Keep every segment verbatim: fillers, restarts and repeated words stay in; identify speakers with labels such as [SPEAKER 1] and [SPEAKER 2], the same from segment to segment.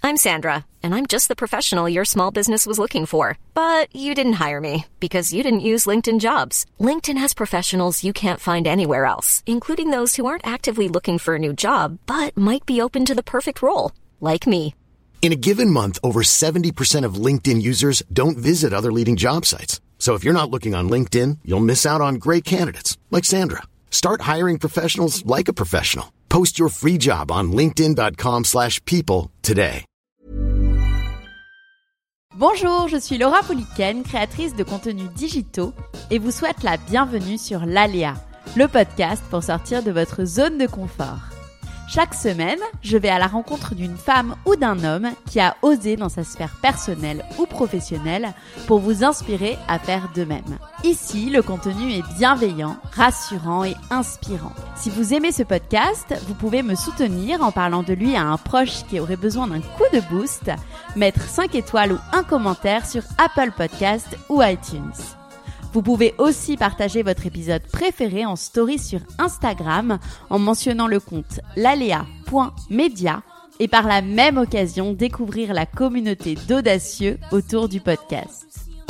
[SPEAKER 1] I'm Sandra, and I'm just the professional your small business was looking for. But you didn't hire me because you didn't use LinkedIn Jobs. LinkedIn has professionals you can't find anywhere else, including those who aren't actively looking for a new job, but might be open to the perfect role, like me.
[SPEAKER 2] In a given month, over seventy percent of LinkedIn users don't visit other leading job sites. So if you're not looking on LinkedIn, you'll miss out on great candidates like Sandra. Start hiring professionals like a professional. Post your free job on linkedin.com slash people today.
[SPEAKER 3] Bonjour, je suis Laura Pouliken, créatrice de contenus digitaux et vous souhaite la bienvenue sur l'Aléa, le podcast pour sortir de votre zone de confort. Chaque semaine, je vais à la rencontre d'une femme ou d'un homme qui a osé dans sa sphère personnelle ou professionnelle pour vous inspirer à faire de même. Ici, le contenu est bienveillant, rassurant et inspirant. Si vous aimez ce podcast, vous pouvez me soutenir en parlant de lui à un proche qui aurait besoin d'un coup de boost, mettre cinq étoiles ou un commentaire sur Apple Podcasts ou iTunes. Vous pouvez aussi partager votre épisode préféré en story sur Instagram en mentionnant le compte lalea point media et par la même occasion découvrir la communauté d'audacieux autour du podcast.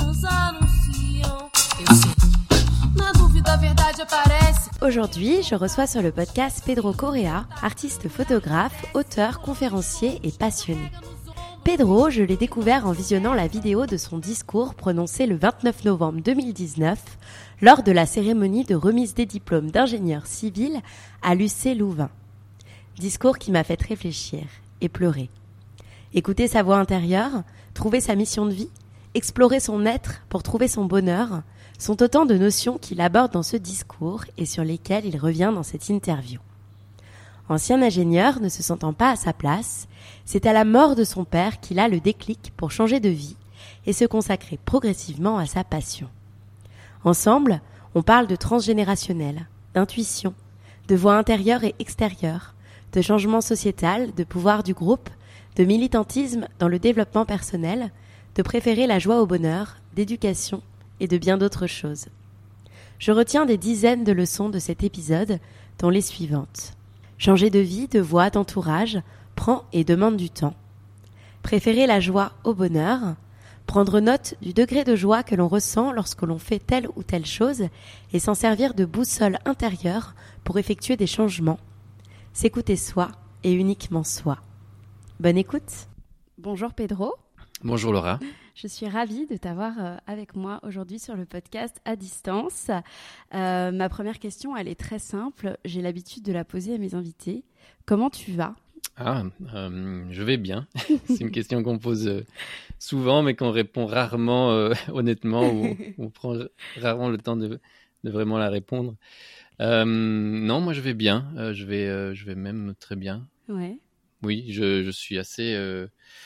[SPEAKER 3] Aujourd'hui, je reçois sur le podcast Pedro Correa, artiste photographe, auteur, conférencier et passionné. Pedro, je l'ai découvert en visionnant la vidéo de son discours prononcé le vingt-neuf novembre deux mille dix-neuf lors de la cérémonie de remise des diplômes d'ingénieur civil à l'U C Louvain. Discours qui m'a fait réfléchir et pleurer. Écouter sa voix intérieure, trouver sa mission de vie, explorer son être pour trouver son bonheur, sont autant de notions qu'il aborde dans ce discours et sur lesquelles il revient dans cette interview. Ancien ingénieur, ne se sentant pas à sa place, c'est à la mort de son père qu'il a le déclic pour changer de vie et se consacrer progressivement à sa passion. Ensemble, on parle de transgénérationnel, d'intuition, de voix intérieure et extérieure, de changement sociétal, de pouvoir du groupe, de militantisme dans le développement personnel, de préférer la joie au bonheur, d'éducation et de bien d'autres choses. Je retiens des dizaines de leçons de cet épisode, dont les suivantes. Changer de vie, de voie, d'entourage prend et demande du temps. Préférer la joie au bonheur, prendre note du degré de joie que l'on ressent lorsque l'on fait telle ou telle chose et s'en servir de boussole intérieure pour effectuer des changements. S'écouter soi et uniquement soi. Bonne écoute. Bonjour Pedro.
[SPEAKER 4] Bonjour Laura.
[SPEAKER 3] Je suis ravie de t'avoir avec moi aujourd'hui sur le podcast à distance. Euh, ma première question, elle est très simple. J'ai l'habitude de la poser à mes invités. Comment tu vas ?
[SPEAKER 4] Ah, euh, je vais bien. C'est une question qu'on pose euh, souvent, mais qu'on répond rarement euh, honnêtement, ou on prend rarement le temps de, de vraiment la répondre. Euh, non, moi je vais bien. Euh, je vais, euh, je vais même très bien.
[SPEAKER 3] Ouais.
[SPEAKER 4] Oui, je, je suis assez, euh,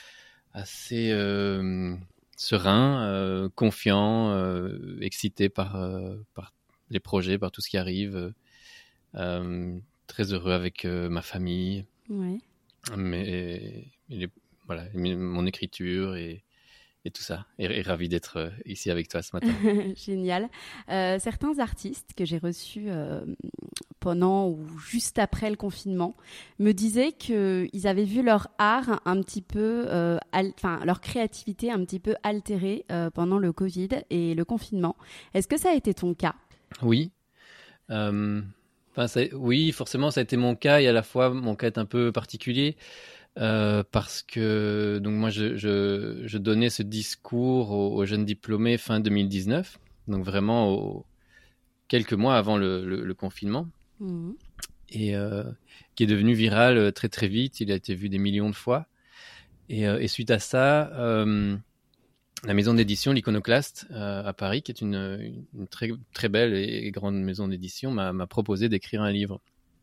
[SPEAKER 4] assez euh, serein, euh, confiant, euh, excité par, euh, par les projets, par tout ce qui arrive. Euh, très heureux avec euh, ma famille.
[SPEAKER 3] Ouais.
[SPEAKER 4] Mais les, voilà, mon écriture et, et tout ça. Et, et ravi d'être ici avec toi ce matin.
[SPEAKER 3] Génial. Euh, certains artistes que j'ai reçus euh, pendant ou juste après le confinement me disaient qu'ils avaient vu leur art un petit peu, euh, al- enfin leur créativité un petit peu altérée euh, pendant le Covid et le confinement. Est-ce que ça a été ton cas ?
[SPEAKER 4] Oui. Euh... Enfin, ça, oui, forcément, ça a été mon cas et à la fois mon cas est un peu particulier euh, parce que donc moi je, je, je donnais ce discours aux, aux jeunes diplômés fin deux mille dix-neuf, donc vraiment au, quelques mois avant le, le, le confinement, mmh. et euh, qui est devenu viral très très vite. Il a été vu des millions de fois et, euh, et suite à ça. Euh, La maison d'édition, l'Iconoclaste, euh, à Paris, qui est une, une très, très belle et grande maison d'édition, m'a, m'a proposé d'écrire un livre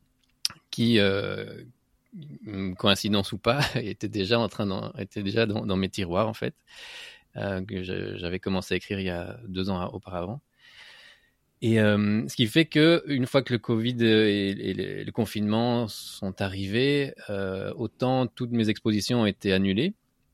[SPEAKER 4] qui, euh, coïncidence ou pas, était déjà, en train d'en, était déjà dans, dans mes tiroirs, en fait, euh, que je, j'avais commencé à écrire il y a deux ans auparavant. Et euh, ce qui fait que une fois que le Covid et, et le, le confinement sont arrivés, euh, autant toutes mes expositions ont été annulées,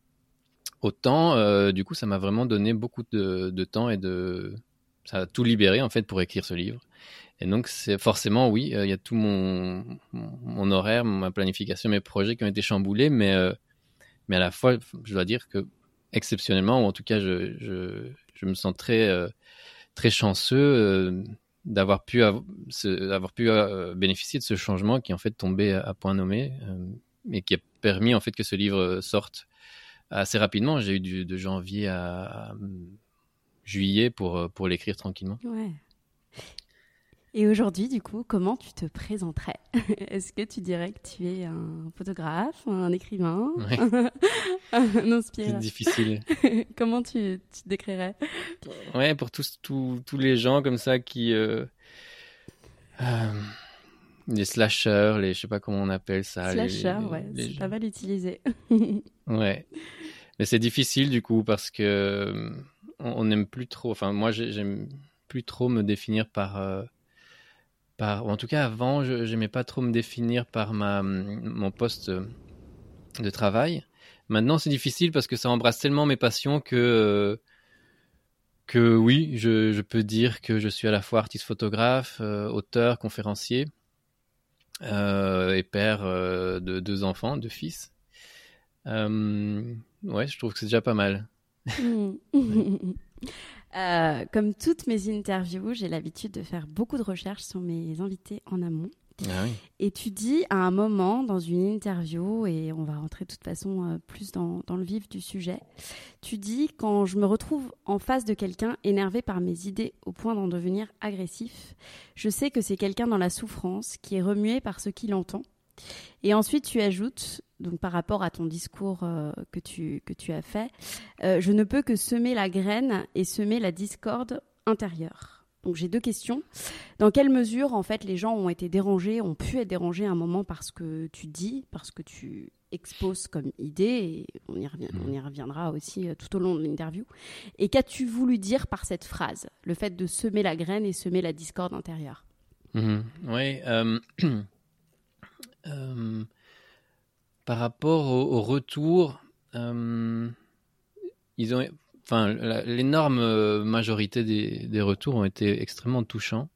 [SPEAKER 4] autant, euh, du coup, ça m'a vraiment donné beaucoup de, de temps et de... ça a tout libéré, en fait, pour écrire ce livre. Et donc, c'est forcément, oui, il euh, y a tout mon, mon, mon horaire, ma planification, mes projets qui ont été chamboulés, mais, euh, mais à la fois, je dois dire que exceptionnellement, ou en tout cas, je, je, je me sens très, euh, très chanceux euh, d'avoir pu, av- ce, d'avoir pu euh, bénéficier de ce changement qui est en fait tombé à, à point nommé euh, et qui a permis en fait que ce livre sorte assez rapidement. J'ai eu du, de janvier à, à juillet pour, pour l'écrire tranquillement.
[SPEAKER 3] Ouais. Et aujourd'hui, du coup, comment tu te présenterais? Est-ce que tu dirais que tu es un photographe, un écrivain,
[SPEAKER 4] Ouais.
[SPEAKER 3] un inspirateur?
[SPEAKER 4] C'est difficile.
[SPEAKER 3] Comment tu, tu te décrirais?
[SPEAKER 4] Ouais, pour tous, tous, tous les gens comme ça qui... Euh, euh, les slashers, les, je sais pas comment on appelle ça.
[SPEAKER 3] Slasher,
[SPEAKER 4] les,
[SPEAKER 3] ouais,
[SPEAKER 4] les
[SPEAKER 3] c'est
[SPEAKER 4] gens.
[SPEAKER 3] pas mal utilisé.
[SPEAKER 4] Ouais. Mais c'est difficile du coup parce que euh, on n'aime plus trop... Enfin, moi, j'ai- j'aime plus trop me définir par... Euh, par ou en tout cas, avant, je n'aimais pas trop me définir par ma, mon poste de travail. Maintenant, c'est difficile parce que ça embrasse tellement mes passions que... Euh, que oui, je, je peux dire que je suis à la fois artiste photographe, euh, auteur, conférencier euh, et père euh, de deux enfants, deux fils. Euh, ouais, je trouve que c'est déjà pas mal.
[SPEAKER 3] Euh, comme toutes mes interviews, j'ai l'habitude de faire beaucoup de recherches sur mes invités en amont.
[SPEAKER 4] Ah oui.
[SPEAKER 3] Et tu dis à un moment dans une interview, et on va rentrer de toute façon euh, plus dans, dans le vif du sujet, tu dis « Quand je me retrouve en face de quelqu'un énervé par mes idées au point d'en devenir agressif, je sais que c'est quelqu'un dans la souffrance qui est remué par ce qu'il entend. » Et ensuite, tu ajoutes, donc par rapport à ton discours euh, que, tu, que tu as fait, euh, « Je ne peux que semer la graine et semer la discorde intérieure. » Donc j'ai deux questions. Dans quelle mesure, en fait, les gens ont été dérangés, ont pu être dérangés à un moment parce que tu dis, parce que tu exposes comme idée, et on y, revient, on y reviendra aussi euh, tout au long de l'interview. Et qu'as-tu voulu dire par cette phrase, le fait de semer la graine et semer la discorde intérieure?
[SPEAKER 4] Mmh. Oui. Euh, euh, par rapport au, au retour, euh, ils ont... Enfin, la, l'énorme majorité des, des retours ont été extrêmement touchants.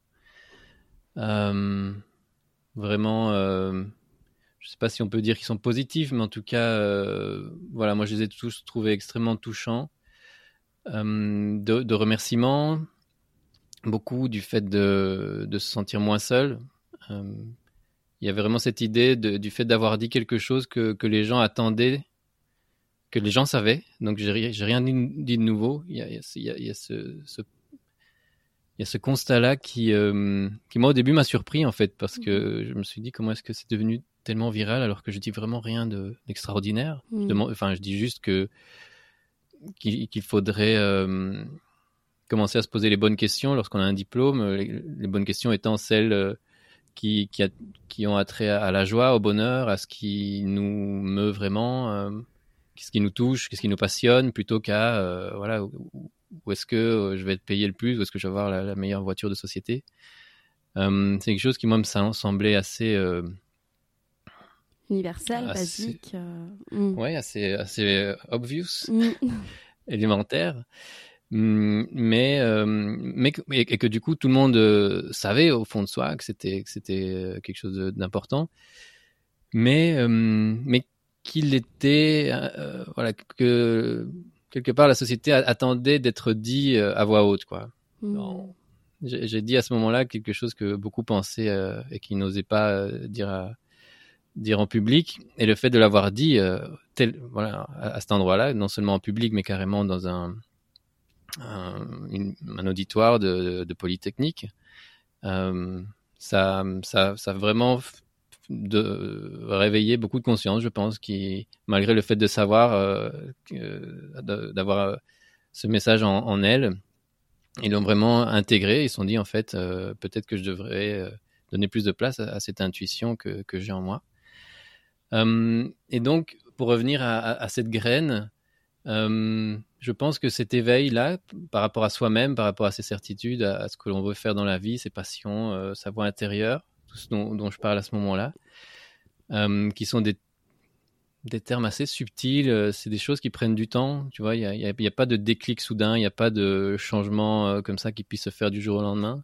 [SPEAKER 4] Euh, vraiment, euh, je ne sais pas si on peut dire qu'ils sont positifs, mais en tout cas, euh, voilà, moi je les ai tous trouvés extrêmement touchants. Euh, de, de remerciements, beaucoup du fait de, de se sentir moins seul. Euh, il y avait vraiment cette idée de, du fait d'avoir dit quelque chose que, que les gens attendaient, que les gens savaient, donc j'ai, j'ai rien dit, dit de nouveau. Il y a, il y a, il y a ce, ce, il y a ce constat-là qui, euh, qui, moi, au début, m'a surpris, en fait, parce que je me suis dit, comment est-ce que c'est devenu tellement viral alors que je dis vraiment rien de, d'extraordinaire. Mmh. Je demande, enfin, je dis juste que, qu'il, qu'il faudrait euh, commencer à se poser les bonnes questions lorsqu'on a un diplôme, les, les bonnes questions étant celles euh, qui, qui, a, qui ont attrait à, à la joie, au bonheur, à ce qui nous meut vraiment, euh, qu'est-ce qui nous touche, qu'est-ce qui nous passionne, plutôt qu'à euh, voilà, où, où est-ce que euh, je vais être payé le plus, où est-ce que je vais avoir la, la meilleure voiture de société. Euh, c'est quelque chose qui, moi, me semblait assez... Euh,
[SPEAKER 3] universel,
[SPEAKER 4] assez,
[SPEAKER 3] basique. Euh... Mm.
[SPEAKER 4] Ouais, assez, assez obvious, mm. élémentaire. Mais, euh, mais et que du coup, tout le monde euh, savait au fond de soi que c'était, que c'était quelque chose d'important. Mais, euh, mais qu'il était, euh, voilà, que quelque part la société attendait d'être dit euh, à voix haute, quoi. Mmh. Non, j'ai, j'ai dit à ce moment-là quelque chose que beaucoup pensaient euh, et qui n'osaient pas euh, dire, à, dire en public. Et le fait de l'avoir dit, euh, tel, voilà, à, à cet endroit-là, non seulement en public, mais carrément dans un, un, une, un auditoire de, de, de Polytechnique, euh, ça, ça, ça vraiment de réveiller beaucoup de conscience, je pense, qui, malgré le fait de savoir, euh, euh, d'avoir euh, ce message en, en elles, ils l'ont vraiment intégré. Ils se sont dit, en fait, euh, peut-être que je devrais euh, donner plus de place à, à cette intuition que, que j'ai en moi. Euh, et donc, pour revenir à, à, à cette graine, euh, je pense que cet éveil-là, par rapport à soi-même, par rapport à ses certitudes, à, à ce que l'on veut faire dans la vie, ses passions, euh, sa voix intérieure, tout ce dont, dont je parle à ce moment-là, euh, qui sont des, des termes assez subtils, euh, c'est des choses qui prennent du temps, tu vois, il n'y a, y a, y a pas de déclic soudain, il n'y a pas de changement euh, comme ça qui puisse se faire du jour au lendemain.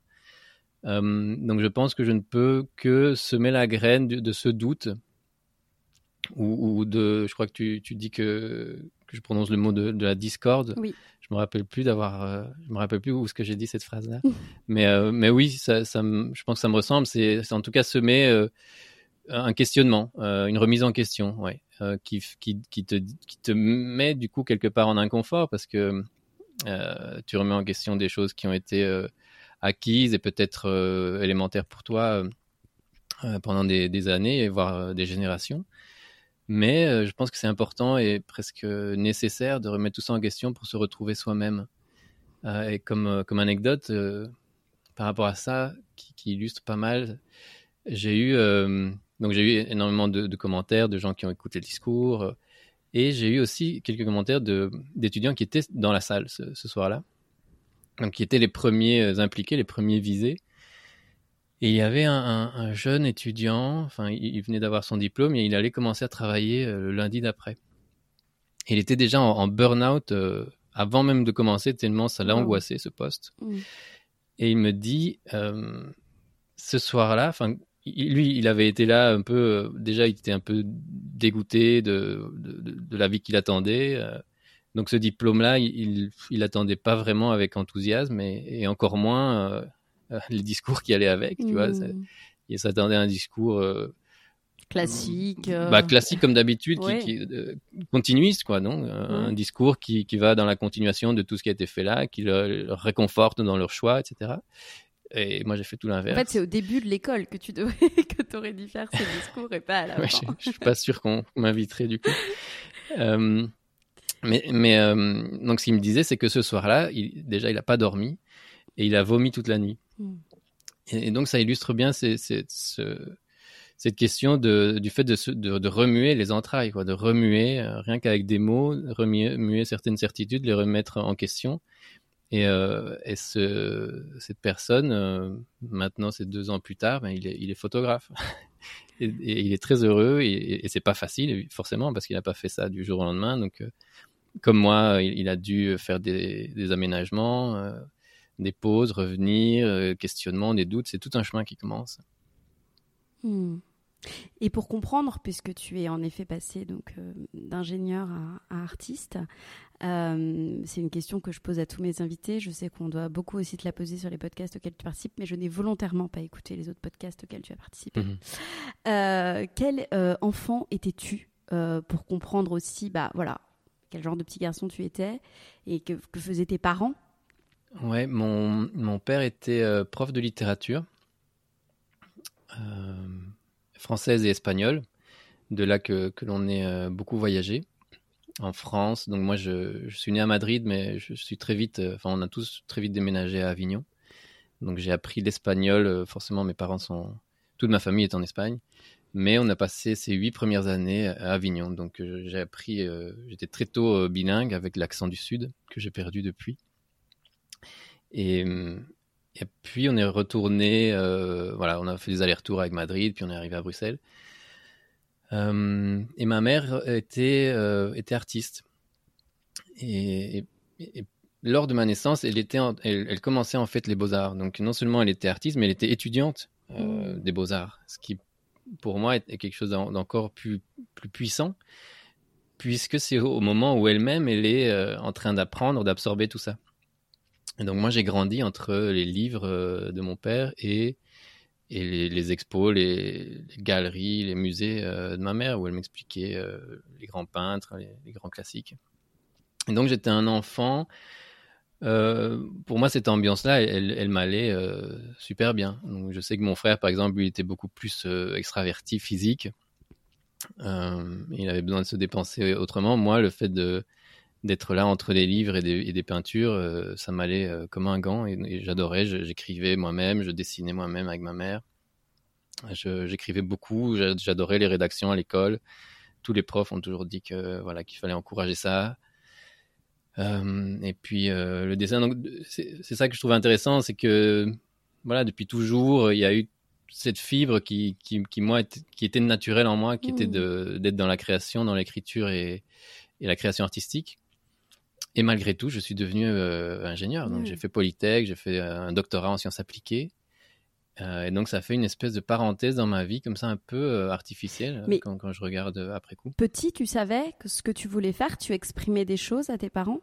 [SPEAKER 4] Euh, donc je pense que je ne peux que semer la graine de, de ce doute ou, ou de, je crois que tu, tu dis que, que je prononce le mot de, de la discorde.
[SPEAKER 3] Oui.
[SPEAKER 4] Je me rappelle plus d'avoir, euh, je me rappelle plus où est-ce que j'ai dit cette phrase-là. mais, euh, mais oui, ça, ça me, je pense que ça me ressemble. C'est, c'est en tout cas semer euh, un questionnement, euh, une remise en question, ouais, euh, qui, qui, qui te, qui te met du coup quelque part en inconfort parce que euh, tu remets en question des choses qui ont été euh, acquises et peut-être euh, élémentaires pour toi euh, pendant des, des années, voire euh, des générations. Mais euh, je pense que c'est important et presque nécessaire de remettre tout ça en question pour se retrouver soi-même. Euh, et comme, euh, comme anecdote, euh, par rapport à ça, qui, qui illustre pas mal, j'ai eu, euh, donc j'ai eu énormément de, de commentaires de gens qui ont écouté le discours. Euh, et j'ai eu aussi quelques commentaires de, d'étudiants qui étaient dans la salle ce, ce soir-là. Donc qui étaient les premiers impliqués, les premiers visés. Et il y avait un, un, un jeune étudiant, enfin, il, il venait d'avoir son diplôme et il allait commencer à travailler euh, le lundi d'après. Et il était déjà en, en burn-out euh, avant même de commencer, tellement ça l'a
[SPEAKER 3] Wow.
[SPEAKER 4] angoissé, ce poste.
[SPEAKER 3] Mmh.
[SPEAKER 4] Et il me dit, euh, ce soir-là, enfin, lui, il avait été là un peu, euh, déjà, il était un peu dégoûté de, de, de la vie qu'il attendait. Euh, donc ce diplôme-là, il, il attendait pas vraiment avec enthousiasme et, et encore moins... Euh, les discours qui allaient avec, tu mmh. vois. Il s'attendait à un discours euh,
[SPEAKER 3] classique, euh...
[SPEAKER 4] bah, classique comme d'habitude,
[SPEAKER 3] ouais.
[SPEAKER 4] qui, qui, euh, continuiste, quoi, non ouais. Un discours qui, qui va dans la continuation de tout ce qui a été fait là, qui le, le réconforte dans leur choix, et cetera. Et moi, j'ai fait tout l'inverse.
[SPEAKER 3] En fait, c'est au début de l'école que tu devrais, que t'aurais dû faire ce discours et pas à la
[SPEAKER 4] ouais,
[SPEAKER 3] fin.
[SPEAKER 4] Je, je suis pas sûr qu'on m'inviterait du coup. euh, mais mais euh, donc, ce qu'il me disait, c'est que ce soir-là, il, déjà, il a pas dormi et il a vomi toute la nuit. Mm. Et, et donc, ça illustre bien ces, ces, ce, cette question de, du fait de, se, de, de remuer les entrailles, quoi, de remuer, euh, rien qu'avec des mots, remuer, remuer certaines certitudes, les remettre en question. Et, euh, et ce, cette personne, euh, maintenant, c'est deux ans plus tard, ben, il, est, il est photographe. et, et il est très heureux, et, et, et c'est pas facile, forcément, parce qu'il n'a pas fait ça du jour au lendemain. Donc, euh, comme moi, il, il a dû faire des, des aménagements, euh, des pauses, revenir, euh, questionnements, des doutes. C'est tout un chemin qui commence.
[SPEAKER 3] Hmm. Et pour comprendre, puisque tu es en effet passé donc, euh, d'ingénieur à, à artiste, euh, c'est une question que je pose à tous mes invités. Je sais qu'on doit beaucoup aussi te la poser sur les podcasts auxquels tu participes, mais je n'ai volontairement pas écouté les autres podcasts auxquels tu as participé. Mmh. Euh, quel euh, enfant étais-tu euh, pour comprendre aussi, bah, voilà, quel genre de petit garçon tu étais et que, que faisaient tes parents?
[SPEAKER 4] Ouais, mon, mon père était euh, prof de littérature. Euh... française et espagnole, de là que, que l'on ait euh, beaucoup voyagé en France. Donc moi, je, je suis né à Madrid, mais je suis très vite, euh, enfin on a tous très vite déménagé à Avignon. Donc j'ai appris l'espagnol, euh, forcément mes parents sont, toute ma famille est en Espagne, mais on a passé ces huit premières années à Avignon. Donc euh, j'ai appris, euh, j'étais très tôt euh, bilingue avec l'accent du Sud, que j'ai perdu depuis. Et... Et puis, on est retourné, euh, voilà, on a fait des allers-retours avec Madrid, puis on est arrivé à Bruxelles. Euh, et ma mère était, euh, était artiste. Et, et, et lors de ma naissance, elle, était en, elle, elle commençait en fait les beaux-arts. Donc, non seulement elle était artiste, mais elle était étudiante euh, mmh. des beaux-arts. Ce qui, pour moi, est quelque chose d'encore plus, plus puissant, puisque c'est au moment où elle-même, elle est euh, en train d'apprendre, d'absorber tout ça. Et donc moi j'ai grandi entre les livres de mon père et, et les, les expos, les, les galeries, les musées de ma mère où elle m'expliquait euh, les grands peintres, les, les grands classiques. Et donc j'étais un enfant, euh, pour moi cette ambiance-là, elle, elle m'allait euh, super bien. Donc je sais que mon frère par exemple, lui était beaucoup plus euh, extraverti, physique. Euh, il avait besoin de se dépenser autrement. Moi le fait de d'être là entre des livres et des, et des peintures, euh, ça m'allait euh, comme un gant et, et j'adorais, je, j'écrivais moi-même, je dessinais moi-même avec ma mère, je, j'écrivais beaucoup, j'adorais les rédactions à l'école, tous les profs ont toujours dit que, voilà, qu'il fallait encourager ça. Euh, et puis euh, le dessin, donc, c'est, c'est ça que je trouve intéressant, c'est que voilà, depuis toujours, il y a eu cette fibre qui, qui, qui, moi, était, qui était naturelle en moi, qui mmh. était de, d'être dans la création, dans l'écriture et, et la création artistique. Et malgré tout, je suis devenu euh, ingénieur. Donc, mmh. j'ai fait Polytech, j'ai fait un doctorat en sciences appliquées. Euh, et donc, ça fait une espèce de parenthèse dans ma vie, comme ça, un peu euh, artificielle,
[SPEAKER 3] Mais
[SPEAKER 4] quand, quand je regarde euh, après coup.
[SPEAKER 3] petit, tu savais que ce que tu voulais faire, tu exprimais des choses à tes parents?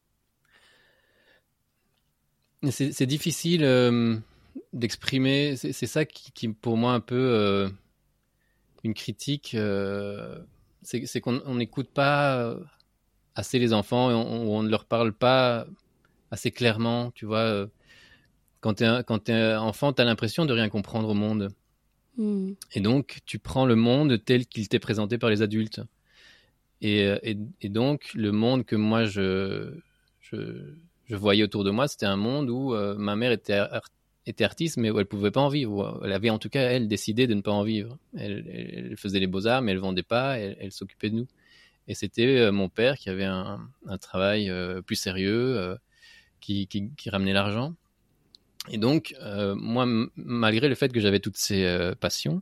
[SPEAKER 4] C'est, c'est difficile euh, d'exprimer. C'est, c'est ça qui, qui, pour moi, un peu euh, une critique. Euh, c'est, c'est qu'on n'écoute pas assez les enfants et on, on ne leur parle pas assez clairement. Tu vois, euh, quand tu es quand t'es enfant, tu as l'impression de rien comprendre au monde.
[SPEAKER 3] Mmh.
[SPEAKER 4] Et donc, tu prends le monde tel qu'il t'est présenté par les adultes. Et, et, et donc, le monde que moi, je... je je voyais autour de moi, c'était un monde où euh, ma mère était, art- était artiste, mais où elle ne pouvait pas en vivre. Elle avait en tout cas, elle, décidé de ne pas en vivre. Elle, elle, elle faisait les beaux-arts, mais elle ne vendait pas, elle, elle s'occupait de nous. Et c'était euh, mon père qui avait un, un travail euh, plus sérieux, euh, qui, qui, qui ramenait l'argent. Et donc, euh, moi, m- malgré le fait que j'avais toutes ces euh, passions,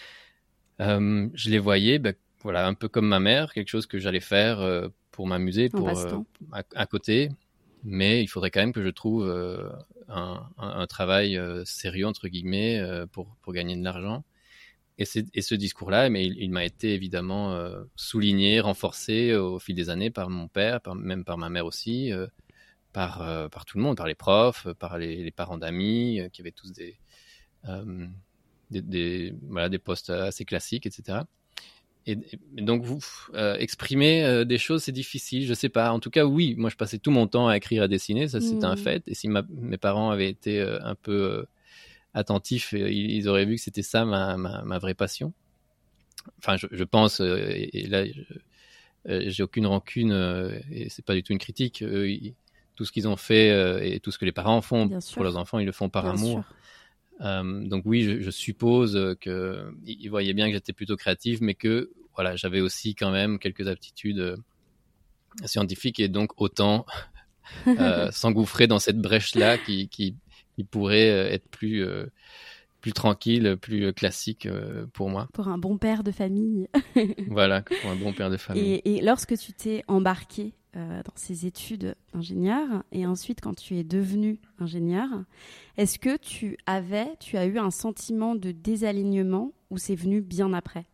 [SPEAKER 4] euh, je les voyais bah, voilà, un peu comme ma mère, quelque chose que j'allais faire euh, pour m'amuser,
[SPEAKER 3] En
[SPEAKER 4] pour, euh,
[SPEAKER 3] passe-temps.
[SPEAKER 4] à, à côté. Mais il faudrait quand même que je trouve euh, un, un, un travail euh, sérieux, entre guillemets, euh, pour, pour gagner de l'argent. Et, c'est, et ce discours-là, mais il, il m'a été évidemment euh, souligné, renforcé au fil des années par mon père, par, même par ma mère aussi, euh, par, euh, par tout le monde, par les profs, par les, les parents d'amis, euh, qui avaient tous des, euh, des, des, voilà, des postes assez classiques, et cetera. Et, et donc, vous euh, exprimer euh, des choses, c'est difficile, je sais pas. En tout cas, oui, moi, je passais tout mon temps à écrire, à dessiner, ça, c'était
[SPEAKER 3] Mmh.
[SPEAKER 4] un fait. Et si ma, mes parents avaient été euh, un peu euh, attentifs, euh, ils, ils auraient vu que c'était ça ma, ma, ma vraie passion. Enfin, je, je pense, euh, et, et là, je, euh, j'ai aucune rancune, euh, et c'est pas du tout une critique. Eux, ils, tout ce qu'ils ont fait euh, et tout ce que les parents font
[SPEAKER 3] Bien
[SPEAKER 4] pour
[SPEAKER 3] sûr.
[SPEAKER 4] leurs enfants, ils le font par
[SPEAKER 3] Bien
[SPEAKER 4] amour.
[SPEAKER 3] sûr.
[SPEAKER 4] Euh, donc oui, je, je suppose qu'ils voyaient bien que j'étais plutôt créatif, mais que voilà, j'avais aussi quand même quelques aptitudes euh, scientifiques et donc autant euh, s'engouffrer dans cette brèche-là qui, qui, qui pourrait euh, être plus, euh, plus tranquille, plus classique euh, pour moi.
[SPEAKER 3] Pour un bon père de famille.
[SPEAKER 4] Voilà, pour un bon père de famille.
[SPEAKER 3] Et, et lorsque tu t'es embarqué euh, dans ces études d'ingénieur, et ensuite quand tu es devenu ingénieur, est-ce que tu avais, tu as eu un sentiment de désalignement ou c'est venu bien après?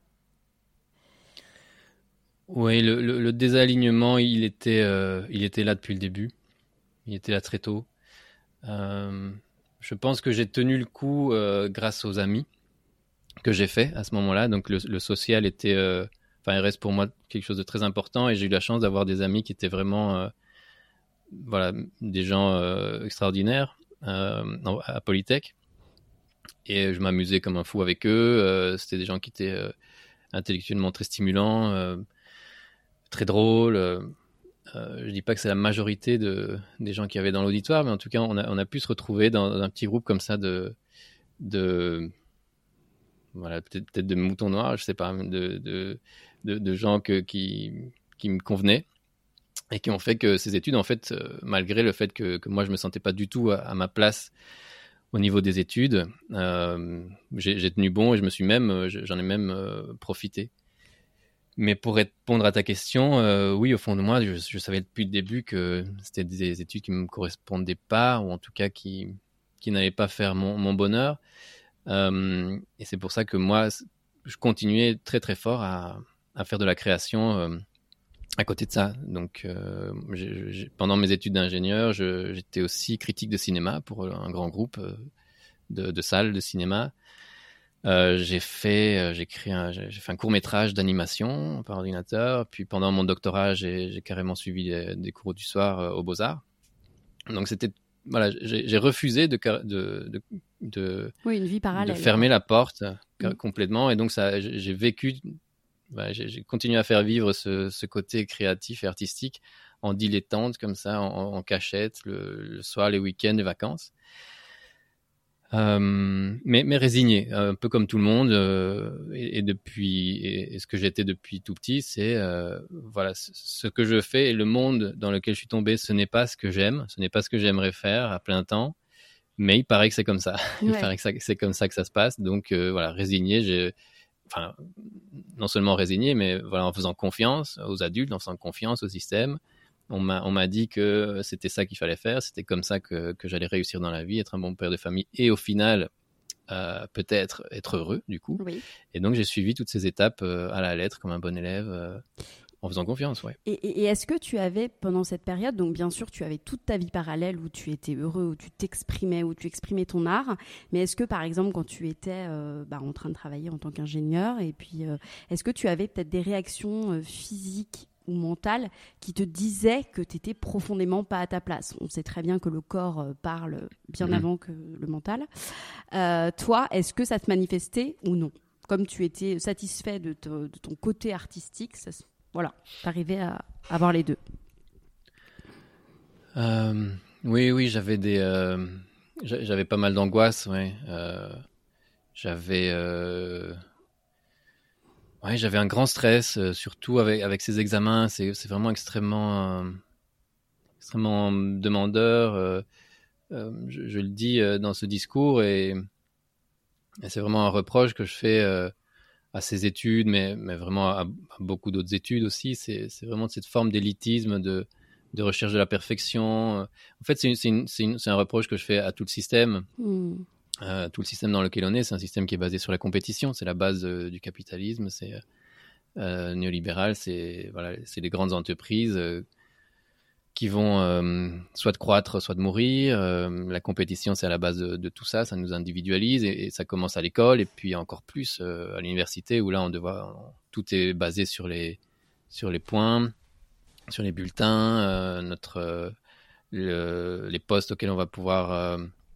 [SPEAKER 4] Oui, le, le, le désalignement, il était, euh, il était là depuis le début. Il était là très tôt. Euh, je pense que j'ai tenu le coup euh, grâce aux amis que j'ai fait à ce moment-là. Donc le, le social était, euh, enfin, il reste pour moi quelque chose de très important et j'ai eu la chance d'avoir des amis qui étaient vraiment, euh, voilà, des gens euh, extraordinaires euh, à Polytech. Et je m'amusais comme un fou avec eux. Euh, c'était des gens qui étaient euh, intellectuellement très stimulants, euh, très drôles. Euh, Euh, je dis pas que c'est la majorité de, des gens qu'il y avait dans l'auditoire, mais en tout cas, on a, on a pu se retrouver dans, dans un petit groupe comme ça de, de voilà, peut-être, peut-être de moutons noirs, je sais pas, de, de, de, de gens que, qui, qui me convenaient et qui ont fait que ces études, en fait, euh, malgré le fait que, que moi, je me sentais pas du tout à, à ma place au niveau des études, euh, j'ai, j'ai tenu bon et je me suis même, j'en ai même euh, profité. Mais pour répondre à ta question, euh, oui, au fond de moi, je, je savais depuis le début que c'était des études qui ne me correspondaient pas, ou en tout cas qui, qui n'allaient pas faire mon, mon bonheur. Euh, et c'est pour ça que moi, je continuais très très fort à, à faire de la création euh, à côté de ça. Donc, euh, j'ai, j'ai, pendant mes études d'ingénieur, je, j'étais aussi critique de cinéma pour un grand groupe euh, de, de salles de cinéma. Euh, j'ai fait, euh, j'ai créé un, j'ai fait un court métrage d'animation par ordinateur. Puis pendant mon doctorat, j'ai, j'ai carrément suivi des, des cours du soir euh, aux Beaux-Arts. Donc c'était, voilà, j'ai, j'ai refusé de, de, de, de,
[SPEAKER 3] oui, une vie parallèle,
[SPEAKER 4] de fermer
[SPEAKER 3] quoi.
[SPEAKER 4] la porte
[SPEAKER 3] mmh.
[SPEAKER 4] complètement. Et donc ça, j'ai, j'ai vécu, bah, j'ai, j'ai continué à faire vivre ce, ce côté créatif et artistique en dilettante comme ça, en, en cachette, le, le soir, les week-ends, les vacances. Euh, mais, mais résigné, un peu comme tout le monde, euh, et, et depuis, et, et ce que j'étais depuis tout petit, c'est euh, voilà, ce, ce que je fais et le monde dans lequel je suis tombé, ce n'est pas ce que j'aime, ce n'est pas ce que j'aimerais faire à plein temps, mais il paraît que c'est comme ça, il
[SPEAKER 3] Ouais.
[SPEAKER 4] paraît que ça, c'est comme ça que ça se passe, donc euh, voilà, résigné, j'ai, enfin, non seulement résigné, mais voilà, en faisant confiance aux adultes, en faisant confiance au système. On m'a, on m'a dit que c'était ça qu'il fallait faire, c'était comme ça que, que j'allais réussir dans la vie, être un bon père de famille et au final euh, peut-être être heureux du coup.
[SPEAKER 3] Oui.
[SPEAKER 4] Et donc j'ai suivi toutes ces étapes euh, à la lettre comme un bon élève. Euh, En faisant confiance, ouais.
[SPEAKER 3] Et, et, et est-ce que tu avais, pendant cette période, donc bien sûr, tu avais toute ta vie parallèle où tu étais heureux, où tu t'exprimais, où tu exprimais ton art, mais est-ce que, par exemple, quand tu étais euh, bah, en train de travailler en tant qu'ingénieur, et puis, euh, est-ce que tu avais peut-être des réactions euh, physiques ou mentales qui te disaient que tu étais profondément pas à ta place? On sait très bien que le corps euh, parle bien mmh. avant que le mental. Euh, toi, est-ce que ça te manifestait ou non? Comme tu étais satisfait de, te, de ton côté artistique, ça se Voilà, t'arrivais à avoir les deux.
[SPEAKER 4] Euh, oui, oui, j'avais des, euh, j'avais pas mal d'angoisse, ouais. Euh, j'avais, euh, ouais, j'avais un grand stress, euh, surtout avec avec ces examens. C'est c'est vraiment extrêmement, euh, extrêmement demandeur. Euh, euh, je, je le dis euh, dans ce discours et, et c'est vraiment un reproche que je fais. Euh, à ces études, mais, mais vraiment à, à beaucoup d'autres études aussi. C'est, c'est vraiment cette forme d'élitisme, de, de recherche de la perfection. En fait, c'est, une, c'est, une, c'est, une, c'est un reproche que je fais à tout le système. Mm. Euh, tout le système dans lequel on est, c'est un système qui est basé sur la compétition. C'est la base euh, du capitalisme. C'est euh, néolibéral. C'est, voilà, c'est les grandes entreprises euh, qui vont euh, soit de croître, soit de mourir. Euh, la compétition, c'est à la base de, de tout ça. Ça nous individualise et, et ça commence à l'école et puis encore plus euh, à l'université où là, on devoir, tout est basé sur les, sur les points, sur les bulletins, euh, notre, euh, le, les postes auxquels on va pouvoir, euh,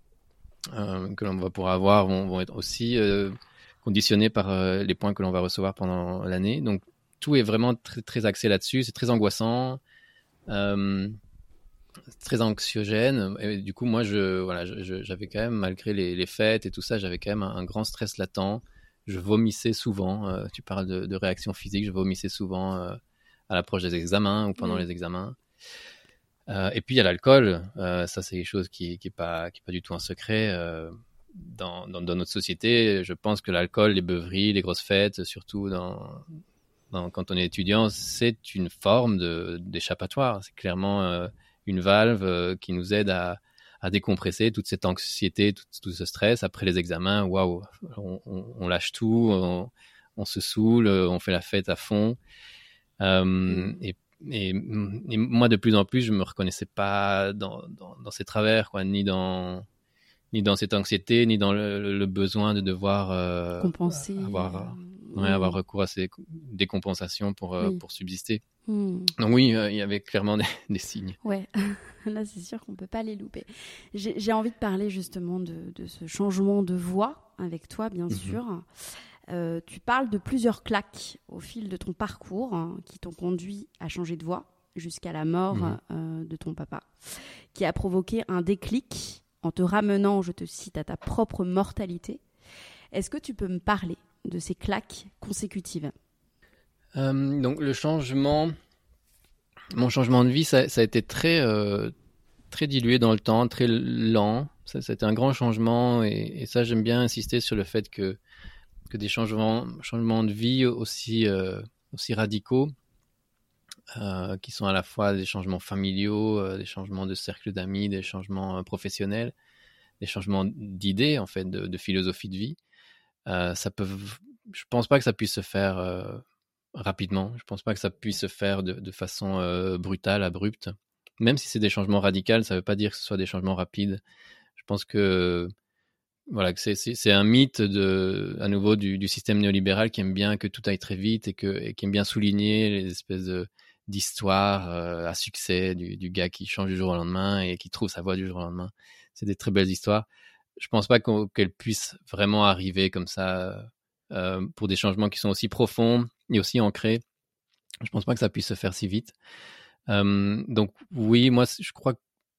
[SPEAKER 4] euh, que l'on va pouvoir avoir vont, vont être aussi euh, conditionnés par euh, les points que l'on va recevoir pendant l'année. Donc, tout est vraiment très, très axé là-dessus. C'est très angoissant. Euh, très anxiogène et du coup moi je voilà je, je, j'avais quand même malgré les, les fêtes et tout ça j'avais quand même un, un grand stress latent. Je vomissais souvent. Euh, tu parles de, de réactions physiques. Je vomissais souvent euh, à l'approche des examens ou pendant mmh. les examens. Euh, et puis il y a l'alcool. Euh, ça c'est quelque chose qui qui est pas qui est pas du tout un secret euh, dans, dans dans notre société. Je pense que l'alcool, les beuveries, les grosses fêtes, surtout dans quand on est étudiant, c'est une forme de, d'échappatoire. C'est clairement euh, une valve euh, qui nous aide à, à décompresser toute cette anxiété, tout, tout ce stress. Après les examens, waouh, on, on, on lâche tout, on, on se saoule, on fait la fête à fond. Euh, mmh. et, et, et moi, de plus en plus, je me reconnaissais pas dans, dans, dans ces travers, quoi, ni dans ni dans cette anxiété, ni dans le, le besoin de devoir euh,
[SPEAKER 3] compenser,
[SPEAKER 4] avoir, euh, ouais, avoir recours à ces décompensations pour, euh,
[SPEAKER 3] oui.
[SPEAKER 4] pour subsister.
[SPEAKER 3] Mmh.
[SPEAKER 4] Donc oui, euh, il y avait clairement des, des signes.
[SPEAKER 3] Ouais, là c'est sûr qu'on ne peut pas les louper. J'ai, j'ai envie de parler justement de, de ce changement de voix avec toi, bien mmh. sûr. Euh, tu parles de plusieurs claques au fil de ton parcours hein, qui t'ont conduit à changer de voix jusqu'à la mort mmh. euh, de ton papa, qui a provoqué un déclic en te ramenant, je te cite, à ta propre mortalité. Est-ce que tu peux me parler de ces claques consécutives ?
[SPEAKER 4] euh, Donc le changement, mon changement de vie, ça, ça a été très, euh, très dilué dans le temps, très lent. Ça, c'était un grand changement et, et ça, j'aime bien insister sur le fait que, que des changements, changements de vie aussi, euh, aussi radicaux, Euh, qui sont à la fois des changements familiaux, euh, des changements de cercle d'amis, des changements euh, professionnels, des changements d'idées, en fait, de, de philosophie de vie. Euh, ça peut, je pense pas que ça puisse se faire euh, rapidement. Je pense pas que ça puisse se faire de, de façon euh, brutale, abrupte. Même si c'est des changements radicaux, ça veut pas dire que ce soit des changements rapides. Je pense que voilà, que c'est, c'est, c'est un mythe de, à nouveau du, du système néolibéral qui aime bien que tout aille très vite et, que, et qui aime bien souligner les espèces de d'histoire euh, à succès du, du gars qui change du jour au lendemain et qui trouve sa voie du jour au lendemain. C'est des très belles histoires. Je pense pas qu'on, qu'elles puissent vraiment arriver comme ça euh, pour des changements qui sont aussi profonds et aussi ancrés. Je pense pas que ça puisse se faire si vite. Euh, donc oui, moi je crois que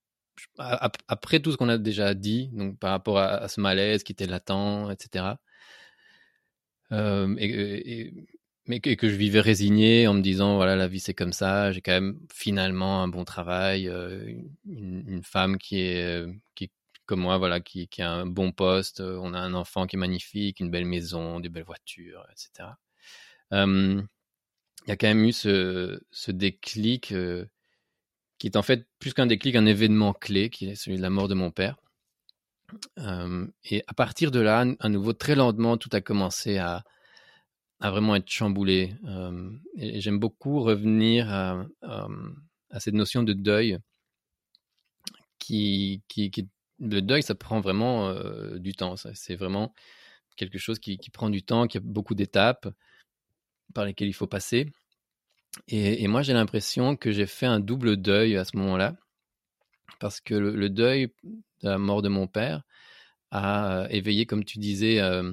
[SPEAKER 4] après tout ce qu'on a déjà dit, donc par rapport à, à ce malaise qui était latent, et cetera. Euh, et, et mais que, que je vivais résigné en me disant voilà, la vie c'est comme ça, j'ai quand même finalement un bon travail, euh, une, une femme qui est qui comme moi, voilà, qui, qui a un bon poste, on a un enfant qui est magnifique, une belle maison, des belles voitures, et cetera. Euh, il y a quand même eu ce, ce déclic euh, qui est en fait plus qu'un déclic, un événement clé, qui est celui de la mort de mon père. Euh, et à partir de là, à nouveau, très lentement, tout a commencé à, à vraiment être chamboulé. Euh, et j'aime beaucoup revenir à, à, à cette notion de deuil. Qui, qui, qui, le deuil, ça prend vraiment euh, du temps. Ça. C'est vraiment quelque chose qui, qui prend du temps, qui a beaucoup d'étapes par lesquelles il faut passer. Et, et moi, j'ai l'impression que j'ai fait un double deuil à ce moment-là, parce que le, le deuil de la mort de mon père a éveillé, comme tu disais, euh,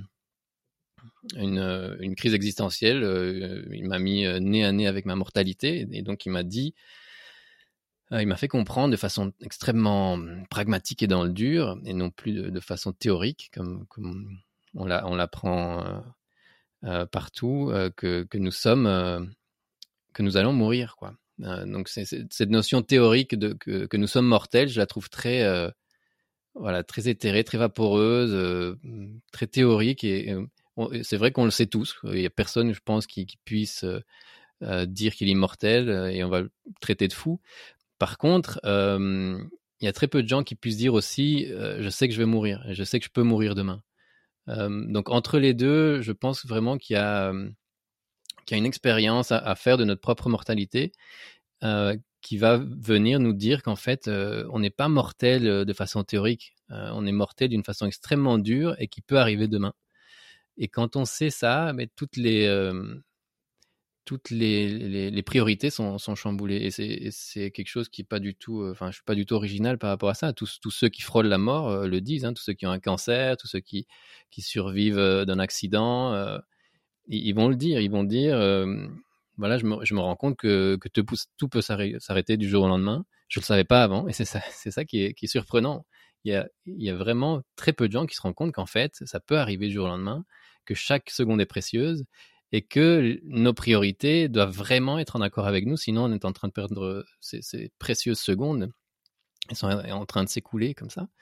[SPEAKER 4] une, une crise existentielle. Euh, il m'a mis nez à nez avec ma mortalité, et donc il m'a dit, euh, il m'a fait comprendre de façon extrêmement pragmatique et dans le dur, et non plus de, de façon théorique, comme, comme on, l'a, on l'apprend euh, euh, partout, euh, que, que nous sommes, euh, que nous allons mourir, quoi. Euh, donc c'est, c'est, cette notion théorique de que, que nous sommes mortels, je la trouve très, euh, voilà, très éthérée, très vaporeuse, euh, très théorique, et, et on, c'est vrai qu'on le sait tous. Il y a personne, je pense, qui, qui puisse euh, dire qu'il est immortel, et on va le traiter de fou. Par contre, euh, il y a très peu de gens qui puissent dire aussi, euh, je sais que je vais mourir, et je sais que je peux mourir demain. Euh, donc entre les deux, je pense vraiment qu'il y a, euh, qu'il y a une expérience à, à faire de notre propre mortalité, euh, qui va venir nous dire qu'en fait, euh, on n'est pas mortel de façon théorique, euh, on est mortel d'une façon extrêmement dure et qui peut arriver demain. Et quand on sait ça, mais toutes les euh, toutes les, les, les priorités sont, sont chamboulées, et c'est, et c'est quelque chose qui est pas du tout, enfin, euh, je suis pas du tout original par rapport à ça. Tous, tous ceux qui frôlent la mort euh, le disent, hein, tous ceux qui ont un cancer, tous ceux qui qui survivent euh, d'un accident, euh, ils, ils vont le dire, ils vont dire. Euh, Voilà, je me, je me rends compte que, que tout, tout peut s'arrêter du jour au lendemain. Je ne le savais pas avant, et c'est ça, c'est ça qui est, qui est surprenant. Il y, a, il y a vraiment très peu de gens qui se rendent compte qu'en fait, ça peut arriver du jour au lendemain, que chaque seconde est précieuse, et que nos priorités doivent vraiment être en accord avec nous, sinon on est en train de perdre ces, ces précieuses secondes. Elles sont en train de s'écouler comme ça.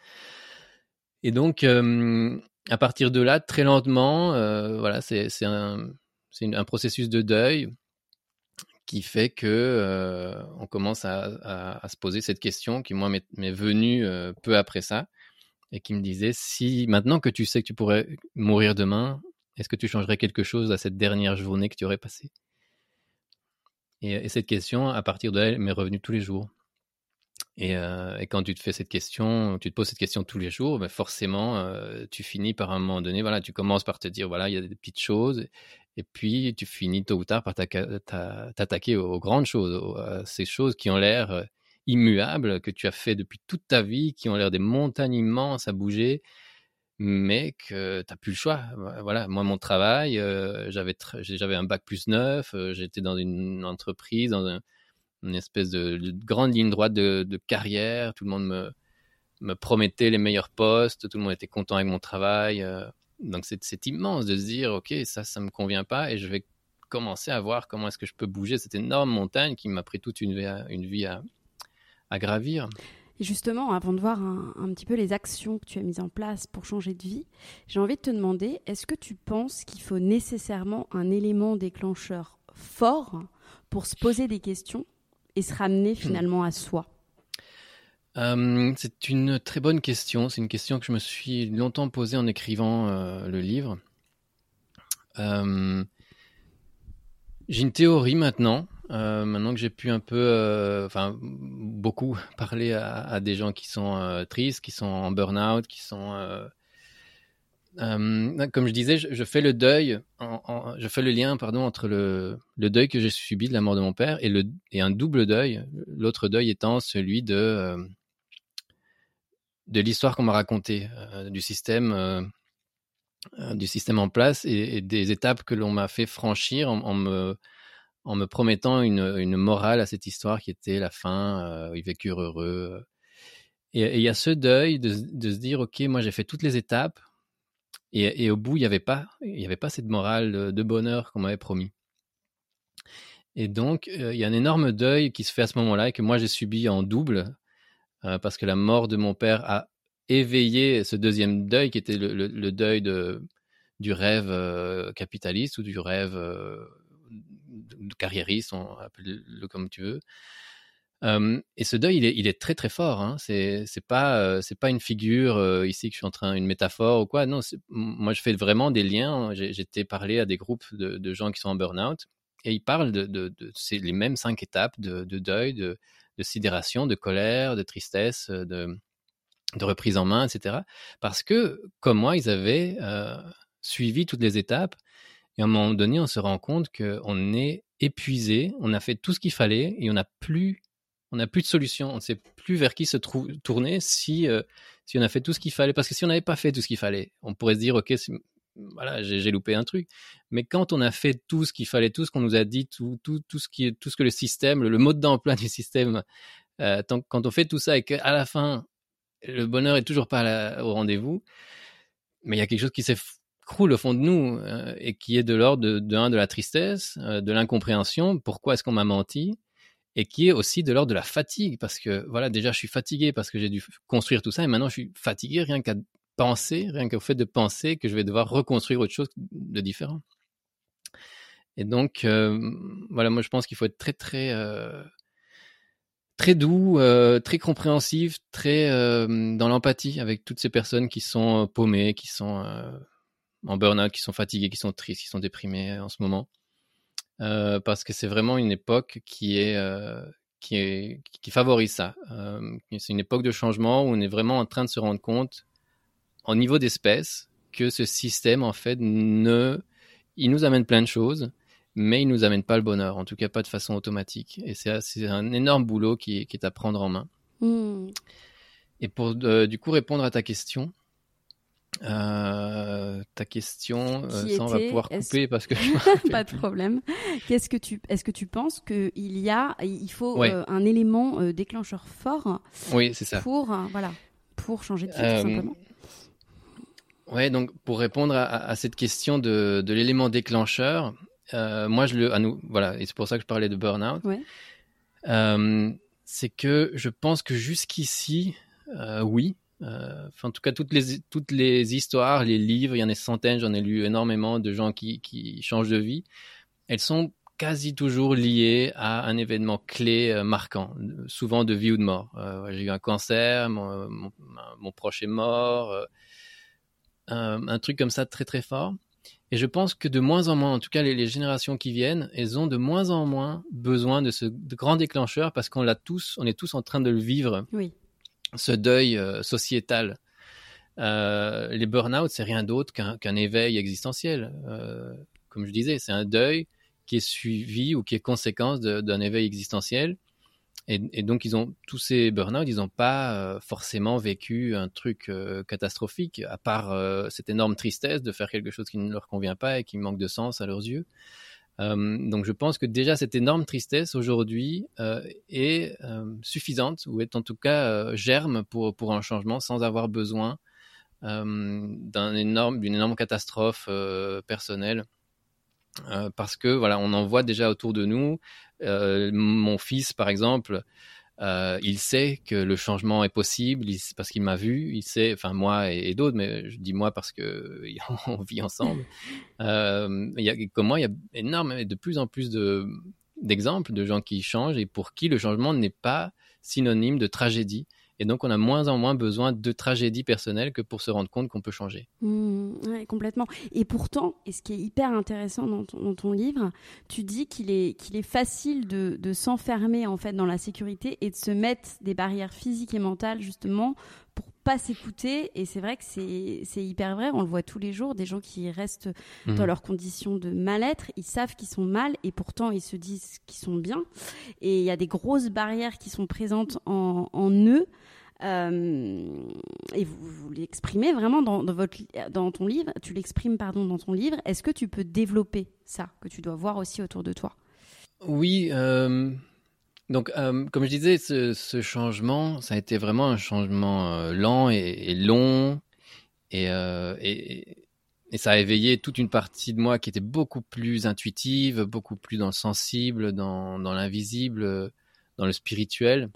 [SPEAKER 4] Et donc, euh, à partir de là, très lentement, euh, voilà, c'est, c'est, un, c'est une, un processus de deuil qui fait que euh, on commence à, à, à se poser cette question qui, moi, m'est, m'est venue euh, peu après ça, et qui me disait, si maintenant que tu sais que tu pourrais mourir demain, est-ce que tu changerais quelque chose à cette dernière journée que tu aurais passée ? et, et cette question, à partir de là, elle m'est revenue tous les jours. Et, euh, et quand tu te fais cette question, tu te poses cette question tous les jours, ben forcément, euh, tu finis par un moment donné, voilà, tu commences par te dire, voilà, il y a des petites choses, et puis tu finis tôt ou tard par t'attaquer aux grandes choses, à ces choses qui ont l'air immuables, que tu as fait depuis toute ta vie, qui ont l'air des montagnes immenses à bouger, mais que tu n'as plus le choix. Voilà, moi, mon travail, euh, j'avais, j'avais un bac plus neuf, euh, j'étais dans une entreprise, dans un une espèce de, de grande ligne droite de, de carrière. Tout le monde me, me promettait les meilleurs postes. Tout le monde était content avec mon travail. Euh, donc, c'est, c'est immense de se dire, OK, ça, ça ne me convient pas, et je vais commencer à voir comment est-ce que je peux bouger cette énorme montagne qui m'a pris toute une vie à, une vie à, à gravir.
[SPEAKER 3] Et justement, avant de voir un, un petit peu les actions que tu as mises en place pour changer de vie, j'ai envie de te demander, est-ce que tu penses qu'il faut nécessairement un élément déclencheur fort pour se poser des questions et se ramener finalement à soi ?
[SPEAKER 4] euh, C'est une très bonne question. C'est une question que je me suis longtemps posée en écrivant euh, le livre. Euh, j'ai une théorie maintenant, euh, maintenant que j'ai pu un peu, enfin euh, beaucoup parler à, à des gens qui sont euh, tristes, qui sont en burn-out, qui sont... Euh, Euh, comme je disais, je, je fais le deuil, en, en, je fais le lien, pardon, entre le, le deuil que j'ai subi de la mort de mon père et, le, et un double deuil. L'autre deuil étant celui de euh, de l'histoire qu'on m'a racontée, euh, du système, euh, du système en place, et, et des étapes que l'on m'a fait franchir en, en me en me promettant une, une morale à cette histoire qui était la fin, euh, ils vécurent heureux. Et il y a ce deuil de, de se dire, ok, moi j'ai fait toutes les étapes. Et, et au bout, il n'y avait pas, il y avait pas cette morale de, de bonheur qu'on m'avait promis. Et donc, euh, il y a un énorme deuil qui se fait à ce moment-là, et que moi j'ai subi en double, euh, parce que la mort de mon père a éveillé ce deuxième deuil, qui était le, le, le deuil de, du rêve euh, capitaliste, ou du rêve euh, carriériste, on appelle-le comme tu veux. Euh, et ce deuil, il est, il est très très fort. Hein. C'est, c'est pas, euh, c'est pas une figure euh, ici que je suis en train, une métaphore ou quoi. Non, c'est, moi je fais vraiment des liens. J'ai, j'étais parlé à des groupes de, de gens qui sont en burn-out et ils parlent de, de, de c'est les mêmes cinq étapes de, de deuil, de, de sidération, de colère, de tristesse, de, de reprise en main, et cetera. Parce que comme moi, ils avaient euh, suivi toutes les étapes. Et à un moment donné, on se rend compte qu'on est épuisé, on a fait tout ce qu'il fallait et on n'a plus, on n'a plus de solution. On ne sait plus vers qui se trou- tourner si, euh, si on a fait tout ce qu'il fallait. Parce que si on n'avait pas fait tout ce qu'il fallait, on pourrait se dire, OK, c'est, voilà, j'ai, j'ai loupé un truc. Mais quand on a fait tout ce qu'il fallait, tout ce qu'on nous a dit, tout, tout, tout, ce, qui, tout ce que le système, le, le mode d'emploi du système, euh, tant, quand on fait tout ça et qu'à la fin, le bonheur est toujours pas à la, au rendez-vous, mais il y a quelque chose qui s'est croule au fond de nous euh, et qui est de l'ordre de, de, un, de la tristesse, euh, de l'incompréhension, pourquoi est-ce qu'on m'a menti, et qui est aussi de l'ordre de la fatigue, parce que voilà, déjà je suis fatigué parce que j'ai dû construire tout ça, et maintenant je suis fatigué rien qu'à penser, rien qu'au fait de penser que je vais devoir reconstruire autre chose de différent. Et donc, euh, voilà, moi je pense qu'il faut être très très... Euh, très doux, euh, très compréhensif, très euh, dans l'empathie avec toutes ces personnes qui sont paumées, qui sont... Euh, en burn-out, qui sont fatigués, qui sont tristes, qui sont déprimés en ce moment. Euh, parce que c'est vraiment une époque qui est, euh, qui, est, qui favorise ça. Euh, c'est une époque de changement où on est vraiment en train de se rendre compte, au niveau d'espèce, que ce système, en fait, ne, il nous amène plein de choses, mais il nous amène pas le bonheur, en tout cas pas de façon automatique. Et c'est, c'est un énorme boulot qui, qui est à prendre en main. Mmh. Et pour, euh, du coup, répondre à ta question, Euh, ta question, euh, ça
[SPEAKER 3] était,
[SPEAKER 4] on va pouvoir couper parce que
[SPEAKER 3] pas de problème. Qu'est-ce que tu, est-ce que tu penses que il y a, il faut
[SPEAKER 4] ouais.
[SPEAKER 3] euh, un élément euh, déclencheur fort
[SPEAKER 4] oui, c'est ça.
[SPEAKER 3] pour, euh, voilà, pour changer de vie euh, tout simplement.
[SPEAKER 4] Ouais, donc pour répondre à, à cette question de, de l'élément déclencheur, euh, moi je le, à nous, voilà, et c'est pour ça que je parlais de burn-out.
[SPEAKER 3] Ouais.
[SPEAKER 4] Euh, c'est que je pense que jusqu'ici, euh, oui. Euh, en tout cas, toutes les, toutes les histoires, les livres, il y en a des centaines, j'en ai lu énormément de gens qui, qui changent de vie. Elles sont quasi toujours liées à un événement clé euh, marquant, souvent de vie ou de mort. Euh, j'ai eu un cancer, mon, mon, mon proche est mort, euh, un, un truc comme ça très très fort. Et je pense que de moins en moins, en tout cas les, les générations qui viennent, elles ont de moins en moins besoin de ce de grand déclencheur parce qu'on l'a tous, on est tous en train de le vivre.
[SPEAKER 3] Oui.
[SPEAKER 4] Ce deuil euh, sociétal. Euh, les burn-out, c'est rien d'autre qu'un, qu'un éveil existentiel. Euh, comme je disais, c'est un deuil qui est suivi ou qui est conséquence de, d'un éveil existentiel. Et, et donc, ils ont, tous ces burn-out, ils n'ont pas euh, forcément vécu un truc euh, catastrophique, à part euh, cette énorme tristesse de faire quelque chose qui ne leur convient pas et qui manque de sens à leurs yeux. Euh, donc je pense que déjà cette énorme tristesse aujourd'hui euh, est euh, suffisante ou est en tout cas euh, germe pour, pour un changement sans avoir besoin euh, d'un énorme, d'une énorme catastrophe euh, personnelle. Euh, parce que voilà, on en voit déjà autour de nous. Euh, mon fils, par exemple, euh, il sait que le changement est possible il, parce qu'il m'a vu, il sait, enfin moi et, et d'autres, mais je dis moi parce que on vit ensemble. Euh, il y a, comme moi, il y a énormément, de plus en plus de, d'exemples de gens qui changent et pour qui le changement n'est pas synonyme de tragédie. Et donc, on a moins en moins besoin de tragédie personnelle que pour se rendre compte qu'on peut changer.
[SPEAKER 3] Mmh, ouais, complètement. Et pourtant, et ce qui est hyper intéressant dans ton, dans ton livre, tu dis qu'il est, qu'il est facile de, de s'enfermer en fait dans la sécurité et de se mettre des barrières physiques et mentales justement pour pas s'écouter. Et c'est vrai que c'est, c'est hyper vrai. On le voit tous les jours, des gens qui restent mmh. dans leurs conditions de mal-être. Ils savent qu'ils sont mal et pourtant ils se disent qu'ils sont bien. Et il y a des grosses barrières qui sont présentes en, en eux. Euh, et vous, vous l'exprimez vraiment dans, dans, votre, dans ton livre, tu l'exprimes pardon dans ton livre. Est-ce que tu peux développer ça que tu dois voir aussi autour de toi?
[SPEAKER 4] Oui, euh, donc euh, comme je disais, ce, ce changement, ça a été vraiment un changement euh, lent et, et long, et, euh, et, et ça a éveillé toute une partie de moi qui était beaucoup plus intuitive, beaucoup plus dans le sensible, dans, dans l'invisible, dans le spirituel.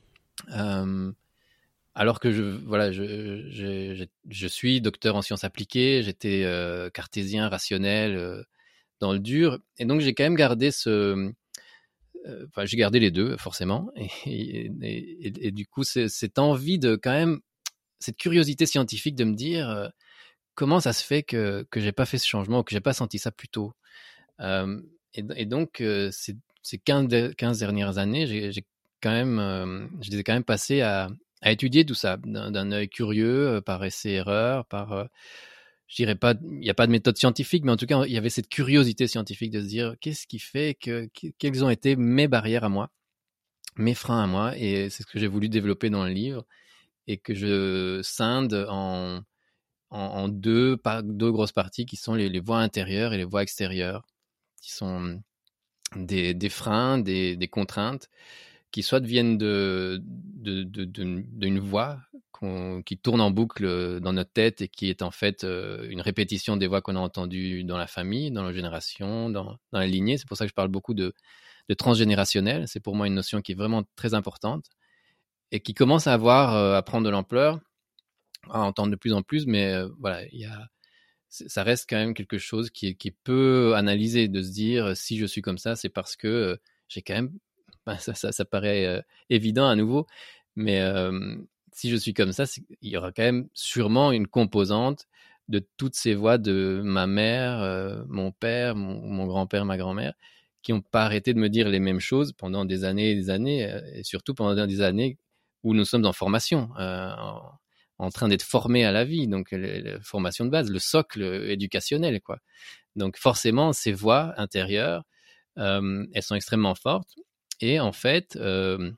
[SPEAKER 4] Euh, Alors que je, voilà, je, je, je, je suis docteur en sciences appliquées, j'étais euh, cartésien, rationnel, euh, dans le dur. Et donc, j'ai quand même gardé ce, enfin, j'ai gardé les deux forcément, et, et, et, et du coup, c'est, cette envie de quand même, cette curiosité scientifique de me dire euh, comment ça se fait que que j'ai pas fait ce changement, ou que j'ai pas senti ça plus tôt. Euh, et, et donc, euh, ces, ces quinze, quinze dernières années, j'ai, j'ai quand même, euh, je les ai quand même passées à, à étudier tout ça d'un, d'un œil curieux, euh, par essai-erreur, par euh, je dirais pas, il n'y a pas de méthode scientifique, mais en tout cas, il y avait cette curiosité scientifique de se dire qu'est-ce qui fait que, quelles ont été mes barrières à moi, mes freins à moi, et c'est ce que j'ai voulu développer dans le livre, et que je scinde en, en, en deux, par, deux grosses parties qui sont les, les voies intérieures et les voies extérieures, qui sont des, des freins, des, des contraintes, qui soit viennent de, de, de, de, d'une voix qu'on, qui tourne en boucle dans notre tête et qui est en fait euh, une répétition des voix qu'on a entendues dans la famille, dans la génération, dans, dans la lignée. C'est pour ça que je parle beaucoup de, de transgénérationnel. C'est pour moi une notion qui est vraiment très importante et qui commence à avoir, euh, à prendre de l'ampleur, à entendre de plus en plus, mais euh, voilà, il y a, ça reste quand même quelque chose qui est, qui est peu analysé, de se dire si je suis comme ça, c'est parce que euh, j'ai quand même, ben, ça, ça, ça paraît euh, évident à nouveau, mais euh, si je suis comme ça, il y aura quand même sûrement une composante de toutes ces voix de ma mère, euh, mon père, mon, mon grand-père, ma grand-mère, qui n'ont pas arrêté de me dire les mêmes choses pendant des années et des années, euh, et surtout pendant des années où nous sommes en formation, euh, en, en train d'être formés à la vie, donc la formation de base, le socle éducationnel, quoi. Donc forcément, ces voix intérieures, euh, elles sont extrêmement fortes, et en fait, euh,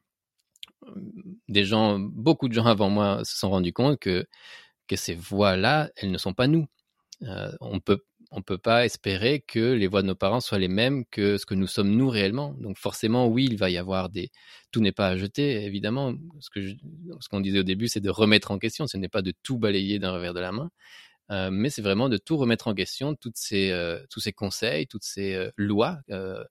[SPEAKER 4] des gens, beaucoup de gens avant moi se sont rendus compte que que ces voix-là, elles ne sont pas nous. Euh, on peut on peut pas espérer que les voix de nos parents soient les mêmes que ce que nous sommes nous réellement. Donc forcément, oui, il va y avoir des... Tout n'est pas à jeter, évidemment. Ce, que je... ce qu'on disait au début, c'est de remettre en question. Ce n'est pas de tout balayer d'un revers de la main, euh, mais c'est vraiment de tout remettre en question, toutes ces, euh, tous ces conseils, toutes ces euh, lois euh,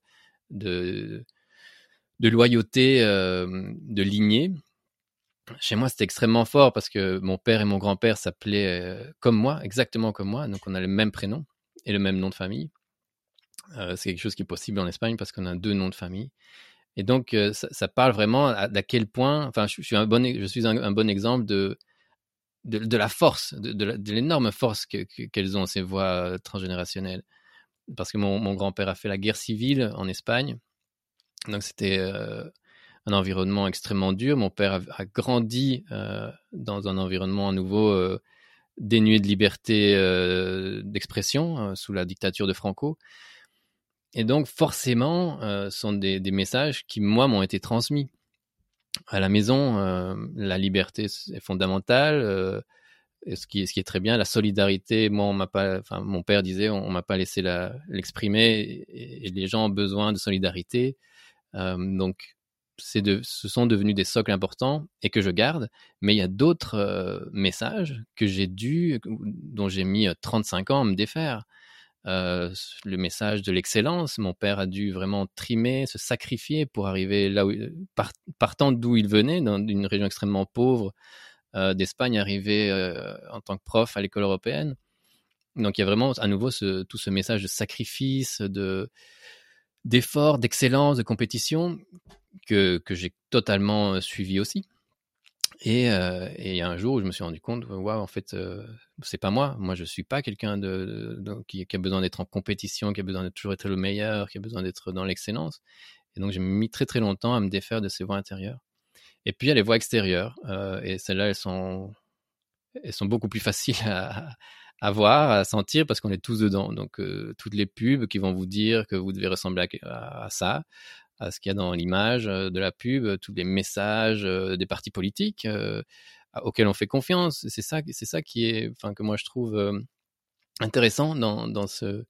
[SPEAKER 4] de, de loyauté, euh, de lignée. Chez moi, c'était extrêmement fort parce que mon père et mon grand-père s'appelaient euh, comme moi, exactement comme moi. Donc, on a le même prénom et le même nom de famille. Euh, c'est quelque chose qui est possible en Espagne parce qu'on a deux noms de famille. Et donc, euh, ça, ça parle vraiment à, à quel point... Enfin, je, je suis un bon, je suis un, un bon exemple de, de, de la force, de, de, la, de l'énorme force que, que, qu'elles ont, ces voix transgénérationnelles. Parce que mon, mon grand-père a fait la guerre civile en Espagne. Donc, c'était... Euh, un environnement extrêmement dur. Mon père a, a grandi euh, dans un environnement à nouveau euh, dénué de liberté euh, d'expression euh, sous la dictature de Franco. Et donc, forcément, euh, ce sont des, des messages qui, moi, m'ont été transmis. À la maison, euh, la liberté est fondamentale. Euh, et ce, qui, ce qui est très bien, la solidarité, moi, on m'a pas, enfin, mon père disait, on, on m'a pas laissé la, l'exprimer, et, et les gens ont besoin de solidarité. Euh, donc, C'est de, ce sont devenus des socles importants et que je garde, mais il y a d'autres euh, messages que j'ai dû, dont j'ai mis trente-cinq ans à me défaire. Euh, le message de l'excellence, mon père a dû vraiment trimer, se sacrifier pour arriver là où, part, partant d'où il venait, dans une région extrêmement pauvre euh, d'Espagne, arrivé euh, en tant que prof à l'école européenne. Donc il y a vraiment à nouveau ce, tout ce message de sacrifice, de, d'effort, d'excellence, de compétition, que, que j'ai totalement suivi aussi. Et, euh, et il y a un jour où je me suis rendu compte, waouh, en fait, euh, c'est pas moi. Moi, je suis pas quelqu'un de, de, de, qui, qui a besoin d'être en compétition, qui a besoin de toujours être le meilleur, qui a besoin d'être dans l'excellence. Et donc, j'ai mis très, très longtemps à me défaire de ces voix intérieures. Et puis, il y a les voix extérieures. Euh, et celles-là, elles sont, elles sont beaucoup plus faciles à, à voir, à sentir, parce qu'on est tous dedans. Donc, euh, toutes les pubs qui vont vous dire que vous devez ressembler à, à, à ça, à ce qu'il y a dans l'image de la pub, tous les messages des partis politiques euh, auxquels on fait confiance. C'est ça, c'est ça qui est, enfin, que moi je trouve euh, intéressant dans, dans ce,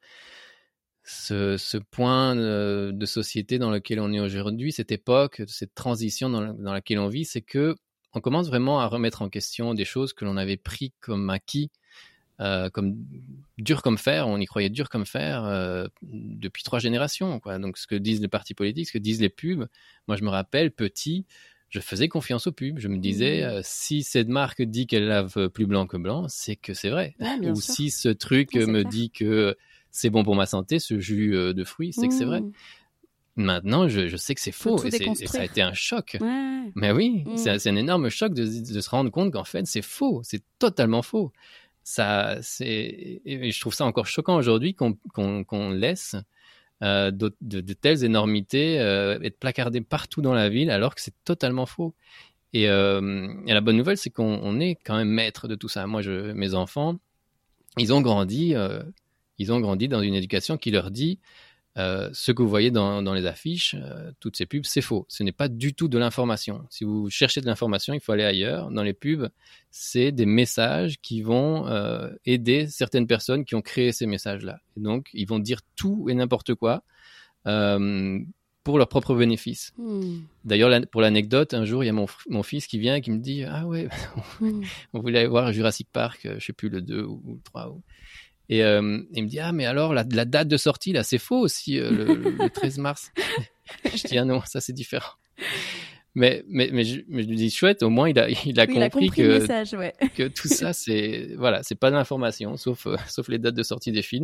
[SPEAKER 4] ce, ce point de, de société dans lequel on est aujourd'hui, cette époque, cette transition dans, la, dans laquelle on vit, c'est que on commence vraiment à remettre en question des choses que l'on avait pris comme acquis, Euh, comme dur comme fer, on y croyait dur comme fer euh, depuis trois générations, quoi. Donc ce que disent les partis politiques, ce que disent les pubs, moi je me rappelle petit, je faisais confiance aux pubs, je me disais mmh. euh, si cette marque dit qu'elle lave plus blanc que blanc, c'est que c'est vrai. Ouais, ou sûr. Si ce truc ouais, me clair. dit que c'est bon pour ma santé, ce jus de fruits, c'est mmh. que c'est vrai. Maintenant, je, je sais que c'est faux et, c'est, et ça a été un choc.
[SPEAKER 3] Ouais.
[SPEAKER 4] Mais oui,
[SPEAKER 3] Mmh.
[SPEAKER 4] c'est, c'est un énorme choc de, de se rendre compte qu'en fait, c'est faux. C'est totalement faux. Ça, c'est, et je trouve ça encore choquant aujourd'hui qu'on, qu'on, qu'on laisse euh, de, de, de telles énormités euh, être placardées partout dans la ville alors que c'est totalement faux. Et, euh, et la bonne nouvelle, c'est qu'on on est quand même maître de tout ça. Moi, je, mes enfants, ils ont grandi, euh, ils ont grandi dans une éducation qui leur dit euh, ce que vous voyez dans, dans les affiches, euh, toutes ces pubs, c'est faux. Ce n'est pas du tout de l'information. Si vous cherchez de l'information, il faut aller ailleurs. Dans les pubs, c'est des messages qui vont euh, aider certaines personnes qui ont créé ces messages-là. Et donc, ils vont dire tout et n'importe quoi euh, pour leur propre bénéfice.
[SPEAKER 3] Mmh.
[SPEAKER 4] D'ailleurs, la, pour l'anecdote, un jour, il y a mon, mon fils qui vient et qui me dit « Ah ouais,
[SPEAKER 3] Mmh.
[SPEAKER 4] on voulait aller voir Jurassic Park, je ne sais plus, le deux ou le trois. » Et euh, il me dit « Ah, mais alors, la, la date de sortie, là, c'est faux aussi, euh, le, le treize mars. » Je dis « Ah non, ça, c'est différent. » Mais, mais, mais, je, mais je lui dis « Chouette, au moins, il a, il a,
[SPEAKER 3] Oui,
[SPEAKER 4] compris,
[SPEAKER 3] il a compris
[SPEAKER 4] que,
[SPEAKER 3] le message, ouais.
[SPEAKER 4] que tout ça, c'est, voilà, c'est pas de l'information, sauf, euh, sauf les dates de sortie des films. »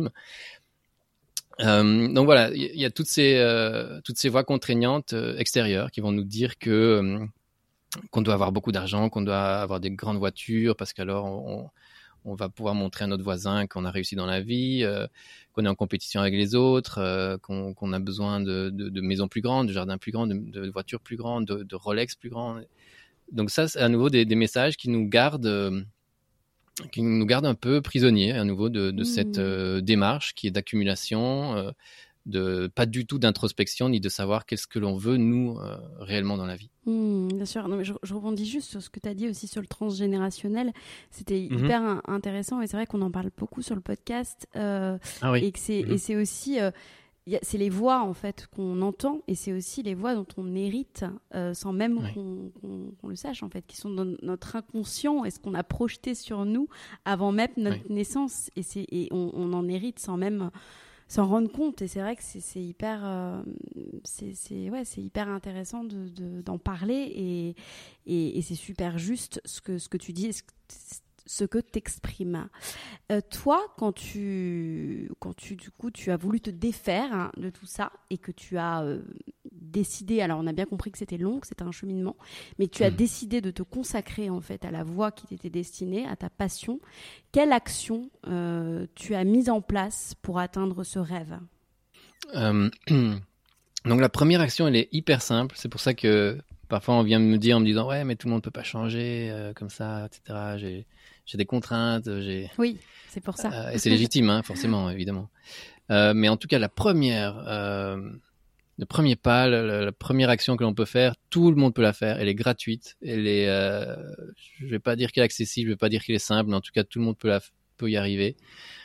[SPEAKER 4] Euh, donc voilà, il y, y a toutes ces, euh, toutes ces voies contraignantes euh, extérieures qui vont nous dire que euh, qu'on doit avoir beaucoup d'argent, qu'on doit avoir des grandes voitures, parce qu'alors on, on va pouvoir montrer à notre voisin qu'on a réussi dans la vie, euh, qu'on est en compétition avec les autres, euh, qu'on, qu'on a besoin de, de, de maisons plus grandes, de jardins plus grands, de, de voitures plus grandes, de, de Rolex plus grands. Donc ça, c'est à nouveau des, des messages qui nous gardent, euh, qui nous gardent un peu prisonniers, à nouveau, de, de mmh. cette euh, démarche qui est d'accumulation, euh, de pas du tout d'introspection, ni de savoir qu'est-ce que l'on veut, nous, euh, réellement dans la vie.
[SPEAKER 3] Mmh, bien sûr. Non, mais je, je rebondis juste sur ce que tu as dit aussi sur le transgénérationnel. C'était mmh. hyper in- intéressant et c'est vrai qu'on en parle beaucoup sur le podcast. Euh,
[SPEAKER 4] ah oui.
[SPEAKER 3] Et que c'est, mmh. et c'est aussi... Euh, Y a, c'est les voix en fait qu'on entend et c'est aussi les voix dont on hérite euh, sans même
[SPEAKER 4] oui.
[SPEAKER 3] qu'on, qu'on, qu'on le sache en fait, qui sont dans notre inconscient et ce qu'on a projeté sur nous avant même notre oui. naissance et, c'est, et on, on en hérite sans même s'en rendre compte et c'est vrai que c'est, c'est hyper euh, c'est, c'est, ouais, c'est hyper intéressant de, de, d'en parler et, et, et c'est super juste ce que, ce que tu dis, ce que t'exprimes. Euh, toi, quand tu, quand tu, du coup, tu as voulu te défaire hein, de tout ça et que tu as euh, décidé, alors on a bien compris que c'était long, que c'était un cheminement, mais tu as mmh. décidé de te consacrer en fait à la voie qui t'était destinée, à ta passion. Quelle action euh, tu as mise en place pour atteindre ce rêve ?
[SPEAKER 4] euh, Donc la première action, elle est hyper simple. C'est pour ça que parfois on vient me dire en me disant ouais, mais tout le monde peut pas changer euh, comme ça, et cetera. J'ai J'ai des contraintes, j'ai...
[SPEAKER 3] Oui, c'est pour ça.
[SPEAKER 4] Euh, et c'est légitime, hein, forcément, évidemment. Euh, mais en tout cas, la première, euh, le premier pas, la, la première action que l'on peut faire, tout le monde peut la faire. Elle est gratuite. Elle est, euh, je vais pas dire qu'elle est accessible, je vais pas dire qu'elle est simple, mais en tout cas, tout le monde peut, la, peut y arriver.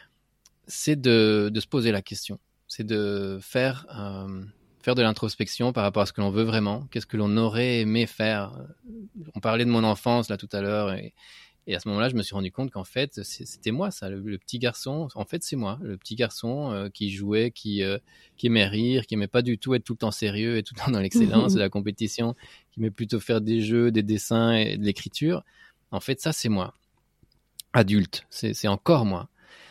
[SPEAKER 4] C'est de, de se poser la question. C'est de faire, euh, faire de l'introspection par rapport à ce que l'on veut vraiment. Qu'est-ce que l'on aurait aimé faire ? On parlait de mon enfance, là, tout à l'heure, et Et à ce moment-là, je me suis rendu compte qu'en fait, c'était moi, ça, le, le petit garçon. En fait, c'est moi, le petit garçon euh, qui jouait, qui, euh, qui aimait rire, qui aimait pas du tout être tout le temps sérieux et tout le temps dans l'excellence de la compétition, qui aimait plutôt faire des jeux, des dessins et de l'écriture. En fait, ça, c'est moi. Adulte, c'est, c'est encore moi.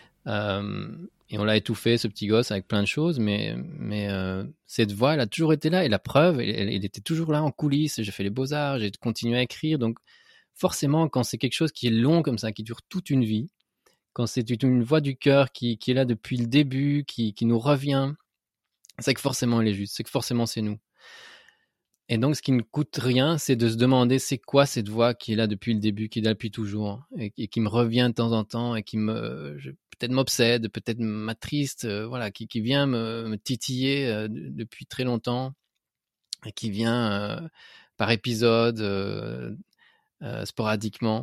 [SPEAKER 4] Euh, et on l'a étouffé, ce petit gosse, avec plein de choses, mais, mais euh, cette voix, elle a toujours été là. Et la preuve, elle, elle, elle était toujours là en coulisses. J'ai fait les beaux-arts, j'ai continué à écrire, donc forcément, quand c'est quelque chose qui est long comme ça, qui dure toute une vie, quand c'est une voix du cœur qui, qui est là depuis le début, qui, qui nous revient, c'est que forcément elle est juste, c'est que forcément c'est nous. Et donc, ce qui ne coûte rien, c'est de se demander c'est quoi cette voix qui est là depuis le début, qui est là depuis toujours, et, et qui me revient de temps en temps, et qui me, je, peut-être m'obsède, peut-être m'attriste, euh, voilà, qui, qui vient me, me titiller euh, depuis très longtemps, et qui vient euh, par épisode, euh, Euh, sporadiquement.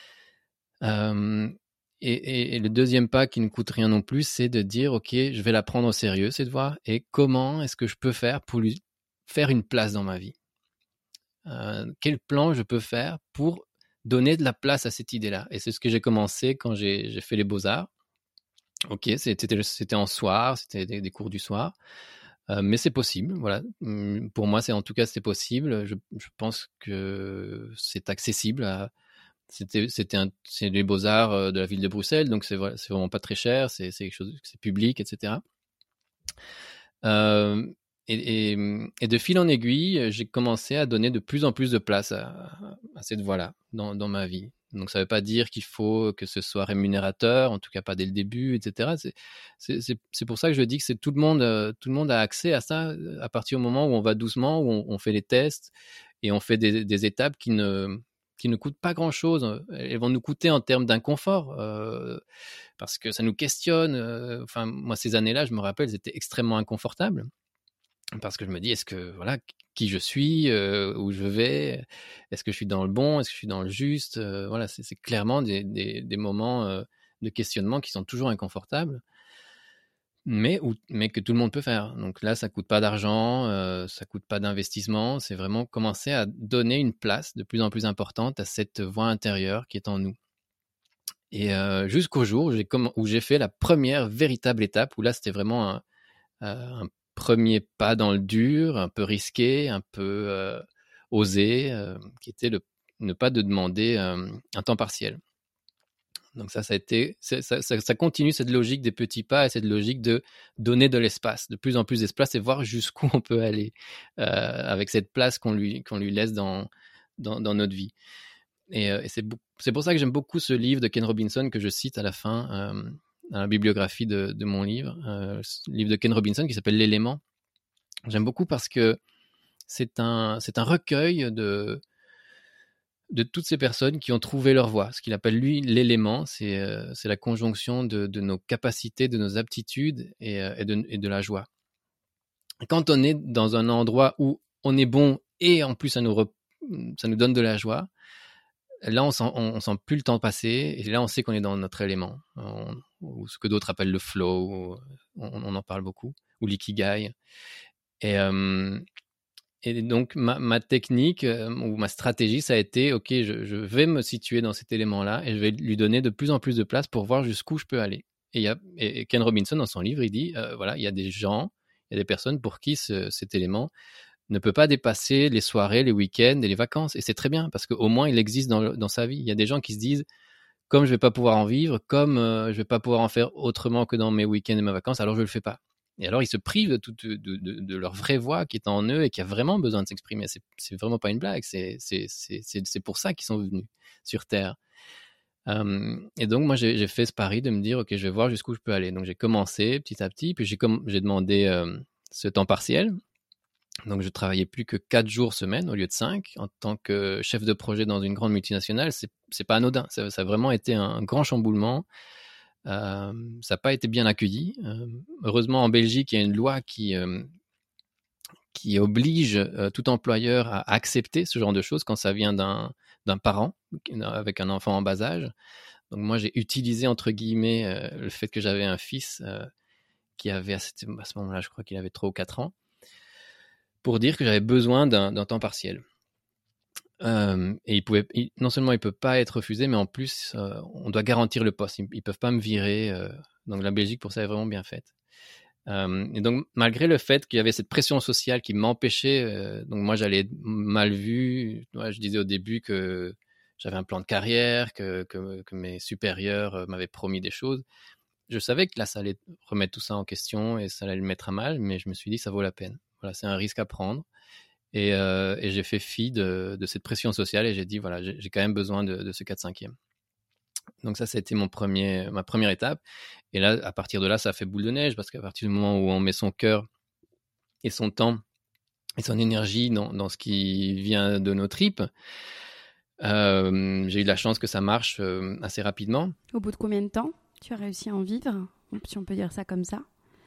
[SPEAKER 4] Euh, et, et, et le deuxième pas qui ne coûte rien non plus, c'est de dire, ok, je vais la prendre au sérieux, cette voix, et comment est-ce que je peux faire pour lui faire une place dans ma vie ? euh, Quel plan je peux faire pour donner de la place à cette idée-là ? Et c'est ce que j'ai commencé quand j'ai, j'ai fait les Beaux-Arts. Ok, c'était, c'était en soir, c'était des, des cours du soir. Euh, mais c'est possible, voilà. Pour moi, c'est en tout cas c'est possible. Je, je pense que c'est accessible. À, c'était, c'était un, c'est les Beaux-Arts de la ville de Bruxelles, donc c'est, c'est vraiment pas très cher. C'est, c'est quelque chose, c'est public, et cetera. Euh, et, et, et de fil en aiguille, j'ai commencé à donner de plus en plus de place à, à cette voie-là dans, dans ma vie. Donc, ça ne veut pas dire qu'il faut que ce soit rémunérateur, en tout cas pas dès le début, et cetera. C'est, c'est, c'est, c'est pour ça que je dis que c'est tout le monde, euh, tout le monde a accès à ça à partir du moment où on va doucement, où on, on fait les tests et on fait des, des étapes qui ne, qui ne coûtent pas grand-chose. Elles vont nous coûter en termes d'inconfort euh, parce que ça nous questionne. Euh, enfin, moi, ces années-là, je me rappelle, c'était extrêmement inconfortable. Parce que je me dis, est-ce que, voilà, qui je suis, euh, où je vais, est-ce que je suis dans le bon, est-ce que je suis dans le juste, euh, voilà, c'est, c'est clairement des, des, des moments euh, de questionnement qui sont toujours inconfortables, mais, où, mais que tout le monde peut faire. Donc là, ça coûte pas d'argent, euh, ça coûte pas d'investissement, c'est vraiment commencer à donner une place de plus en plus importante à cette voix intérieure qui est en nous. Et euh, jusqu'au jour où j'ai, comm- où j'ai fait la première véritable étape, où là, c'était vraiment un, un premier pas dans le dur, un peu risqué, un peu euh, osé, euh, qui était le, ne pas de demander euh, un temps partiel. Donc ça, ça a été, ça, ça, ça continue cette logique des petits pas et cette logique de donner de l'espace, de plus en plus d'espace et voir jusqu'où on peut aller euh, avec cette place qu'on lui, qu'on lui laisse dans, dans, dans notre vie. Et, euh, et c'est, c'est pour ça que j'aime beaucoup ce livre de Ken Robinson que je cite à la fin, euh, dans la bibliographie de, de mon livre, euh, le livre de Ken Robinson qui s'appelle L'élément. J'aime beaucoup parce que c'est un, c'est un recueil de, de toutes ces personnes qui ont trouvé leur voie. Ce qu'il appelle, lui, l'élément, c'est, euh, c'est la conjonction de, de nos capacités, de nos aptitudes et, euh, et, de, et de la joie. Quand on est dans un endroit où on est bon et en plus ça nous, rep... ça nous donne de la joie, là, on sent, on, on sent plus le temps passer et là, on sait qu'on est dans notre élément, on, ou ce que d'autres appellent le flow, on, on en parle beaucoup, ou l'ikigai. Et, euh, et donc, ma, ma technique euh, ou ma stratégie, ça a été, OK, je, je vais me situer dans cet élément-là et je vais lui donner de plus en plus de place pour voir jusqu'où je peux aller. Et, y a, et Ken Robinson, dans son livre, il dit, euh, voilà, il y a des gens, il y a des personnes pour qui ce, cet élément ne peut pas dépasser les soirées, les week-ends et les vacances. Et c'est très bien parce qu'au moins, il existe dans, dans sa vie. Il y a des gens qui se disent, comme je ne vais pas pouvoir en vivre, comme euh, je ne vais pas pouvoir en faire autrement que dans mes week-ends et mes vacances, alors je ne le fais pas. Et alors, ils se privent de, tout, de, de, de leur vraie voix qui est en eux et qui a vraiment besoin de s'exprimer. C'est, c'est vraiment pas une blague. C'est, c'est, c'est, c'est, c'est pour ça qu'ils sont venus sur Terre. Euh, et donc, moi, j'ai, j'ai fait ce pari de me dire, OK, je vais voir jusqu'où je peux aller. Donc, j'ai commencé petit à petit, puis j'ai, com- j'ai demandé euh, ce temps partiel. Donc, je travaillais plus que quatre jours semaine au lieu de cinq. En tant que chef de projet dans une grande multinationale, c'est, c'est pas anodin. Ça, ça a vraiment été un grand chamboulement. Euh, ça n'a pas été bien accueilli. Euh, heureusement, en Belgique, il y a une loi qui, euh, qui oblige euh, tout employeur à accepter ce genre de choses quand ça vient d'un, d'un parent avec un enfant en bas âge. Donc moi, j'ai utilisé, entre guillemets, euh, le fait que j'avais un fils euh, qui avait, à, cette, à ce moment-là, je crois qu'il avait trois ou quatre ans, pour dire que j'avais besoin d'un, d'un temps partiel. Euh, et il pouvait, il, non seulement il peut pas être refusé, mais en plus euh, on doit garantir le poste. Ils, ils peuvent pas me virer. Euh, donc la Belgique pour ça est vraiment bien faite. Euh, et donc malgré le fait qu'il y avait cette pression sociale qui m'empêchait, euh, donc moi j'allais être mal vu. Ouais, je disais au début que j'avais un plan de carrière, que, que, que mes supérieurs m'avaient promis des choses. Je savais que là ça allait remettre tout ça en question et ça allait le mettre à mal, mais je me suis dit ça vaut la peine. Voilà, c'est un risque à prendre. Et, euh, et j'ai fait fi de, de cette pression sociale et j'ai dit, voilà, j'ai, j'ai quand même besoin de, de ce quatre cinquième. Donc ça, ça a été mon premier, ma première étape. Et là, à partir de là, ça a fait boule de neige parce qu'à partir du moment où on met son cœur et son temps et son énergie dans, dans ce qui vient de nos tripes, euh, j'ai eu de la chance que ça marche euh, assez rapidement.
[SPEAKER 3] Au bout de combien de temps tu as réussi à en vivre, si on peut dire ça comme ça?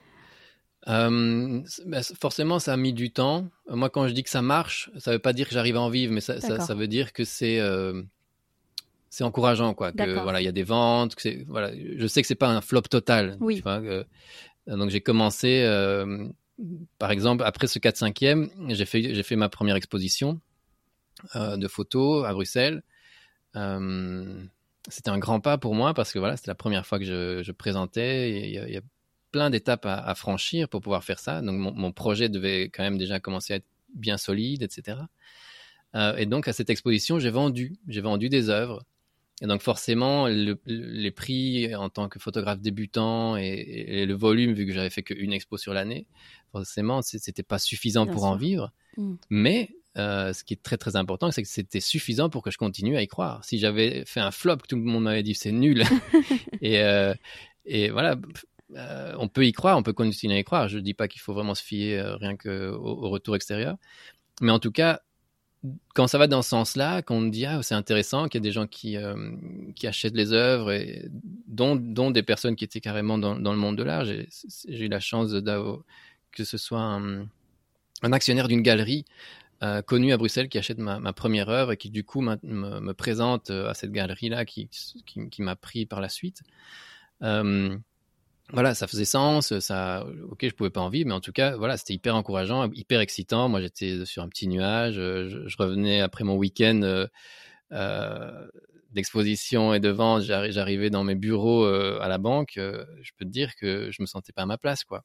[SPEAKER 4] Euh, bah, forcément, ça a mis du temps. Moi, quand je dis que ça marche, ça veut pas dire que j'arrive à en vivre, mais ça, ça, ça veut dire que c'est, euh, c'est encourageant, quoi. Que voilà, il y a des ventes. Que c'est, voilà, je sais que c'est pas un flop total.
[SPEAKER 3] Oui.
[SPEAKER 4] Tu vois, que, donc j'ai commencé, euh, par exemple, après ce quatre cinquième, j'ai fait, j'ai fait ma première exposition euh, de photos à Bruxelles. Euh, c'était un grand pas pour moi parce que voilà, c'était la première fois que je, je présentais. Il y a, il y a plein d'étapes à, à franchir pour pouvoir faire ça. Donc, mon, mon projet devait quand même déjà commencer à être bien solide, et cetera. Euh, et donc, à cette exposition, j'ai vendu. J'ai vendu des œuvres. Et donc, forcément, le, les prix en tant que photographe débutant et, et le volume, vu que j'avais fait qu'une expo sur l'année, forcément, c'était pas suffisant
[SPEAKER 3] Bien
[SPEAKER 4] pour
[SPEAKER 3] sûr.
[SPEAKER 4] en vivre. Mmh. Mais euh, ce qui est très très important, c'est que c'était suffisant pour que je continue à y croire. Si j'avais fait un flop, que tout le monde m'avait dit c'est nul, et, euh, et voilà, euh, on peut y croire, on peut continuer à y croire. Je dis pas qu'il faut vraiment se fier euh, rien qu'au au retour extérieur, mais en tout cas, quand ça va dans ce sens-là, qu'on me dit ah c'est intéressant, qu'il y a des gens qui euh, qui achètent les œuvres, et dont dont des personnes qui étaient carrément dans dans le monde de l'art. J'ai, j'ai eu la chance d'avoir que ce soit un, un actionnaire d'une galerie euh, connue à Bruxelles qui achète ma, ma première œuvre et qui du coup me, me présente à cette galerie-là qui qui, qui m'a pris par la suite. Euh, Voilà, ça faisait sens, ça, ok, je pouvais pas en vivre, mais en tout cas, voilà, c'était hyper encourageant, hyper excitant. Moi, j'étais sur un petit nuage, je, je revenais après mon week-end euh, euh, d'exposition et de vente, j'arrivais dans mes bureaux euh, à la banque, euh, je peux te dire que je me sentais pas à ma place, quoi.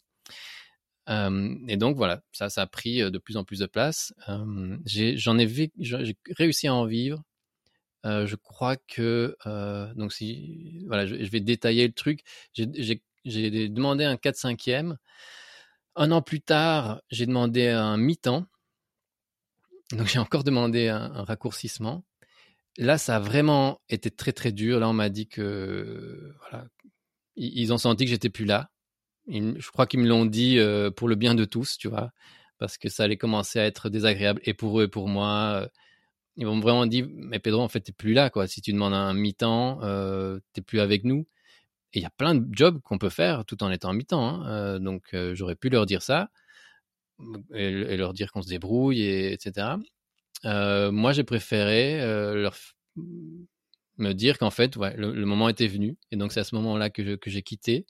[SPEAKER 4] Euh, et donc voilà, ça, ça a pris de plus en plus de place. Euh, j'ai, j'en ai, vécu, j'ai réussi à en vivre. Euh, je crois que euh, donc si voilà, je, je vais détailler le truc. J'ai, j'ai J'ai demandé un quatre cinquième. Un an plus tard, j'ai demandé un mi-temps. Donc, j'ai encore demandé un, un raccourcissement. Là, ça a vraiment été très, très dur. Là, on m'a dit que... Voilà, ils ont senti que j'étais plus là. Ils, je crois qu'ils me l'ont dit euh, pour le bien de tous, tu vois, parce que ça allait commencer à être désagréable, et pour eux et pour moi. Ils m'ont vraiment dit, mais Pedro, en fait, t'es plus là, quoi. Si tu demandes un mi-temps, euh, t'es plus avec nous. Et il y a plein de jobs qu'on peut faire tout en étant à mi-temps. Hein. Euh, donc, euh, j'aurais pu leur dire ça et, et leur dire qu'on se débrouille, et, etc. Euh, moi, j'ai préféré euh, leur f... me dire qu'en fait, ouais, le, le moment était venu. Et donc, c'est à ce moment-là que, je, que j'ai quitté.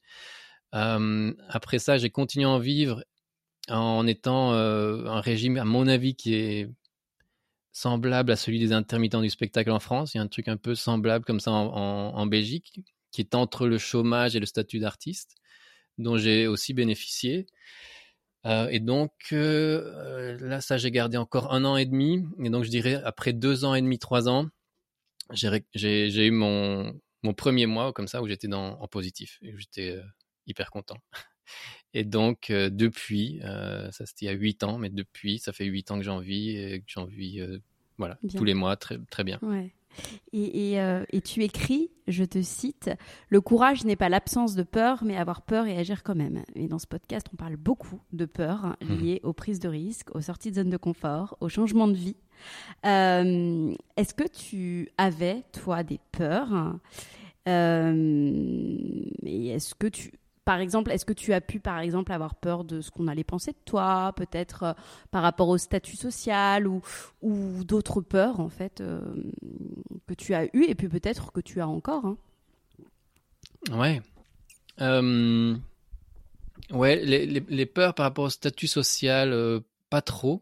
[SPEAKER 4] Euh, après ça, j'ai continué à en vivre en étant euh, un régime, à mon avis, qui est semblable à celui des intermittents du spectacle en France. Il y a un truc un peu semblable comme ça en, en, en Belgique, qui est entre le chômage et le statut d'artiste, dont j'ai aussi bénéficié. Euh, et donc, euh, là, ça, j'ai gardé encore un an et demi. Et donc, je dirais, après deux ans et demi, trois ans, j'ai, j'ai, j'ai eu mon, mon premier mois, comme ça, où j'étais dans, en positif. Et j'étais euh, hyper content. Et donc, euh, depuis, euh, ça c'était il y a huit ans, mais depuis, ça fait huit ans que j'en vis, et que j'en vis, euh, voilà, bien. Tous les mois, très, très bien.
[SPEAKER 3] Ouais. Et, et, euh, et tu écris, je te cite, « Le courage n'est pas l'absence de peur, mais avoir peur et agir quand même. » Et dans ce podcast, on parle beaucoup de peur hein, liées mmh. aux prises de risques, aux sorties de zone de confort, aux changements de vie. Euh, est-ce que tu avais, toi, des peurs euh, et est-ce que tu... Par exemple, est-ce que tu as pu, par exemple, avoir peur de ce qu'on allait penser de toi, peut-être euh, par rapport au statut social ou, ou d'autres peurs, en fait, euh, que tu as eues et puis peut-être que tu as encore hein.
[SPEAKER 4] Ouais. Euh... Ouais, les, les, les peurs par rapport au statut social, euh, pas trop.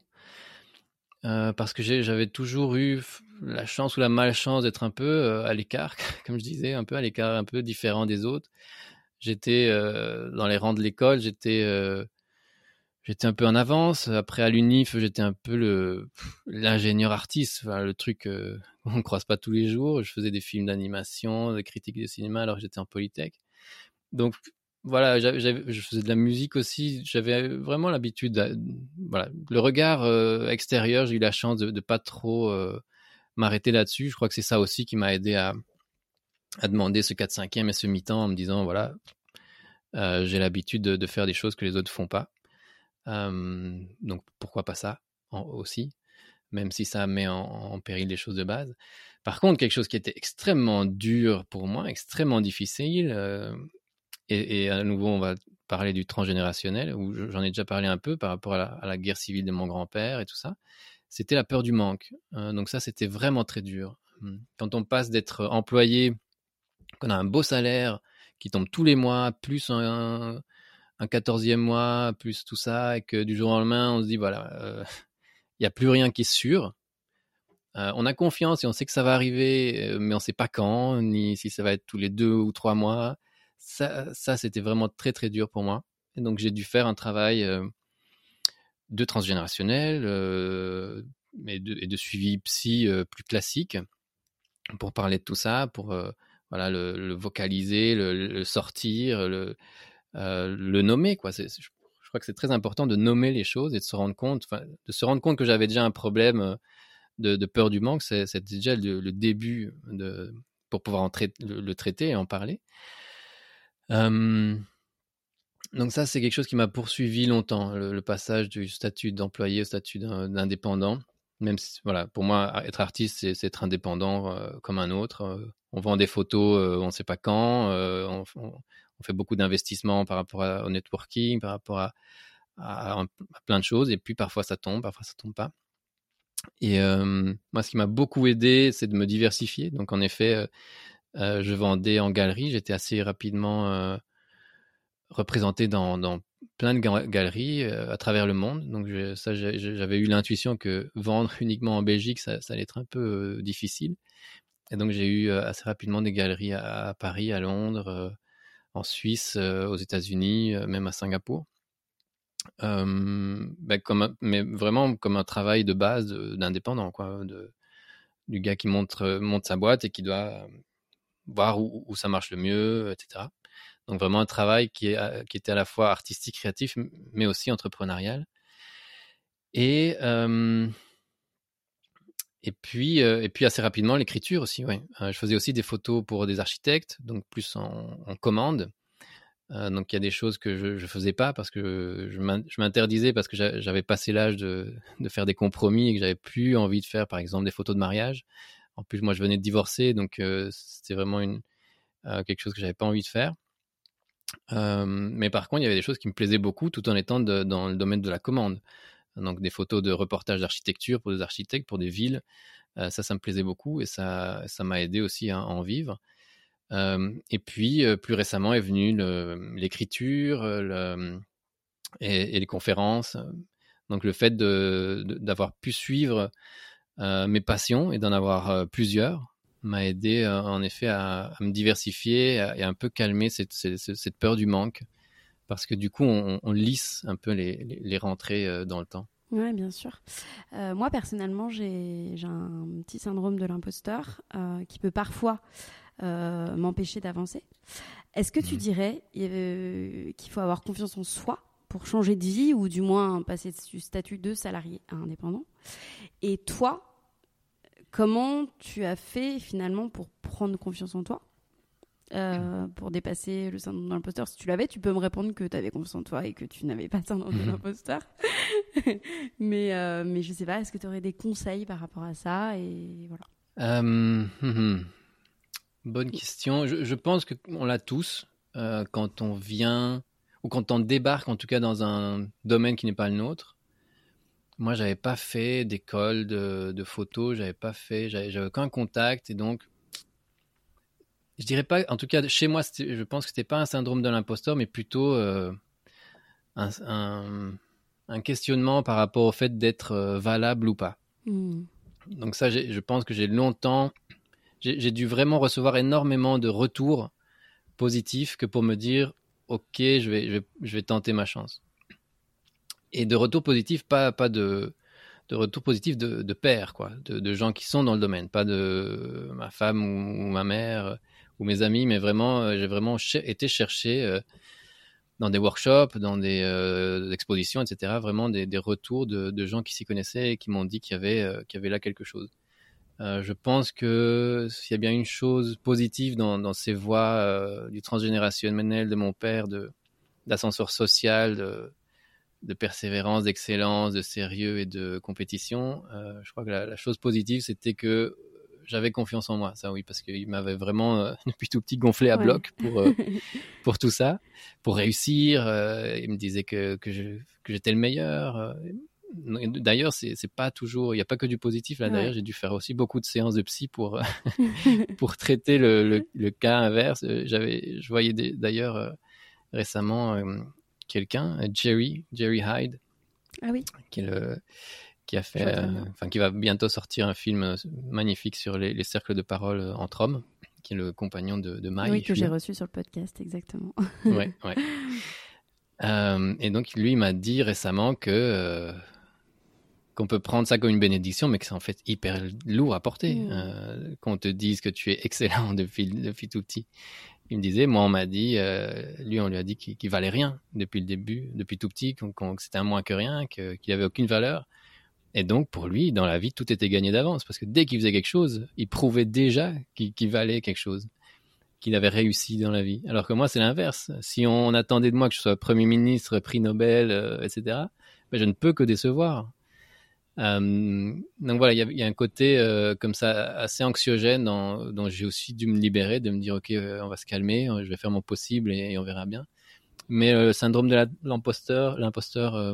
[SPEAKER 4] Euh, parce que j'ai, j'avais toujours eu la chance ou la malchance d'être un peu euh, à l'écart, comme je disais, un peu à l'écart, un peu différent des autres. J'étais euh, dans les rangs de l'école, j'étais, euh, j'étais un peu en avance. Après, à l'Unif, j'étais un peu le, l'ingénieur artiste, enfin, le truc euh, qu'on ne croise pas tous les jours. Je faisais des films d'animation, des critiques de cinéma alors que j'étais en Polytech. Donc, voilà, j'avais, j'avais, je faisais de la musique aussi. J'avais vraiment l'habitude, à, voilà, le regard euh, extérieur, j'ai eu la chance de ne pas trop euh, m'arrêter là-dessus. Je crois que c'est ça aussi qui m'a aidé à à demander ce quatre cinquième et ce mi-temps en me disant, voilà, euh, j'ai l'habitude de, de faire des choses que les autres font pas. Euh, donc, pourquoi pas ça en, aussi, même si ça met en, en péril les choses de base. Par contre, quelque chose qui était extrêmement dur pour moi, extrêmement difficile, euh, et, et à nouveau, on va parler du transgénérationnel, où j'en ai déjà parlé un peu par rapport à la, à la guerre civile de mon grand-père et tout ça, c'était la peur du manque. Euh, donc ça, c'était vraiment très dur. Quand on passe d'être employé, qu'on a un beau salaire qui tombe tous les mois, plus un, un quatorzième mois, plus tout ça, et que du jour au lendemain, on se dit, voilà, il euh, n'y a plus rien qui est sûr. Euh, on a confiance et on sait que ça va arriver, mais on ne sait pas quand, ni si ça va être tous les deux ou trois mois. Ça, ça c'était vraiment très, très dur pour moi. Et donc, j'ai dû faire un travail euh, de transgénérationnel euh, et, de, et de suivi psy euh, plus classique pour parler de tout ça, pour... Euh, Voilà, le, le vocaliser, le, le sortir, le, euh, le nommer, quoi. C'est, c'est, je crois que c'est très important de nommer les choses et de se rendre compte, enfin, de se rendre compte que j'avais déjà un problème de, de peur du manque. C'est, c'est déjà le, le début de, pour pouvoir en trai- le, le traiter et en parler. Euh, donc ça, c'est quelque chose qui m'a poursuivi longtemps, le, le passage du statut d'employé au statut d'un, d'indépendant. Même si, voilà, pour moi, être artiste, c'est, c'est être indépendant euh, comme un autre. Euh, on vend des photos, euh, on ne sait pas quand. Euh, on, on, on fait beaucoup d'investissements par rapport à, au networking, par rapport à, à, à plein de choses. Et puis, parfois, ça tombe, parfois, ça ne tombe pas. Et euh, moi, ce qui m'a beaucoup aidé, c'est de me diversifier. Donc, en effet, euh, euh, je vendais en galerie. J'étais assez rapidement euh, représenté dans, dans plein de ga- galeries euh, à travers le monde. Donc, je, ça, j'ai, j'avais eu l'intuition que vendre uniquement en Belgique, ça, ça allait être un peu euh, difficile. Et donc, j'ai eu euh, assez rapidement des galeries à, à Paris, à Londres, euh, en Suisse, euh, aux États-Unis, euh, même à Singapour. Euh, ben comme un, mais vraiment comme un travail de base de, d'indépendant, quoi, de, du gars qui monte, monte sa boîte et qui doit voir où, où ça marche le mieux, et cetera. Donc vraiment un travail qui, est, qui était à la fois artistique, créatif, mais aussi entrepreneurial. Et, euh, et, puis, euh, et puis assez rapidement, l'écriture aussi. Ouais. Euh, je faisais aussi des photos pour des architectes, donc plus en, en commande. Euh, donc il y a des choses que je ne faisais pas parce que je m'interdisais parce que j'avais passé l'âge de, de faire des compromis et que j'avais plus envie de faire par exemple des photos de mariage. En plus moi je venais de divorcer, donc euh, c'était vraiment une, euh, quelque chose que j'avais pas envie de faire. Euh, mais par contre il y avait des choses qui me plaisaient beaucoup tout en étant de, dans le domaine de la commande. Donc des photos de reportages d'architecture pour des architectes, pour des villes, euh, ça ça me plaisait beaucoup et ça ça m'a aidé aussi à, à en vivre. Euh, et puis, euh, plus récemment est venue le, l'écriture le, et, et les conférences. Donc, le fait de, de, d'avoir pu suivre euh, mes passions et d'en avoir euh, plusieurs m'a aidé, euh, en effet, à, à me diversifier et à, et à un peu calmer cette, cette, cette peur du manque. Parce que du coup, on, on lisse un peu les, les, les rentrées euh, dans le temps.
[SPEAKER 3] Oui, bien sûr. Euh, moi, personnellement, j'ai, j'ai un petit syndrome de l'imposteur euh, qui peut parfois euh, m'empêcher d'avancer. Est-ce que tu mmh. dirais euh, qu'il faut avoir confiance en soi pour changer de vie ou du moins passer du statut de salarié à indépendant ? Et toi, comment tu as fait finalement pour prendre confiance en toi ? Euh, pour dépasser le syndrome de l'imposteur. Si tu l'avais, tu peux me répondre que tu avais confiance en toi et que tu n'avais pas le syndrome de l'imposteur. mais, euh, mais je sais pas, est-ce que tu aurais des conseils par rapport à ça et voilà.
[SPEAKER 4] Euh, hum, bonne question. Je, je pense qu'on l'a tous euh, quand on vient ou quand on débarque en tout cas dans un domaine qui n'est pas le nôtre. Moi, j'avais pas fait d'école de, de photo, j'avais pas fait, j'avais, j'avais aucun contact et donc je dirais pas, en tout cas chez moi, je pense que c'était pas un syndrome de l'imposteur, mais plutôt euh, un, un, un questionnement par rapport au fait d'être euh, valable ou pas. Mmh. Donc ça, j'ai, je pense que j'ai longtemps, j'ai, j'ai dû vraiment recevoir énormément de retours positifs que pour me dire, ok, je vais, je vais, je vais tenter ma chance. Et de retours positifs, pas, pas de, de retours positifs de, de pairs, quoi, de, de gens qui sont dans le domaine, pas de ma femme ou, ou ma mère ou mes amis, mais vraiment, euh, j'ai vraiment ch- été chercher euh, dans des workshops, dans des euh, expositions, et cetera, vraiment des, des retours de, de gens qui s'y connaissaient et qui m'ont dit qu'il y avait, euh, qu'il y avait là quelque chose. Euh, je pense que s'il y a bien une chose positive dans, dans ces voies euh, du transgénérationnel de mon père, de, d'ascenseur social, de, de persévérance, d'excellence, de sérieux et de compétition, euh, je crois que la, la chose positive, c'était que j'avais confiance en moi, ça oui, parce qu'il m'avait vraiment, euh, depuis tout petit, gonflé à ouais. bloc pour, euh, pour tout ça, pour réussir. Euh, il me disait que, que, je, que j'étais le meilleur. Euh, d'ailleurs, c'est, c'est pas toujours, il n'y a pas que du positif là. Ouais. D'ailleurs, j'ai dû faire aussi beaucoup de séances de psy pour, pour traiter le, le, le cas inverse. J'avais, je voyais des, d'ailleurs euh, récemment euh, quelqu'un, Jerry, Jerry Hyde,
[SPEAKER 3] ah oui.
[SPEAKER 4] qui est le... qui a fait, euh, enfin qui va bientôt sortir un film magnifique sur les, les cercles de parole entre hommes, qui est le compagnon de, de Maï.
[SPEAKER 3] Oui, que j'ai reçu sur le podcast, exactement.
[SPEAKER 4] Ouais, ouais. Euh, et donc lui, il m'a dit récemment que euh, qu'on peut prendre ça comme une bénédiction, mais que c'est en fait hyper lourd à porter, mmh. euh, qu'on te dise que tu es excellent depuis depuis tout petit. il me disait, moi, on m'a dit, euh, lui, on lui a dit qu'il, qu'il valait rien depuis le début, depuis tout petit, qu'on, qu'on, que c'était un moins que rien, que, qu'il avait aucune valeur. Et donc, pour lui, dans la vie, tout était gagné d'avance. Parce que dès qu'il faisait quelque chose, il prouvait déjà qu'il, qu'il valait quelque chose, qu'il avait réussi dans la vie. Alors que moi, c'est l'inverse. Si on attendait de moi que je sois Premier ministre, prix Nobel, euh, et cetera, ben, je ne peux que décevoir. Euh, donc voilà, il y, y a un côté euh, comme ça assez anxiogène dans, dont j'ai aussi dû me libérer, de me dire, OK, euh, on va se calmer, je vais faire mon possible et, et on verra bien. Mais euh, le syndrome de la, l'imposteur, l'imposteur... Euh,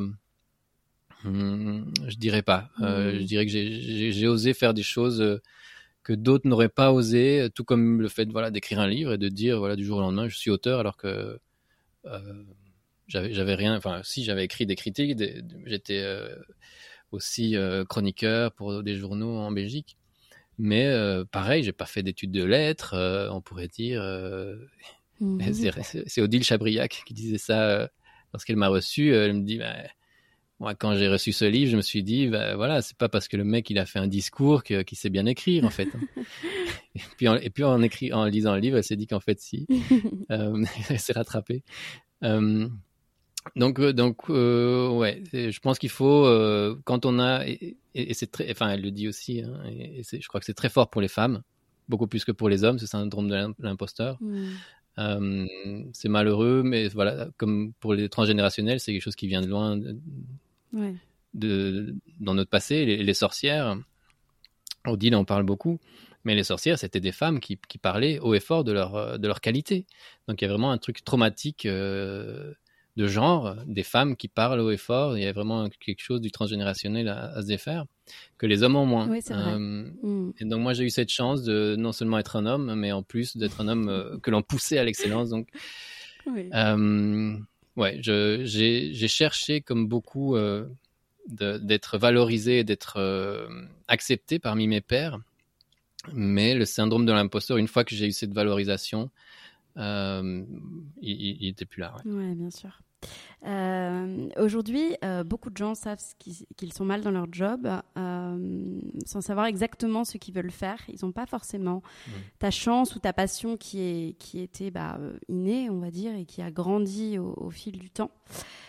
[SPEAKER 4] Hum, je dirais pas. Euh, mmh. Je dirais que j'ai, j'ai, j'ai osé faire des choses euh, que d'autres n'auraient pas osé, tout comme le fait voilà, d'écrire un livre et de dire voilà, du jour au lendemain, je suis auteur alors que euh, j'avais, j'avais rien. Enfin, si j'avais écrit des critiques, des, j'étais euh, aussi euh, chroniqueur pour des journaux en Belgique. Mais euh, pareil, j'ai pas fait d'études de lettres, euh, on pourrait dire. Euh, mmh. c'est, c'est Odile Chabriac qui disait ça euh, lorsqu'elle m'a reçu. Elle me dit. Bah, Moi, quand j'ai reçu ce livre, je me suis dit, bah, voilà, c'est pas parce que le mec il a fait un discours que, qu'il sait bien écrire en fait. et puis, en, et puis en, écrit, en lisant le livre, elle s'est dit qu'en fait si, euh, elle s'est rattrapée. Euh, donc, donc, euh, ouais, je pense qu'il faut euh, quand on a, et, et, et c'est très, enfin, elle le dit aussi, hein, et, et c'est, je crois que c'est très fort pour les femmes, beaucoup plus que pour les hommes, ce syndrome de l'imposteur. Mm. Euh, c'est malheureux, mais voilà, comme pour les transgénérationnels, c'est quelque chose qui vient de loin. De, Ouais. De, dans notre passé, les, les sorcières, Odile en parle beaucoup, mais les sorcières, c'était des femmes qui, qui parlaient haut et fort de leur, de leur qualité. Donc il y a vraiment un truc traumatique euh, de genre, des femmes qui parlent haut et fort. Il y a vraiment quelque chose du transgénérationnel à, à se défaire, que les hommes ont moins.
[SPEAKER 3] Oui, c'est vrai. Euh,
[SPEAKER 4] mmh. Et donc moi, j'ai eu cette chance de non seulement être un homme, mais en plus d'être un homme euh, que l'on poussait à l'excellence. Donc, oui. euh, Ouais, je, j'ai, j'ai cherché, comme beaucoup, euh, de, d'être valorisé, d'être euh, accepté parmi mes pairs. Mais le syndrome de l'imposteur, une fois que j'ai eu cette valorisation, euh, il n'était plus là.
[SPEAKER 3] Oui, ouais, bien sûr. Euh, aujourd'hui, euh, beaucoup de gens savent qu'ils, qu'ils sont mal dans leur job euh, sans savoir exactement ce qu'ils veulent faire. Ils n'ont pas forcément mmh. ta chance ou ta passion qui, est, qui était bah, innée, on va dire, et qui a grandi au, au fil du temps.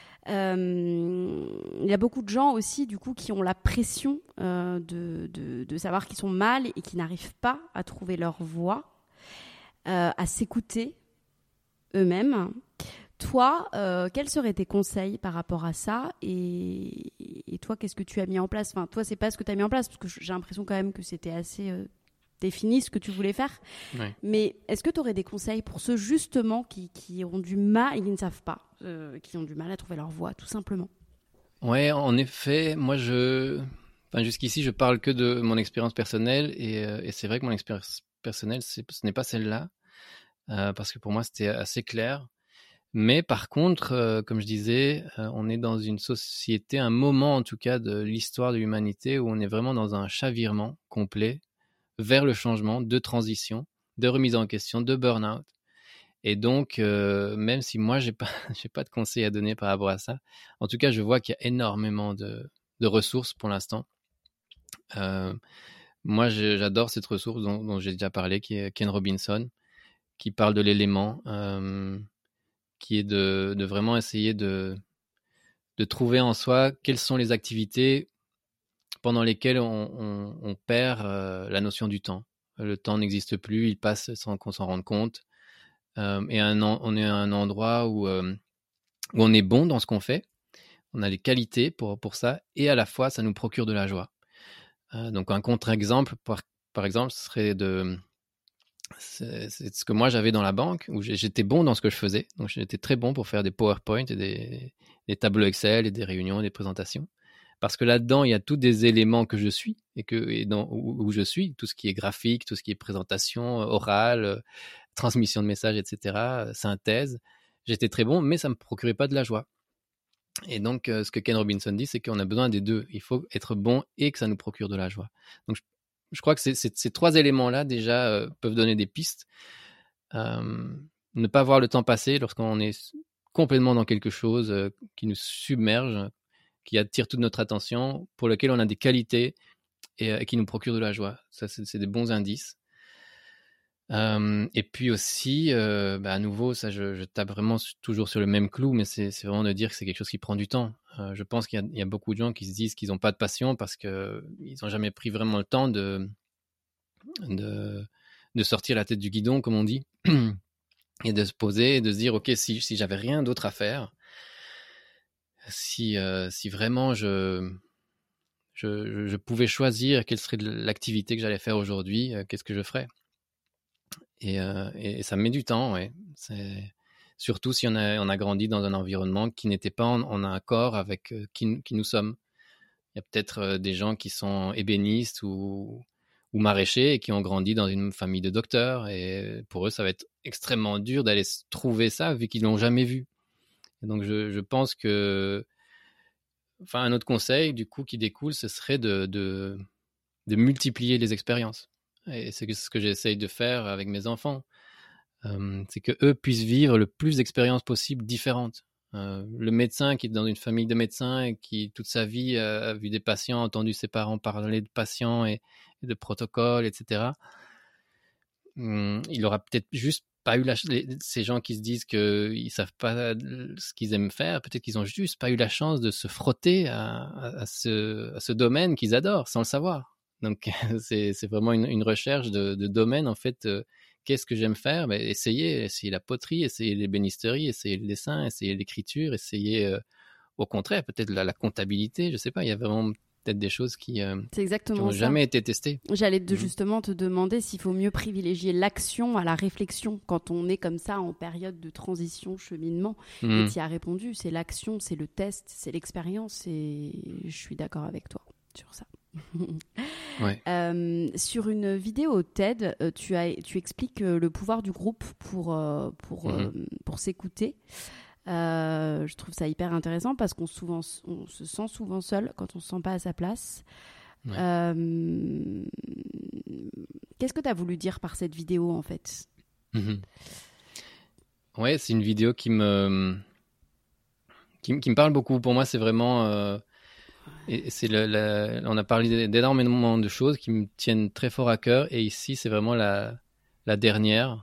[SPEAKER 3] Euh, il y a beaucoup de gens aussi, du coup, qui ont la pression euh, de, de, de savoir qu'ils sont mal et qui n'arrivent pas à trouver leur voie, euh, à s'écouter eux-mêmes. Toi, euh, quels seraient tes conseils par rapport à ça et, et toi, qu'est-ce que tu as mis en place ? Enfin, toi, c'est pas ce que tu as mis en place, parce que j'ai l'impression quand même que c'était assez euh, défini ce que tu voulais faire. Ouais. Mais est-ce que tu aurais des conseils pour ceux, justement, qui, qui ont du mal et qui ne savent pas, euh, qui ont du mal à trouver leur voie, tout simplement ?
[SPEAKER 4] Ouais, en effet, moi, je... Enfin, jusqu'ici, je parle que de mon expérience personnelle et, euh, et c'est vrai que mon expérience personnelle, c'est... ce n'est pas celle-là, euh, parce que pour moi, c'était assez clair. Mais par contre, euh, comme je disais, euh, on est dans une société, un moment en tout cas de l'histoire de l'humanité où on est vraiment dans un chavirement complet vers le changement, de transition, de remise en question, de burn-out. Et donc, euh, même si moi, j'ai pas, j'ai pas de conseils à donner par rapport à ça, en tout cas, je vois qu'il y a énormément de, de ressources pour l'instant. Euh, moi, j'adore cette ressource dont, dont j'ai déjà parlé, qui est Ken Robinson, qui parle de l'élément... Euh, qui est de, de vraiment essayer de, de trouver en soi quelles sont les activités pendant lesquelles on, on, on perd euh, la notion du temps. Le temps n'existe plus, il passe sans qu'on s'en rende compte. Euh, et un, on est à un endroit où, euh, où on est bon dans ce qu'on fait, on a les qualités pour, pour ça, et à la fois, ça nous procure de la joie. Euh, donc un contre-exemple, par, par exemple, ce serait de... C'est, c'est ce que moi j'avais dans la banque où j'étais bon dans ce que je faisais, donc j'étais très bon pour faire des PowerPoint et des, des tableaux Excel et des réunions, des présentations, parce que là-dedans il y a tous des éléments que je suis et que et dans, où, où je suis, tout ce qui est graphique, tout ce qui est présentation orale, transmission de messages, et cetera, synthèse, j'étais très bon, mais ça me procurait pas de la joie. Et donc ce que Ken Robinson dit, c'est qu'on a besoin des deux, il faut être bon et que ça nous procure de la joie. Donc je Je crois que c'est, c'est, ces trois éléments-là, déjà, euh, peuvent donner des pistes. Euh, ne pas voir le temps passer lorsqu'on est complètement dans quelque chose euh, qui nous submerge, qui attire toute notre attention, pour lequel on a des qualités et, euh, et qui nous procure de la joie. Ça, c'est, c'est des bons indices. Euh, et puis aussi, euh, bah, à nouveau, ça, je, je tape vraiment su- toujours sur le même clou, mais c'est, c'est vraiment de dire que c'est quelque chose qui prend du temps. Euh, je pense qu'il y a, il y a beaucoup de gens qui se disent qu'ils n'ont pas de passion parce qu'ils n'ont jamais pris vraiment le temps de, de, de sortir la tête du guidon, comme on dit, et de se poser et de se dire, ok, si, si j'avais rien d'autre à faire, si, euh, si vraiment je, je, je pouvais choisir quelle serait l'activité que j'allais faire aujourd'hui, euh, qu'est-ce que je ferais? Et, euh, et ça met du temps, ouais. C'est... Surtout si on a, on a grandi dans un environnement qui n'était pas en, en accord avec euh, qui, qui nous sommes. Il y a peut-être euh, des gens qui sont ébénistes ou, ou maraîchers et qui ont grandi dans une famille de docteurs. Et pour eux, ça va être extrêmement dur d'aller trouver ça vu qu'ils ne l'ont jamais vu. Et donc, je, je pense que... Enfin, un autre conseil, du coup, qui découle, ce serait de, de, de multiplier les expériences. Et c'est ce que j'essaye de faire avec mes enfants. Euh, c'est qu'eux puissent vivre le plus d'expériences possibles différentes. Euh, le médecin qui est dans une famille de médecins et qui toute sa vie euh, a vu des patients, entendu ses parents parler de patients et, et de protocoles, et cetera. Hum, il aura peut-être juste pas eu la ch- les, ces gens qui se disent qu'ils savent pas ce qu'ils aiment faire, peut-être qu'ils ont juste pas eu la chance de se frotter à, à, à, ce, à ce domaine qu'ils adorent sans le savoir. Donc c'est, c'est vraiment une, une recherche de, de domaine en fait. Euh, Qu'est-ce que j'aime faire? Ben, essayer, essayer la poterie, essayer l'ébénisterie, essayer le dessin, essayer l'écriture, essayer, euh, au contraire, peut-être la, la comptabilité, je ne sais pas, il y a vraiment peut-être des choses qui euh, n'ont jamais été testées.
[SPEAKER 3] J'allais te, mmh. justement te demander s'il faut mieux privilégier l'action à la réflexion quand on est comme ça en période de transition, cheminement. Mmh. Et tu y as répondu, c'est l'action, c'est le test, c'est l'expérience et je suis d'accord avec toi sur ça.
[SPEAKER 4] Ouais.
[SPEAKER 3] Euh, sur une vidéo TED, euh, tu, as, tu expliques euh, le pouvoir du groupe pour, euh, pour, mmh. euh, pour s'écouter. Euh, je trouve ça hyper intéressant parce qu'on souvent, on se sent souvent seul quand on ne se sent pas à sa place. Ouais. Euh, qu'est-ce que tu as voulu dire par cette vidéo en fait?
[SPEAKER 4] mmh. Ouais, c'est une vidéo qui me, qui, qui me parle beaucoup. Pour moi, c'est vraiment... Euh... Et c'est le, la... On a parlé d'énormément de choses qui me tiennent très fort à cœur. Et ici, c'est vraiment la, la dernière,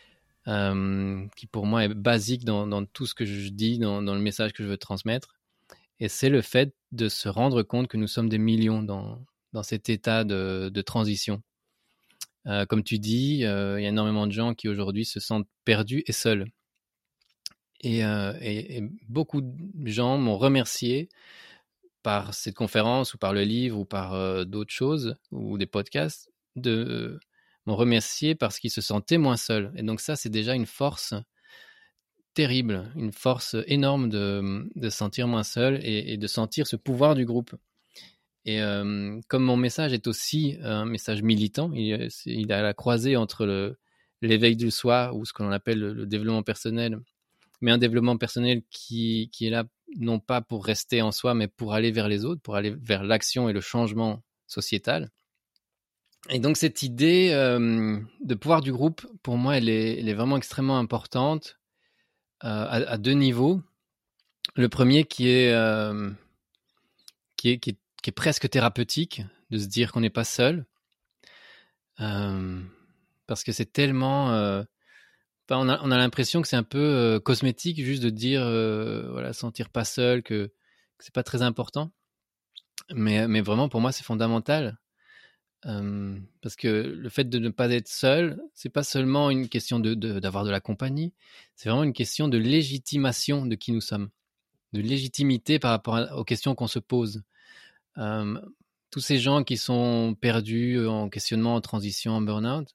[SPEAKER 4] euh, qui pour moi est basique dans, dans tout ce que je dis, dans, dans le message que je veux transmettre. Et c'est le fait de se rendre compte que nous sommes des millions dans, dans cet état de, de transition. Euh, comme tu dis, euh, il y a énormément de gens qui aujourd'hui se sentent perdus et seuls. Et, euh, et, et beaucoup de gens m'ont remercié par cette conférence ou par le livre ou par euh, d'autres choses ou des podcasts, de, euh, m'ont remercié parce qu'ils se sentaient moins seuls. Et donc ça, c'est déjà une force terrible, une force énorme de, de se sentir moins seul et, et de sentir ce pouvoir du groupe. Et euh, comme mon message est aussi un message militant, il, il est à la croisée entre le, l'éveil du soi ou ce que l'on appelle le, le développement personnel, mais un développement personnel qui, qui est là non pas pour rester en soi, mais pour aller vers les autres, pour aller vers l'action et le changement sociétal. Et donc cette idée euh, de pouvoir du groupe, pour moi, elle est, elle est vraiment extrêmement importante euh, à, à deux niveaux. Le premier qui est, euh, qui est, qui est, qui est presque thérapeutique, de se dire qu'on n'est pas seul, euh, parce que c'est tellement... Euh, Enfin, on a, on a l'impression que c'est un peu euh, cosmétique, juste de dire, euh, voilà, sentir pas seul, que, que c'est pas très important. Mais, mais vraiment, pour moi, c'est fondamental. Euh, parce que le fait de ne pas être seul, c'est pas seulement une question de, de, d'avoir de la compagnie, c'est vraiment une question de légitimation de qui nous sommes, de légitimité par rapport à, aux questions qu'on se pose. Euh, tous ces gens qui sont perdus en questionnement, en transition, en burn-out,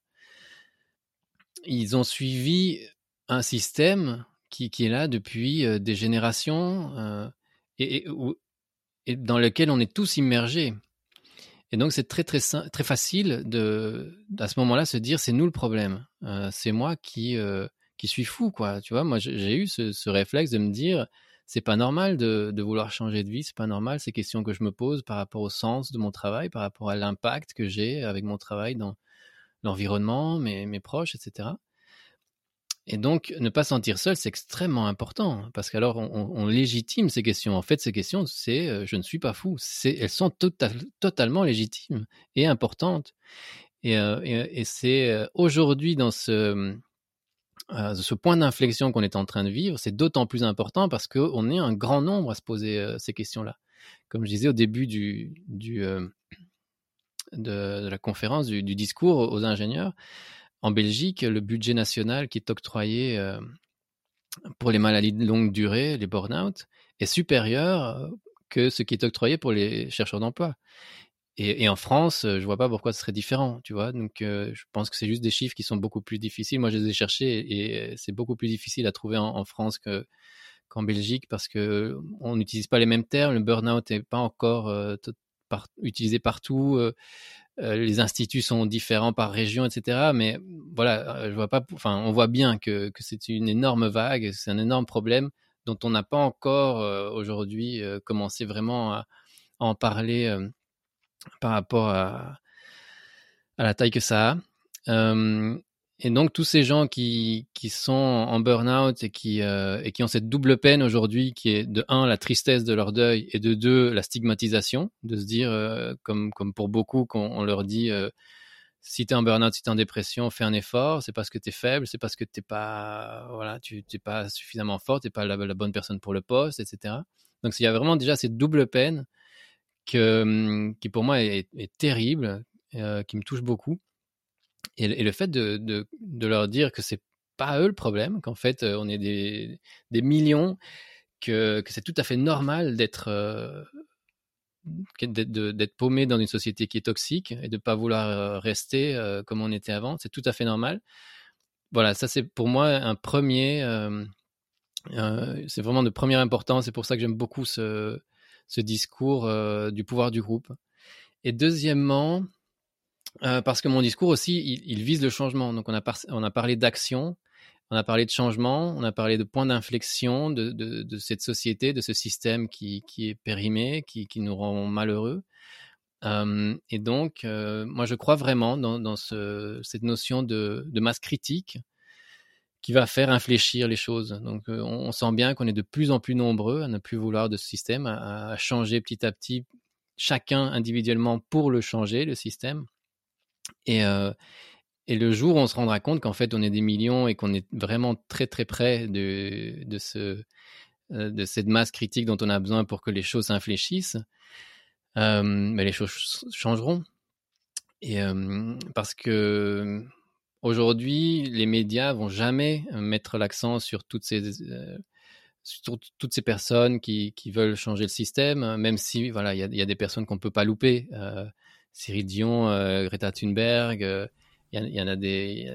[SPEAKER 4] ils ont suivi un système qui, qui est là depuis euh, des générations euh, et, et, et dans lequel on est tous immergés. Et donc, c'est très, très, très facile de, à ce moment-là, se dire c'est nous le problème. Euh, c'est moi qui, euh, qui suis fou, quoi. Tu vois, moi, j'ai eu ce, ce réflexe de me dire c'est pas normal de, de vouloir changer de vie, c'est pas normal ces questions que je me pose par rapport au sens de mon travail, par rapport à l'impact que j'ai avec mon travail dans l'environnement, mes, mes proches, et cetera. Et donc, ne pas se sentir seul, c'est extrêmement important, parce qu'alors, on, on légitime ces questions. En fait, ces questions, c'est euh, « je ne suis pas fou ». Elles sont tota- totalement légitimes et importantes. Et, euh, et, et c'est euh, aujourd'hui dans ce, euh, ce point d'inflexion qu'on est en train de vivre, c'est d'autant plus important parce qu'on est un grand nombre à se poser euh, ces questions-là. Comme je disais au début du, du, euh, de, de la conférence, du, du discours aux ingénieurs, en Belgique, le budget national qui est octroyé euh, pour les maladies de longue durée, les burn-out, est supérieur que ce qui est octroyé pour les chercheurs d'emploi. Et, et en France, je vois pas pourquoi ce serait différent, tu vois. Donc, euh, je pense que c'est juste des chiffres qui sont beaucoup plus difficiles. Moi, je les ai cherchés et, et c'est beaucoup plus difficile à trouver en, en France que, qu'en Belgique parce que on n'utilise pas les mêmes termes. Le burn-out n'est pas encore euh, t- par, utilisé partout. Euh, euh, les instituts sont différents par région, et cetera. Mais voilà, je vois pas. Enfin, on voit bien que, que c'est une énorme vague, c'est un énorme problème dont on n'a pas encore euh, aujourd'hui euh, commencé vraiment à, à en parler. Euh, par rapport à, à la taille que ça a. Euh, et donc, tous ces gens qui, qui sont en burn-out et qui, euh, et qui ont cette double peine aujourd'hui, qui est de un, la tristesse de leur deuil, et de deux, la stigmatisation, de se dire, euh, comme, comme pour beaucoup, qu'on on leur dit, euh, si t'es en burn-out, si t'es en dépression, fais un effort, c'est parce que t'es faible, c'est parce que t'es pas, voilà, tu t'es pas suffisamment fort, t'es pas la, la bonne personne pour le poste, et cetera. Donc, il y a vraiment déjà cette double peine que, qui pour moi est, est terrible, euh, qui me touche beaucoup. Et, et le fait de, de, de leur dire que c'est pas eux le problème, qu'en fait on est des, des millions, que, que c'est tout à fait normal d'être, euh, d'être, d'être paumé dans une société qui est toxique et de pas vouloir rester euh, comme on était avant, c'est tout à fait normal. Voilà, ça c'est pour moi un premier, euh, euh, c'est vraiment de première importance, c'est pour ça que j'aime beaucoup ce ce discours euh, du pouvoir du groupe. Et deuxièmement, euh, parce que mon discours aussi, il, il vise le changement. Donc on a, par, on a parlé d'action, on a parlé de changement, on a parlé de points d'inflexion de, de, de cette société, de ce système qui, qui est périmé, qui, qui nous rend malheureux. Euh, et donc, euh, moi je crois vraiment dans, dans ce, cette notion de, de masse critique qui va faire infléchir les choses. Donc, euh, on, on sent bien qu'on est de plus en plus nombreux à ne plus vouloir de ce système, à, à changer petit à petit, chacun individuellement pour le changer, le système. Et, euh, et le jour où on se rendra compte qu'en fait, on est des millions et qu'on est vraiment très, très près de, de, ce, euh, de cette masse critique dont on a besoin pour que les choses s'infléchissent, euh, mais les choses changeront. Et euh, parce que aujourd'hui, les médias vont jamais mettre l'accent sur toutes ces, euh, sur toutes ces personnes qui, qui veulent changer le système, même si voilà, il y a, y a des personnes qu'on peut pas louper. Euh, Cyril Dion, euh, Greta Thunberg, il euh, y, y en a des,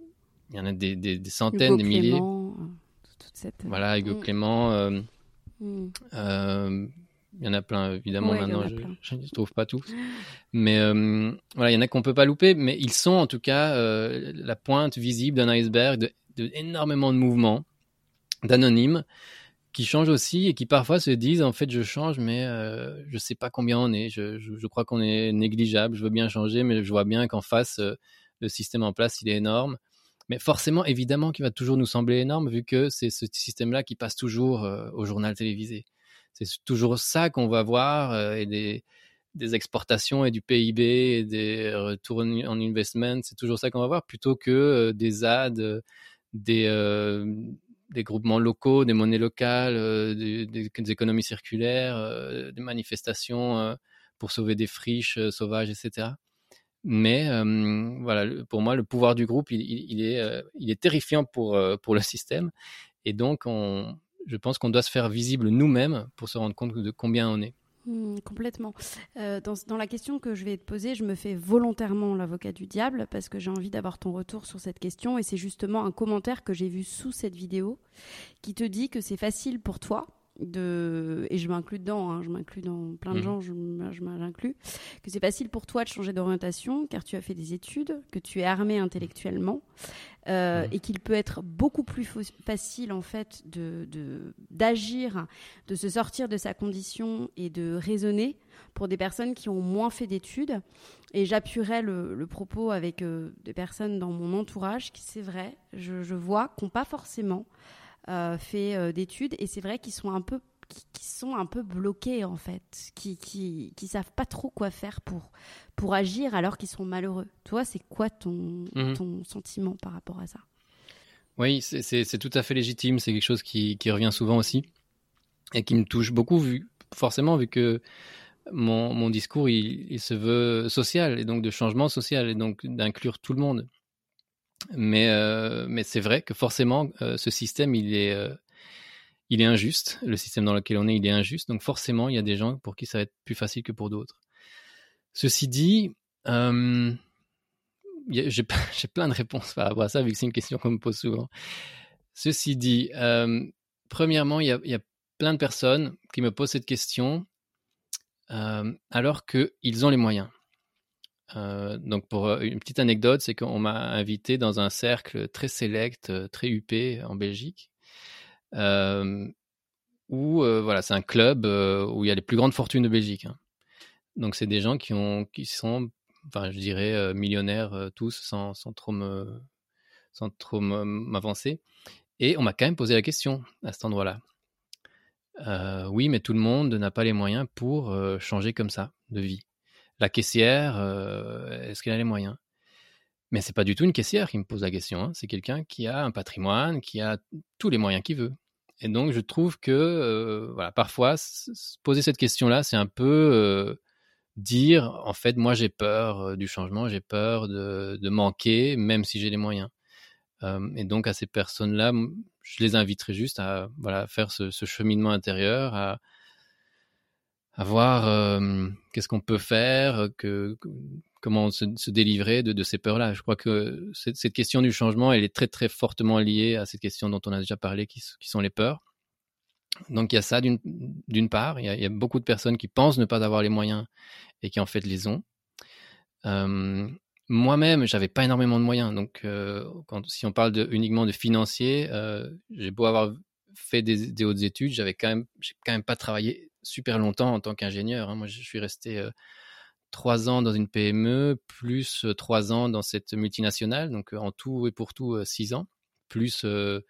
[SPEAKER 4] il y en a des, des, des centaines,
[SPEAKER 3] Hugo
[SPEAKER 4] des milliers.
[SPEAKER 3] Clément, toute cette...
[SPEAKER 4] Voilà, Hugo
[SPEAKER 3] mmh.
[SPEAKER 4] Clément. Euh,
[SPEAKER 3] mmh.
[SPEAKER 4] euh, Il y en a plein, évidemment,
[SPEAKER 3] ouais,
[SPEAKER 4] maintenant, je ne trouve pas tous. Mais euh, voilà, il y en a qu'on ne peut pas louper, mais ils sont en tout cas euh, la pointe visible d'un iceberg de, de énormément de mouvements, d'anonymes, qui changent aussi et qui parfois se disent, en fait, je change, mais euh, je ne sais pas combien on est. Je, je, je crois qu'on est négligeable, je veux bien changer, mais je vois bien qu'en face, euh, le système en place, il est énorme. Mais forcément, évidemment, qu'il va toujours nous sembler énorme, vu que c'est ce système-là qui passe toujours euh, au journal télévisé. C'est toujours ça qu'on va voir, euh, et des, des exportations et du P I B et des retours en investment, c'est toujours ça qu'on va voir, plutôt que euh, des ads, euh, des, euh, des groupements locaux, des monnaies locales, euh, des, des, des économies circulaires, euh, des manifestations euh, pour sauver des friches euh, sauvages, et cetera. Mais euh, voilà, pour moi, le pouvoir du groupe, il, il, il, est, euh, il est terrifiant pour, euh, pour le système. Et donc, on, je pense qu'on doit se faire visible nous-mêmes pour se rendre compte de combien on est.
[SPEAKER 3] Mmh, complètement. Euh, dans, dans la question que je vais te poser, je me fais volontairement l'avocat du diable parce que j'ai envie d'avoir ton retour sur cette question et c'est justement un commentaire que j'ai vu sous cette vidéo qui te dit que c'est facile pour toi de, et je m'inclus dedans, hein, je m'inclus dans plein de mmh. gens, je, je m'inclus, que c'est facile pour toi de changer d'orientation car tu as fait des études, que tu es armé intellectuellement euh, mmh. et qu'il peut être beaucoup plus fa- facile en fait de, de, d'agir, de se sortir de sa condition et de raisonner pour des personnes qui ont moins fait d'études. Et j'appuierai le, le propos avec euh, des personnes dans mon entourage qui, c'est vrai, je, je vois, qui n'ont pas forcément Euh, fait euh, d'études et c'est vrai qu'ils sont un peu qui, qui sont un peu bloqués en fait, qui qui qui savent pas trop quoi faire pour pour agir alors qu'ils sont malheureux. Toi, c'est quoi ton mmh. ton sentiment par rapport à ça?
[SPEAKER 4] Oui, c'est, c'est c'est tout à fait légitime. C'est quelque chose qui qui revient souvent aussi et qui me touche beaucoup, vu forcément vu que mon mon discours il, il se veut social et donc de changement social et donc d'inclure tout le monde. Mais euh, mais c'est vrai que forcément euh, ce système il est euh, il est injuste. Le système dans lequel on est il est injuste. Donc forcément il y a des gens pour qui ça va être plus facile que pour d'autres. Ceci dit, euh, y a, j'ai j'ai plein de réponses par rapport à ça vu que c'est une question qu'on me pose souvent. Ceci dit, euh, premièrement il y a il y a plein de personnes qui me posent cette question euh, alors que ils ont les moyens. Euh, donc pour euh, une petite anecdote, c'est qu'on m'a invité dans un cercle très sélect, très huppé en Belgique, euh, où euh, voilà, c'est un club euh, où il y a les plus grandes fortunes de Belgique. Hein. Donc c'est des gens qui ont, qui sont, enfin je dirais euh, millionnaires euh, tous, sans, sans trop me, sans trop m'avancer. Et on m'a quand même posé la question à cet endroit-là. Euh, oui, mais tout le monde n'a pas les moyens pour euh, changer comme ça de vie. La caissière, euh, est-ce qu'elle a les moyens? Mais c'est pas du tout une caissière qui me pose la question. Hein. C'est quelqu'un qui a un patrimoine, qui a tous les moyens qu'il veut. Et donc, je trouve que, euh, voilà, parfois, c- c- poser cette question-là, c'est un peu euh, dire, en fait, moi, j'ai peur euh, du changement, j'ai peur de, de manquer, même si j'ai les moyens. Euh, et donc, à ces personnes-là, je les inviterai juste à, voilà, faire ce, ce cheminement intérieur, à à voir euh, qu'est-ce qu'on peut faire, que, que, comment se, se délivrer de, de ces peurs-là. Je crois que cette, cette question du changement, elle est très très fortement liée à cette question dont on a déjà parlé, qui, qui sont les peurs. Donc il y a ça d'une, d'une part, il y, a, il y a beaucoup de personnes qui pensent ne pas avoir les moyens et qui en fait les ont. Euh, moi-même, j'avais pas énormément de moyens, donc euh, quand, si on parle de, uniquement de financier, euh, j'ai beau avoir fait des, des hautes études, j'avais quand même, j'ai quand même pas travaillé super longtemps en tant qu'ingénieur. Hein. Moi, je suis resté euh, trois ans dans une P M E, plus euh, trois ans dans cette multinationale, donc euh, en tout et pour tout, euh, six ans, plus euh,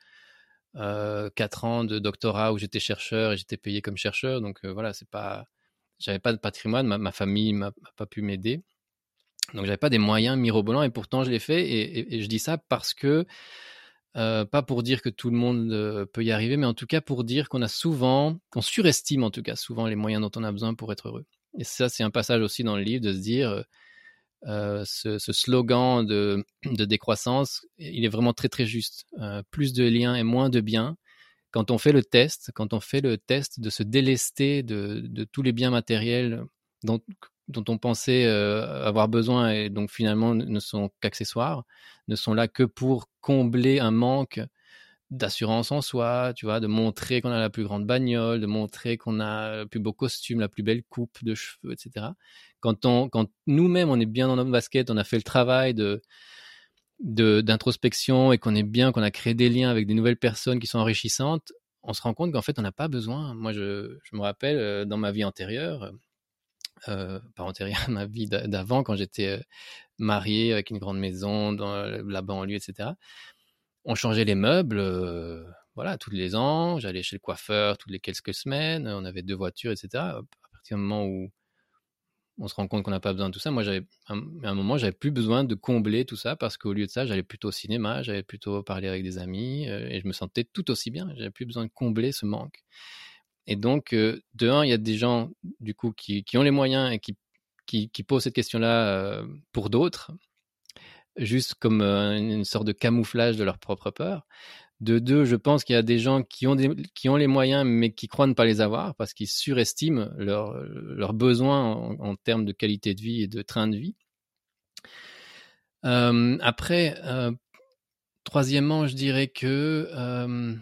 [SPEAKER 4] euh, quatre ans de doctorat où j'étais chercheur et j'étais payé comme chercheur. Donc euh, voilà, c'est pas, j'avais pas de patrimoine, ma, ma famille m'a, m'a pas pu m'aider. Donc j'avais pas des moyens mirobolants et pourtant je l'ai fait et, et, et je dis ça parce que euh, pas pour dire que tout le monde euh, peut y arriver, mais en tout cas pour dire qu'on a souvent, qu'on surestime en tout cas souvent les moyens dont on a besoin pour être heureux. Et ça c'est un passage aussi dans le livre de se dire euh, ce, ce slogan de, de décroissance, il est vraiment très très juste. Euh, plus de liens et moins de biens. Quand on fait le test, quand on fait le test de se délester de, de tous les biens matériels dont dont on pensait euh, avoir besoin et donc finalement ne sont qu'accessoires, ne sont là que pour combler un manque d'assurance en soi, tu vois, de montrer qu'on a la plus grande bagnole, de montrer qu'on a le plus beau costume, la plus belle coupe de cheveux, et cetera. Quand, on, quand nous-mêmes, on est bien dans notre basket, on a fait le travail de, de, d'introspection et qu'on est bien, qu'on a créé des liens avec des nouvelles personnes qui sont enrichissantes, on se rend compte qu'en fait, on n'a pas besoin. Moi, je, je me rappelle, dans ma vie antérieure, Euh, pas antérieure à ma vie d'avant, quand j'étais euh, marié avec une grande maison dans la banlieue, et cetera. On changeait les meubles, euh, voilà, tous les ans. J'allais chez le coiffeur toutes les quelques semaines. On avait deux voitures, et cetera. À partir du moment où on se rend compte qu'on n'a pas besoin de tout ça, moi, j'avais, à un moment, j'avais plus besoin de combler tout ça parce qu'au lieu de ça, j'allais plutôt au cinéma, j'allais plutôt parler avec des amis euh, et je me sentais tout aussi bien. J'avais plus besoin de combler ce manque. Et donc, euh, de un, il y a des gens, du coup, qui, qui ont les moyens et qui, qui, qui posent cette question-là euh, pour d'autres, juste comme euh, une sorte de camouflage de leur propre peur. De deux, je pense qu'il y a des gens qui ont, des, qui ont les moyens, mais qui croient ne pas les avoir parce qu'ils surestiment leurs leur besoins en, en termes de qualité de vie et de train de vie. Euh, après, euh, troisièmement, je dirais que... Euh,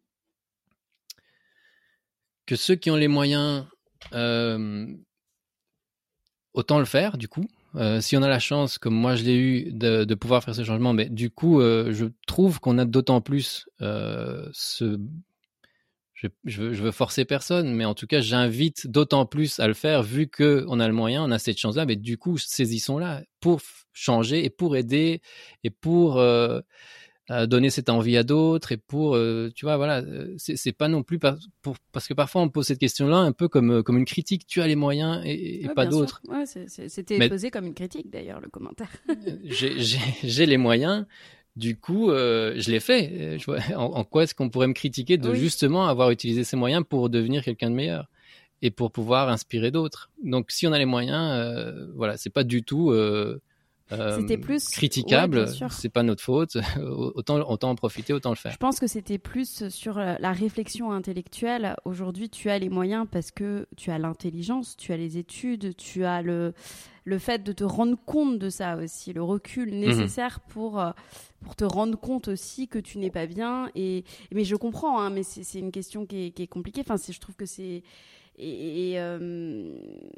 [SPEAKER 4] que ceux qui ont les moyens, euh, autant le faire, du coup. Euh, si on a la chance, comme moi je l'ai eu, de, de pouvoir faire ce changement, mais du coup, euh, je trouve qu'on a d'autant plus euh, ce... Je, je, veux, je veux forcer personne, mais en tout cas, j'invite d'autant plus à le faire, vu qu'on a le moyen, on a cette chance-là, mais du coup, saisissons-la pour changer et pour aider et pour... Euh, euh, donner cette envie à d'autres et pour, euh, tu vois, voilà, c'est, c'est pas non plus par, pour, parce que parfois on pose cette question-là un peu comme comme une critique. Tu as les moyens et, et
[SPEAKER 3] ouais,
[SPEAKER 4] pas
[SPEAKER 3] bien
[SPEAKER 4] d'autres.
[SPEAKER 3] sûr. Ouais, c'est, c'est, c'était
[SPEAKER 4] Mais
[SPEAKER 3] posé comme une critique d'ailleurs le commentaire.
[SPEAKER 4] j'ai, j'ai, j'ai les moyens. Du coup, euh, je l'ai fait. Je vois, en, en quoi est-ce qu'on pourrait me critiquer de
[SPEAKER 3] Oui.
[SPEAKER 4] justement avoir utilisé ces moyens pour devenir quelqu'un de meilleur et pour pouvoir inspirer d'autres. Donc, si on a les moyens, euh, voilà, c'est pas du tout euh, euh,
[SPEAKER 3] C'était plus
[SPEAKER 4] critiquable.
[SPEAKER 3] ouais, bien sûr.
[SPEAKER 4] C'est pas notre faute. autant, autant en profiter, autant le faire.
[SPEAKER 3] Je pense que c'était plus sur la réflexion intellectuelle. Aujourd'hui, tu as les moyens parce que tu as l'intelligence, tu as les études, tu as le, le fait de te rendre compte de ça aussi, le recul nécessaire mmh. pour, pour te rendre compte aussi que tu n'es pas bien. Et, mais je comprends, hein, mais c'est, c'est une question qui est, qui est compliquée. Enfin, c'est, je trouve que c'est... Et, et, euh,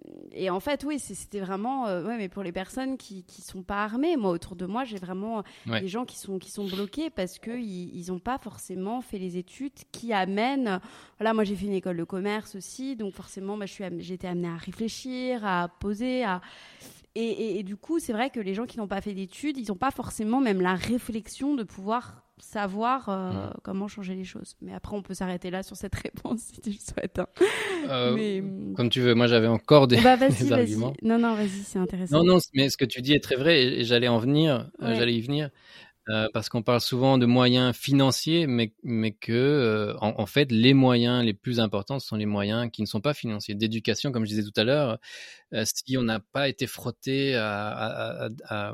[SPEAKER 3] et en fait, oui, c'était vraiment... Euh, ouais, mais pour les personnes qui ne sont pas armées, moi, autour de moi, j'ai vraiment ouais. des gens qui sont, qui sont bloqués parce qu'ils n'ont pas forcément fait les études qui amènent... Voilà, moi, j'ai fait une école de commerce aussi, donc forcément, bah, je suis, j'ai été amenée à réfléchir, à poser, à... Et, et, et du coup, c'est vrai que les gens qui n'ont pas fait d'études, ils n'ont pas forcément même la réflexion de pouvoir... savoir euh, mmh. comment changer les choses. Mais après, on peut s'arrêter là sur cette réponse si tu le souhaites. Hein.
[SPEAKER 4] Euh,
[SPEAKER 3] mais...
[SPEAKER 4] Comme tu veux. Moi, j'avais encore des,
[SPEAKER 3] bah, vas-y,
[SPEAKER 4] des
[SPEAKER 3] vas-y.
[SPEAKER 4] arguments.
[SPEAKER 3] Non, non, vas-y, c'est intéressant.
[SPEAKER 4] Non, non, mais ce que tu dis est très vrai et, et j'allais en venir. Ouais. Euh, j'allais y venir. Euh, parce qu'on parle souvent de moyens financiers, mais, mais que, euh, en, en fait, les moyens les plus importants sont les moyens qui ne sont pas financiers. D'éducation, comme je disais tout à l'heure, euh, si on n'a pas été frotté à, à, à, à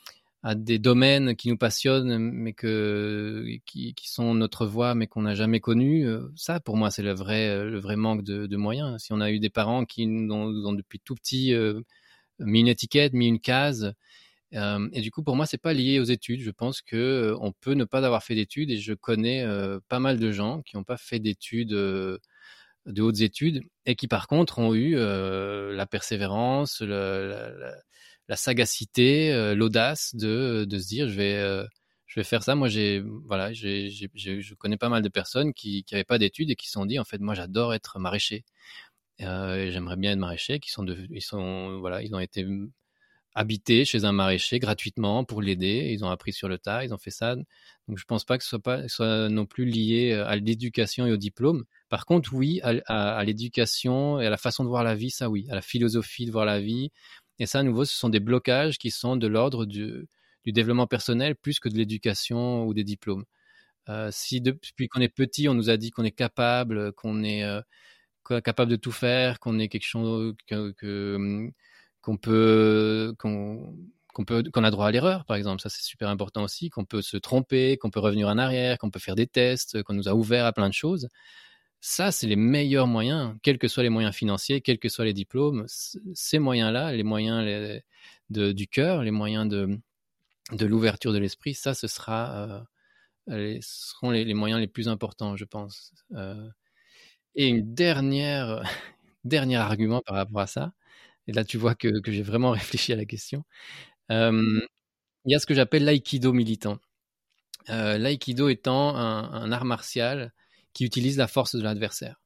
[SPEAKER 4] à des domaines qui nous passionnent, mais que, qui, qui sont notre voie, mais qu'on n'a jamais connu. Ça, pour moi, c'est le vrai, le vrai manque de, de moyens. Si on a eu des parents qui nous ont, nous ont depuis tout petit euh, mis une étiquette, mis une case, euh, et du coup, pour moi, c'est pas lié aux études. Je pense que euh, on peut ne pas avoir fait d'études, et je connais euh, pas mal de gens qui n'ont pas fait d'études, euh, de hautes études, et qui par contre ont eu euh, la persévérance, le, la, la la sagacité, euh, l'audace de, de se dire je vais, euh, je vais faire ça. Moi, j'ai, voilà, j'ai, j'ai, j'ai, je connais pas mal de personnes qui n'avaient pas d'études et qui se sont dit en fait, moi, j'adore être maraîcher. Euh, et j'aimerais bien être maraîcher. Qui sont, de, ils sont, voilà, ils ont été habités chez un maraîcher gratuitement pour l'aider. Ils ont appris sur le tas, ils ont fait ça. Donc, je pense pas que ce soit pas, soit non plus lié à l'éducation et au diplôme. Par contre, oui, à, à, à l'éducation et à la façon de voir la vie, ça oui, à la philosophie de voir la vie. Et ça, à nouveau, ce sont des blocages qui sont de l'ordre du, du développement personnel plus que de l'éducation ou des diplômes. Euh, si depuis qu'on est petit, on nous a dit qu'on est capable, qu'on est euh, capable de tout faire, qu'on est quelque chose que, que qu'on peut qu'on qu'on peut qu'on a droit à l'erreur, par exemple, ça c'est super important aussi, qu'on peut se tromper, qu'on peut revenir en arrière, qu'on peut faire des tests, qu'on nous a ouvert à plein de choses. Ça, c'est les meilleurs moyens, quels que soient les moyens financiers, quels que soient les diplômes. Ces moyens-là, les moyens les, de, du cœur, les moyens de, de l'ouverture de l'esprit, ça, ce sera, euh, les, ce seront les, les moyens les plus importants, je pense. Euh, et une dernière, dernier argument par rapport à ça, et là, tu vois que, que j'ai vraiment réfléchi à la question. Euh, il y a ce que j'appelle l'aïkido militant. Euh, l'aïkido étant un, un art martial qui utilise la force de l'adversaire.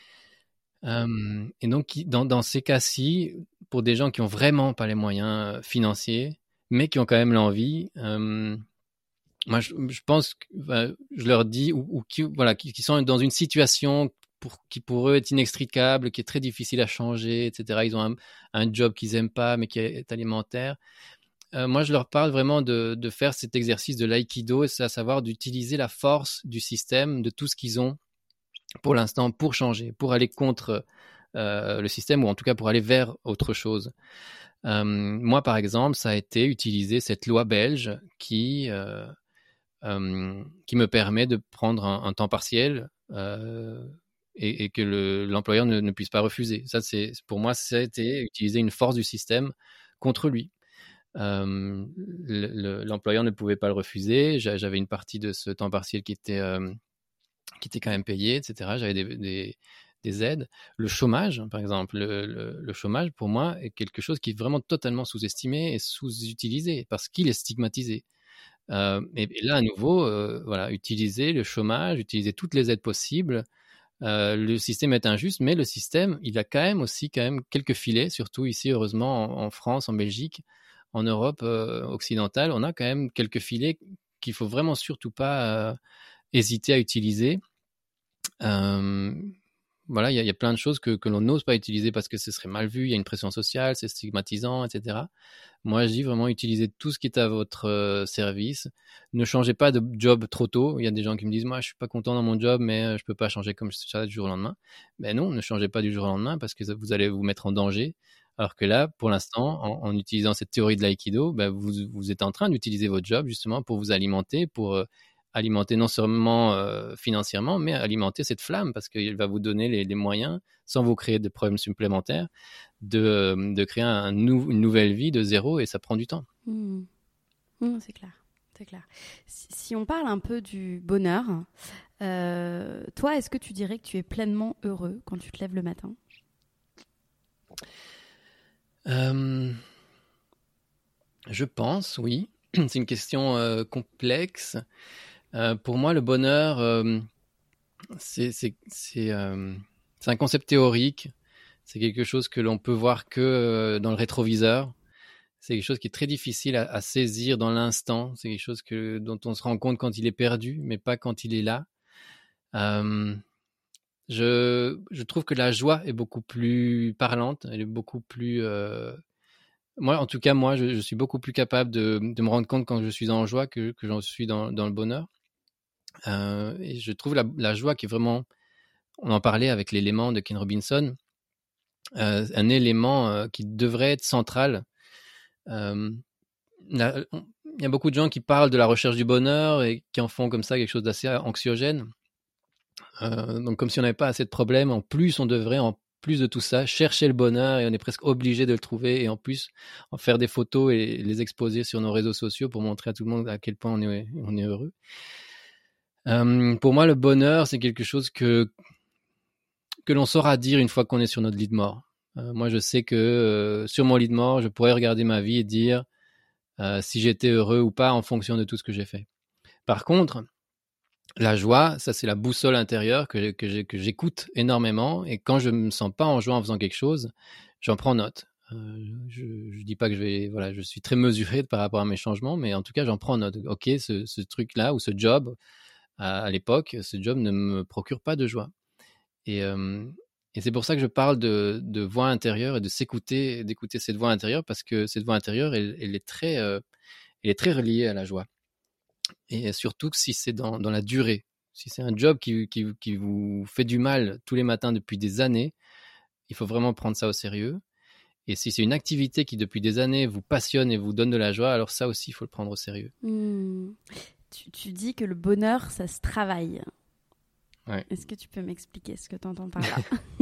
[SPEAKER 4] Euh, et donc, dans, dans ces cas-ci, pour des gens qui n'ont vraiment pas les moyens financiers, mais qui ont quand même l'envie, euh, moi, je, je pense que bah, je leur dis, ou, ou qui, voilà, qui, qui sont dans une situation pour, qui pour eux est inextricable, qui est très difficile à changer, et cetera. Ils ont un, un job qu'ils n'aiment pas, mais qui est alimentaire. Euh, moi, je leur parle vraiment de, de faire cet exercice de l'aïkido, c'est à savoir d'utiliser la force du système, de tout ce qu'ils ont pour l'instant, pour changer, pour aller contre euh, le système, ou en tout cas pour aller vers autre chose. Euh, moi, par exemple, ça a été utiliser cette loi belge qui, euh, euh, qui me permet de prendre un, un temps partiel euh, et, et que le, l'employeur ne, ne puisse pas refuser. Ça, c'est, pour moi, ça a été utiliser une force du système contre lui. Euh, le, le, l'employeur ne pouvait pas le refuser. J'avais une partie de ce temps partiel qui était, euh, qui était quand même payée, et cetera. J'avais des, des, des aides. Le chômage, par exemple, le, le, le chômage, pour moi, est quelque chose qui est vraiment totalement sous-estimé et sous-utilisé parce qu'il est stigmatisé. Euh, et, et là, à nouveau, euh, voilà, utiliser le chômage, utiliser toutes les aides possibles. Euh, le système est injuste, mais le système, il a quand même aussi quand même quelques filets, surtout ici, heureusement, en, en France, en Belgique, en Europe euh, occidentale, on a quand même quelques filets qu'il faut vraiment surtout pas euh, hésiter à utiliser. Euh, voilà, il y, y a plein de choses que, que l'on n'ose pas utiliser parce que ce serait mal vu, il y a une pression sociale, c'est stigmatisant, et cetera. Moi, je dis vraiment utilisez tout ce qui est à votre euh, service. Ne changez pas de job trop tôt. Il y a des gens qui me disent, moi, je suis pas content dans mon job, mais je peux pas changer comme ça du jour au lendemain. Mais non, ne changez pas du jour au lendemain parce que vous allez vous mettre en danger. Alors que là, pour l'instant, en, en utilisant cette théorie de l'aïkido, ben vous, vous êtes en train d'utiliser votre job justement pour vous alimenter, pour euh, alimenter non seulement euh, financièrement, mais alimenter cette flamme parce qu'il va vous donner les, les moyens, sans vous créer de problèmes supplémentaires, de, de créer un nou- une nouvelle vie de zéro et ça prend du temps.
[SPEAKER 3] Mmh. Mmh, c'est clair, c'est clair. Si, si on parle un peu du bonheur, euh, toi, est-ce que tu dirais que tu es pleinement heureux quand tu te lèves le matin ?
[SPEAKER 4] Euh, je pense, oui. C'est une question euh, complexe. Euh, pour moi, le bonheur, euh, c'est, c'est, c'est, euh, c'est un concept théorique. C'est quelque chose que l'on peut voir que euh, dans le rétroviseur. C'est quelque chose qui est très difficile à, à saisir dans l'instant. C'est quelque chose que, dont on se rend compte quand il est perdu, mais pas quand il est là. Euh, je, je trouve que la joie est beaucoup plus parlante. Elle est beaucoup plus... Euh, moi, en tout cas, moi, je, je suis beaucoup plus capable de, de me rendre compte quand je suis en joie que, que j'en suis dans, dans le bonheur. Euh, et je trouve la, la joie qui est vraiment, on en parlait avec l'élément de Ken Robinson, euh, un élément euh, qui devrait être central. Euh, là, il y a beaucoup de gens qui parlent de la recherche du bonheur et qui en font comme ça quelque chose d'assez anxiogène. Euh, donc comme si on n'avait pas assez de problèmes, en plus on devrait, en plus de tout ça, chercher le bonheur et on est presque obligé de le trouver et en plus en faire des photos et les exposer sur nos réseaux sociaux pour montrer à tout le monde à quel point on est, on est heureux. Euh, pour moi, le bonheur, c'est quelque chose que, que l'on saura dire une fois qu'on est sur notre lit de mort. Euh, moi, je sais que euh, sur mon lit de mort, je pourrais regarder ma vie et dire euh, si j'étais heureux ou pas en fonction de tout ce que j'ai fait. Par contre, la joie, ça c'est la boussole intérieure que, que, j'ai, que j'écoute énormément et quand je me sens pas en joie en faisant quelque chose, j'en prends note. Euh, je, je dis pas que je vais, voilà, je suis très mesuré par rapport à mes changements, mais en tout cas, j'en prends note. Ok, ce, ce truc-là ou ce job, à l'époque, ce job ne me procure pas de joie. Et, euh, et c'est pour ça que je parle de, de voix intérieure et de s'écouter, d'écouter cette voix intérieure parce que cette voix intérieure, elle, elle est très, euh, elle est très reliée à la joie. Et surtout si c'est dans, dans la durée. Si c'est un job qui, qui, qui vous fait du mal tous les matins depuis des années, il faut vraiment prendre ça au sérieux. Et si c'est une activité qui depuis des années vous passionne et vous donne de la joie, alors ça aussi, il faut le prendre au sérieux.
[SPEAKER 3] Mmh. Tu, tu dis que le bonheur, ça se travaille.
[SPEAKER 4] Ouais.
[SPEAKER 3] Est-ce que tu peux m'expliquer ce que tu entends par là ?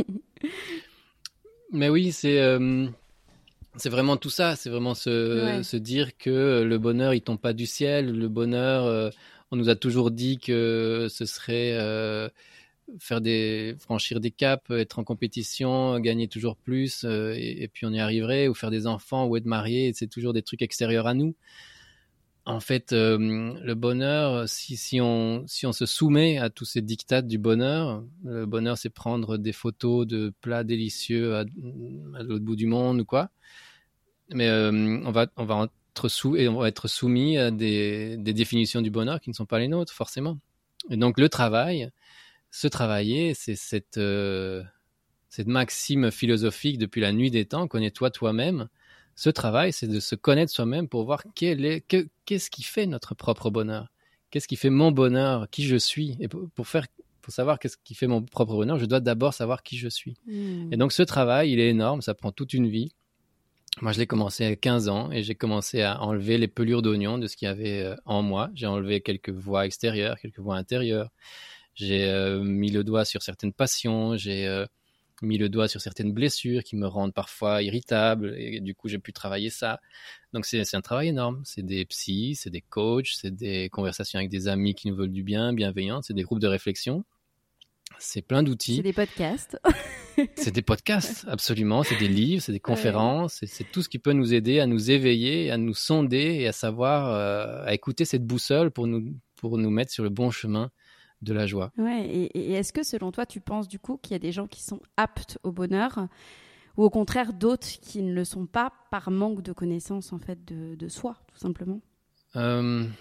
[SPEAKER 4] Mais oui, c'est, euh, c'est vraiment tout ça. C'est vraiment se,
[SPEAKER 3] Ouais.
[SPEAKER 4] se dire que le bonheur, il tombe pas du ciel. Le bonheur, euh, on nous a toujours dit que ce serait euh, faire des, franchir des caps, être en compétition, gagner toujours plus, euh, et, et puis on y arriverait, ou faire des enfants, ou être marié. C'est toujours des trucs extérieurs à nous. En fait, euh, le bonheur, si, si, on, si on se soumet à tous ces diktats du bonheur, le bonheur, c'est prendre des photos de plats délicieux à, à l'autre bout du monde ou quoi. Mais euh, on, va, on, va être sous, et on va être soumis à des, des définitions du bonheur qui ne sont pas les nôtres, forcément. Et donc, le travail, se travailler, c'est cette, euh, cette maxime philosophique depuis la nuit des temps, connais-toi toi-même. Ce travail, c'est de se connaître soi-même pour voir quel est, que, qu'est-ce qui fait notre propre bonheur, qu'est-ce qui fait mon bonheur, qui je suis. Et pour, pour, faire, pour savoir qu'est-ce qui fait mon propre bonheur, je dois d'abord savoir qui je suis. Mmh. Et donc ce travail, il est énorme, ça prend toute une vie. Moi, je l'ai commencé à quinze ans et j'ai commencé à enlever les pelures d'oignon de ce qu'il y avait en moi. J'ai enlevé quelques voix extérieures, quelques voix intérieures. J'ai euh, mis le doigt sur certaines passions, j'ai... Euh, mis le doigt sur certaines blessures qui me rendent parfois irritable et du coup j'ai pu travailler ça. Donc c'est, c'est un travail énorme, c'est des psys, c'est des coachs, c'est des conversations avec des amis qui nous veulent du bien, bienveillantes, c'est des groupes de réflexion, c'est plein d'outils.
[SPEAKER 3] C'est des podcasts.
[SPEAKER 4] C'est des podcasts, absolument, c'est des livres, c'est des conférences, ouais. c'est, c'est tout ce qui peut nous aider à nous éveiller, à nous sonder et à savoir, euh, à écouter cette boussole pour nous, pour nous mettre sur le bon chemin de la joie.
[SPEAKER 3] Ouais, et, et est-ce que selon toi, tu penses du coup qu'il y a des gens qui sont aptes au bonheur ou au contraire d'autres qui ne le sont pas par manque de connaissance en fait de, de soi, tout simplement ?
[SPEAKER 4] euh,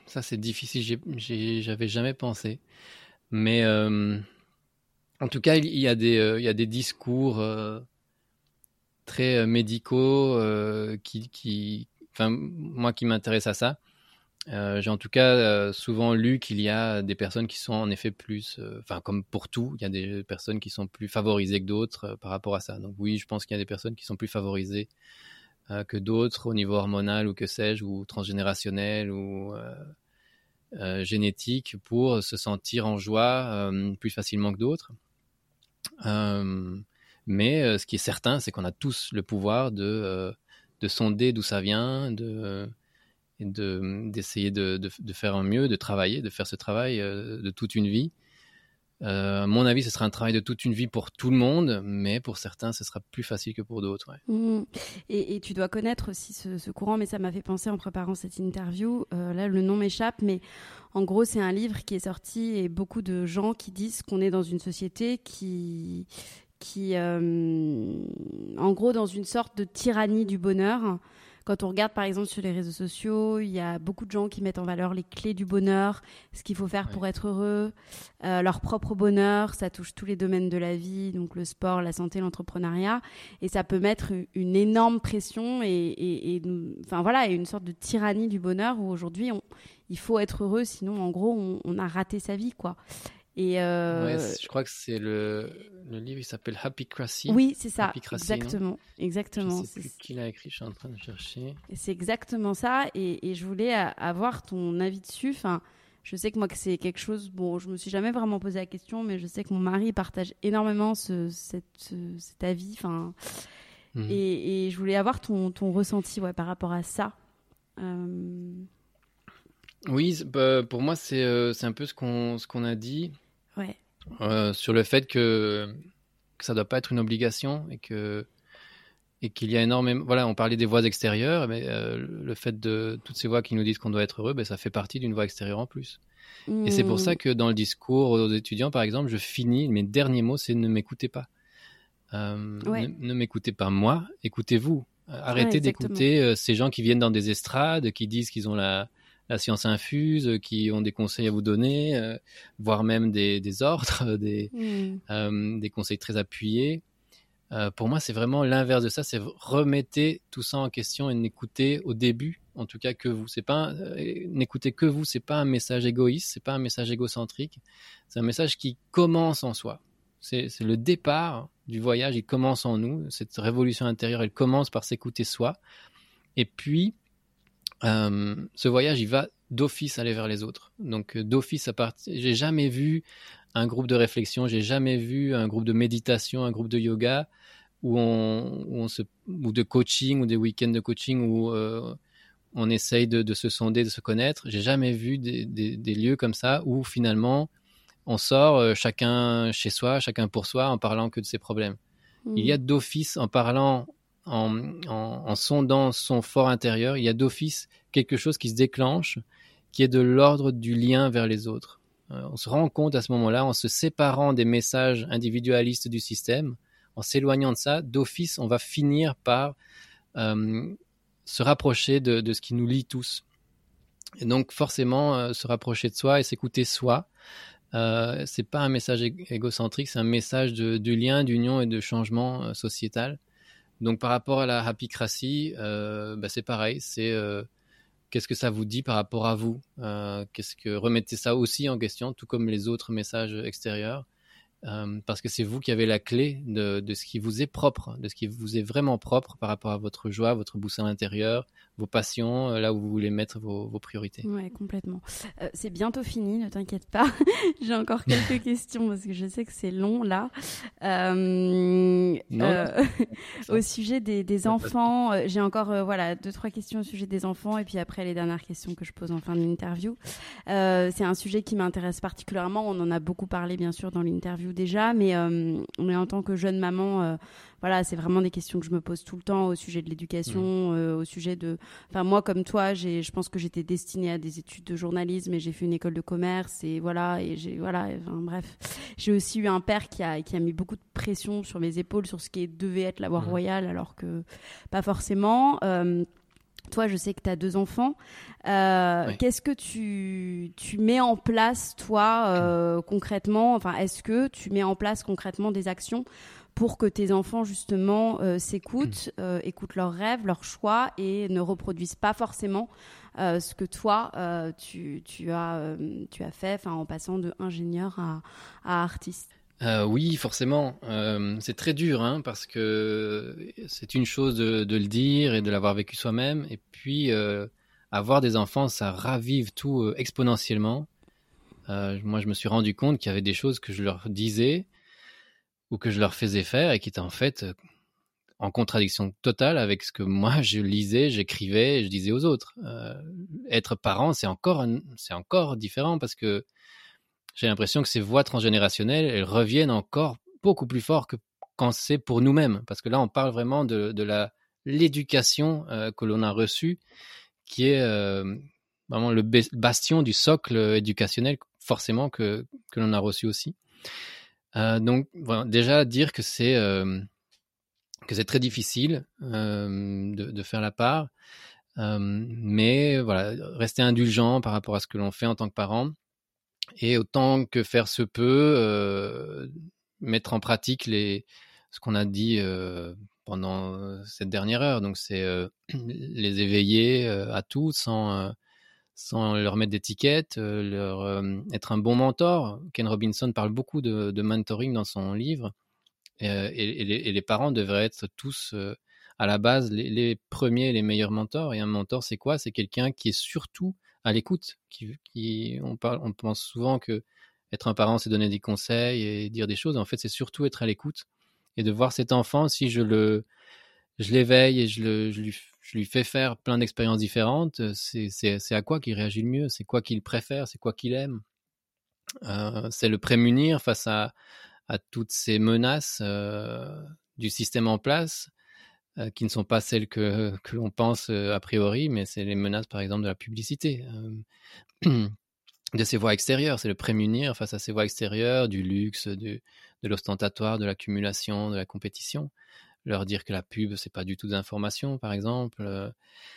[SPEAKER 4] ça c'est difficile, j'ai, j'ai, j'avais jamais pensé. Mais euh, en tout cas, il y a des, euh, il y a des discours euh, très médicaux euh, qui, qui, enfin, moi qui m'intéresse à ça. Euh, j'ai en tout cas euh, souvent lu qu'il y a des personnes qui sont en effet plus, enfin euh, comme pour tout, il y a des personnes qui sont plus favorisées que d'autres euh, par rapport à ça. Donc oui, je pense qu'il y a des personnes qui sont plus favorisées euh, que d'autres au niveau hormonal ou que sais-je, ou transgénérationnel ou euh, euh, génétique pour se sentir en joie euh, plus facilement que d'autres. Euh, mais euh, ce qui est certain, c'est qu'on a tous le pouvoir de, euh, de sonder d'où ça vient, de... et de, d'essayer de, de, de faire un mieux, de travailler, de faire ce travail euh, de toute une vie. Euh, à mon avis, ce sera un travail de toute une vie pour tout le monde, mais pour certains, ce sera plus facile que pour d'autres. Ouais.
[SPEAKER 3] Mmh. Et, et tu dois connaître aussi ce, ce courant, mais ça m'a fait penser en préparant cette interview. Euh, là, le nom m'échappe, mais en gros, c'est un livre qui est sorti et beaucoup de gens qui disent qu'on est dans une société qui... qui euh, en gros, dans une sorte de tyrannie du bonheur. Quand on regarde par exemple sur les réseaux sociaux, il y a beaucoup de gens qui mettent en valeur les clés du bonheur, ce qu'il faut faire ouais. pour être heureux, euh, leur propre bonheur, ça touche tous les domaines de la vie, donc le sport, la santé, l'entrepreneuriat, et ça peut mettre une énorme pression et, et, et enfin voilà, et une sorte de tyrannie du bonheur où aujourd'hui on, il faut être heureux, sinon en gros on, on a raté sa vie quoi. Et euh...
[SPEAKER 4] ouais, je crois que c'est le, le livre, il s'appelle Happycracy.
[SPEAKER 3] Oui, c'est ça,
[SPEAKER 4] Happycracy,
[SPEAKER 3] exactement.
[SPEAKER 4] Non
[SPEAKER 3] exactement.
[SPEAKER 4] Je ne sais plus qui l'a écrit, je suis en train de chercher.
[SPEAKER 3] Et c'est exactement ça, et, et je voulais avoir ton avis dessus. Enfin, je sais que moi, que c'est quelque chose, bon, je me suis jamais vraiment posé la question, mais je sais que mon mari partage énormément ce, cette, ce, cet avis. Enfin, mmh. et, et je voulais avoir ton, ton ressenti ouais, par rapport à ça. Euh...
[SPEAKER 4] Oui, bah, pour moi, c'est, euh, c'est un peu ce qu'on, ce qu'on a dit.
[SPEAKER 3] Ouais.
[SPEAKER 4] Euh, sur le fait que, que ça ne doit pas être une obligation et, que, et qu'il y a énormément... Voilà, on parlait des voix extérieures, mais euh, le fait de toutes ces voix qui nous disent qu'on doit être heureux, ben, ça fait partie d'une voix extérieure en plus. Mmh. Et c'est pour ça que dans le discours aux étudiants, par exemple, je finis, mes derniers mots, c'est « ne m'écoutez pas euh, ouais. ». Ne, ne m'écoutez pas moi, écoutez-vous. Arrêtez ouais, d'écouter euh, ces gens qui viennent dans des estrades, qui disent qu'ils ont la... la science infuse, qui ont des conseils à vous donner, euh, voire même des, des ordres, des, mmh. euh, des conseils très appuyés. Euh, pour moi, c'est vraiment l'inverse de ça, c'est remettez tout ça en question et n'écoutez au début, en tout cas que vous. C'est pas, euh, n'écoutez que vous, c'est pas un message égoïste, c'est pas un message égocentrique, c'est un message qui commence en soi. C'est, c'est le départ du voyage, il commence en nous. Cette révolution intérieure, elle commence par s'écouter soi. Et puis, Euh, ce voyage, il va d'office aller vers les autres. Donc d'office, à part... j'ai jamais vu un groupe de réflexion, j'ai jamais vu un groupe de méditation, un groupe de yoga où on, où on se, ou de coaching ou des week-ends de coaching où euh, on essaye de, de se sonder, de se connaître. J'ai jamais vu des, des, des lieux comme ça où finalement on sort euh, chacun chez soi, chacun pour soi, en parlant que de ses problèmes. Mmh. Il y a d'office, en parlant En, en, en sondant son fort intérieur, il y a d'office quelque chose qui se déclenche, qui est de l'ordre du lien vers les autres. Euh, on se rend compte à ce moment-là, en se séparant des messages individualistes du système, en s'éloignant de ça, d'office, on va finir par euh, se rapprocher de, de ce qui nous lie tous. Et donc forcément, euh, se rapprocher de soi et s'écouter soi, euh, c'est pas un message ég- égocentrique, c'est un message de, de lien, d'union et de changement euh, sociétal. Donc par rapport à la happycracy, euh, bah, c'est pareil, c'est euh, qu'est-ce que ça vous dit par rapport à vous, euh, qu'est-ce que remettez ça aussi en question, tout comme les autres messages extérieurs, euh, parce que c'est vous qui avez la clé de, de ce qui vous est propre, de ce qui vous est vraiment propre par rapport à votre joie, votre boussole intérieure, vos passions, là où vous voulez mettre vos, vos priorités.
[SPEAKER 3] Ouais, complètement. Euh, c'est bientôt fini, ne t'inquiète pas. J'ai encore quelques questions parce que je sais que c'est long là. Euh,
[SPEAKER 4] non,
[SPEAKER 3] euh, au sujet des, des enfants, euh, j'ai encore euh, voilà deux trois questions au sujet des enfants et puis après les dernières questions que je pose en fin de l'interview. Euh, c'est un sujet qui m'intéresse particulièrement. On en a beaucoup parlé bien sûr dans l'interview déjà, mais euh, mais en tant que jeune maman. Euh, Voilà, c'est vraiment des questions que je me pose tout le temps au sujet de l'éducation, mmh. euh, au sujet de... Enfin, moi, comme toi, j'ai, je pense que j'étais destinée à des études de journalisme et j'ai fait une école de commerce et voilà, et j'ai... Voilà, enfin, bref. J'ai aussi eu un père qui a, qui a mis beaucoup de pression sur mes épaules sur ce qui devait être la voie mmh. royale, alors que pas forcément... Euh, Toi, je sais que tu as deux enfants. Euh,
[SPEAKER 4] Oui.
[SPEAKER 3] Qu'est-ce que tu, tu mets en place, toi, euh, concrètement ? Enfin, est-ce que tu mets en place concrètement des actions pour que tes enfants, justement, euh, s'écoutent, euh, écoutent leurs rêves, leurs choix et ne reproduisent pas forcément euh, ce que toi, euh, tu, tu, as, euh, tu as fait, en passant de ingénieur à, à artiste ?
[SPEAKER 4] Euh, oui, forcément. Euh, c'est très dur, hein, parce que c'est une chose de, de le dire et de l'avoir vécu soi-même. Et puis, euh, avoir des enfants, ça ravive tout euh, exponentiellement. Euh, moi, je me suis rendu compte qu'il y avait des choses que je leur disais ou que je leur faisais faire et qui étaient en fait euh, en contradiction totale avec ce que moi, je lisais, j'écrivais et je disais aux autres. Euh, être parent, c'est encore, un- c'est encore différent parce que j'ai l'impression que ces voix transgénérationnelles, elles reviennent encore beaucoup plus fort que quand c'est pour nous-mêmes. Parce que là, on parle vraiment de, de la, l'éducation euh, que l'on a reçue, qui est euh, vraiment le bastion du socle éducationnel, forcément, que, que l'on a reçu aussi. Euh, donc, voilà, déjà, dire que c'est, euh, que c'est très difficile euh, de, de faire la part. Euh, mais voilà, rester indulgent par rapport à ce que l'on fait en tant que parent. Et autant que faire se peut, euh, mettre en pratique les, ce qu'on a dit euh, pendant cette dernière heure. Donc, c'est euh, les éveiller euh, à tout sans, euh, sans leur mettre d'étiquette, euh, leur, euh, être un bon mentor. Ken Robinson parle beaucoup de, de mentoring dans son livre. Et, et, et, les, et les parents devraient être tous, euh, à la base, les, les premiers, les meilleurs mentors. Et un mentor, c'est quoi ? C'est quelqu'un qui est surtout à l'écoute. Qui, qui, on, parle, on pense souvent que être un parent, c'est donner des conseils et dire des choses. En fait, c'est surtout être à l'écoute et de voir cet enfant, si je le, je l'éveille et je, le, je, lui, je lui fais faire plein d'expériences différentes, c'est, c'est, c'est à quoi qu'il réagit le mieux, c'est quoi qu'il préfère, c'est quoi qu'il aime. Euh, c'est le prémunir face à, à toutes ces menaces euh, du système en place, euh, qui ne sont pas celles que, que l'on pense euh, a priori, mais c'est les menaces, par exemple, de la publicité. Euh, de ces voies extérieures, c'est le prémunir face à ces voies extérieures, du luxe, du, de l'ostentatoire, de l'accumulation, de la compétition. Leur dire que la pub, c'est pas du tout d'information, par exemple. Euh,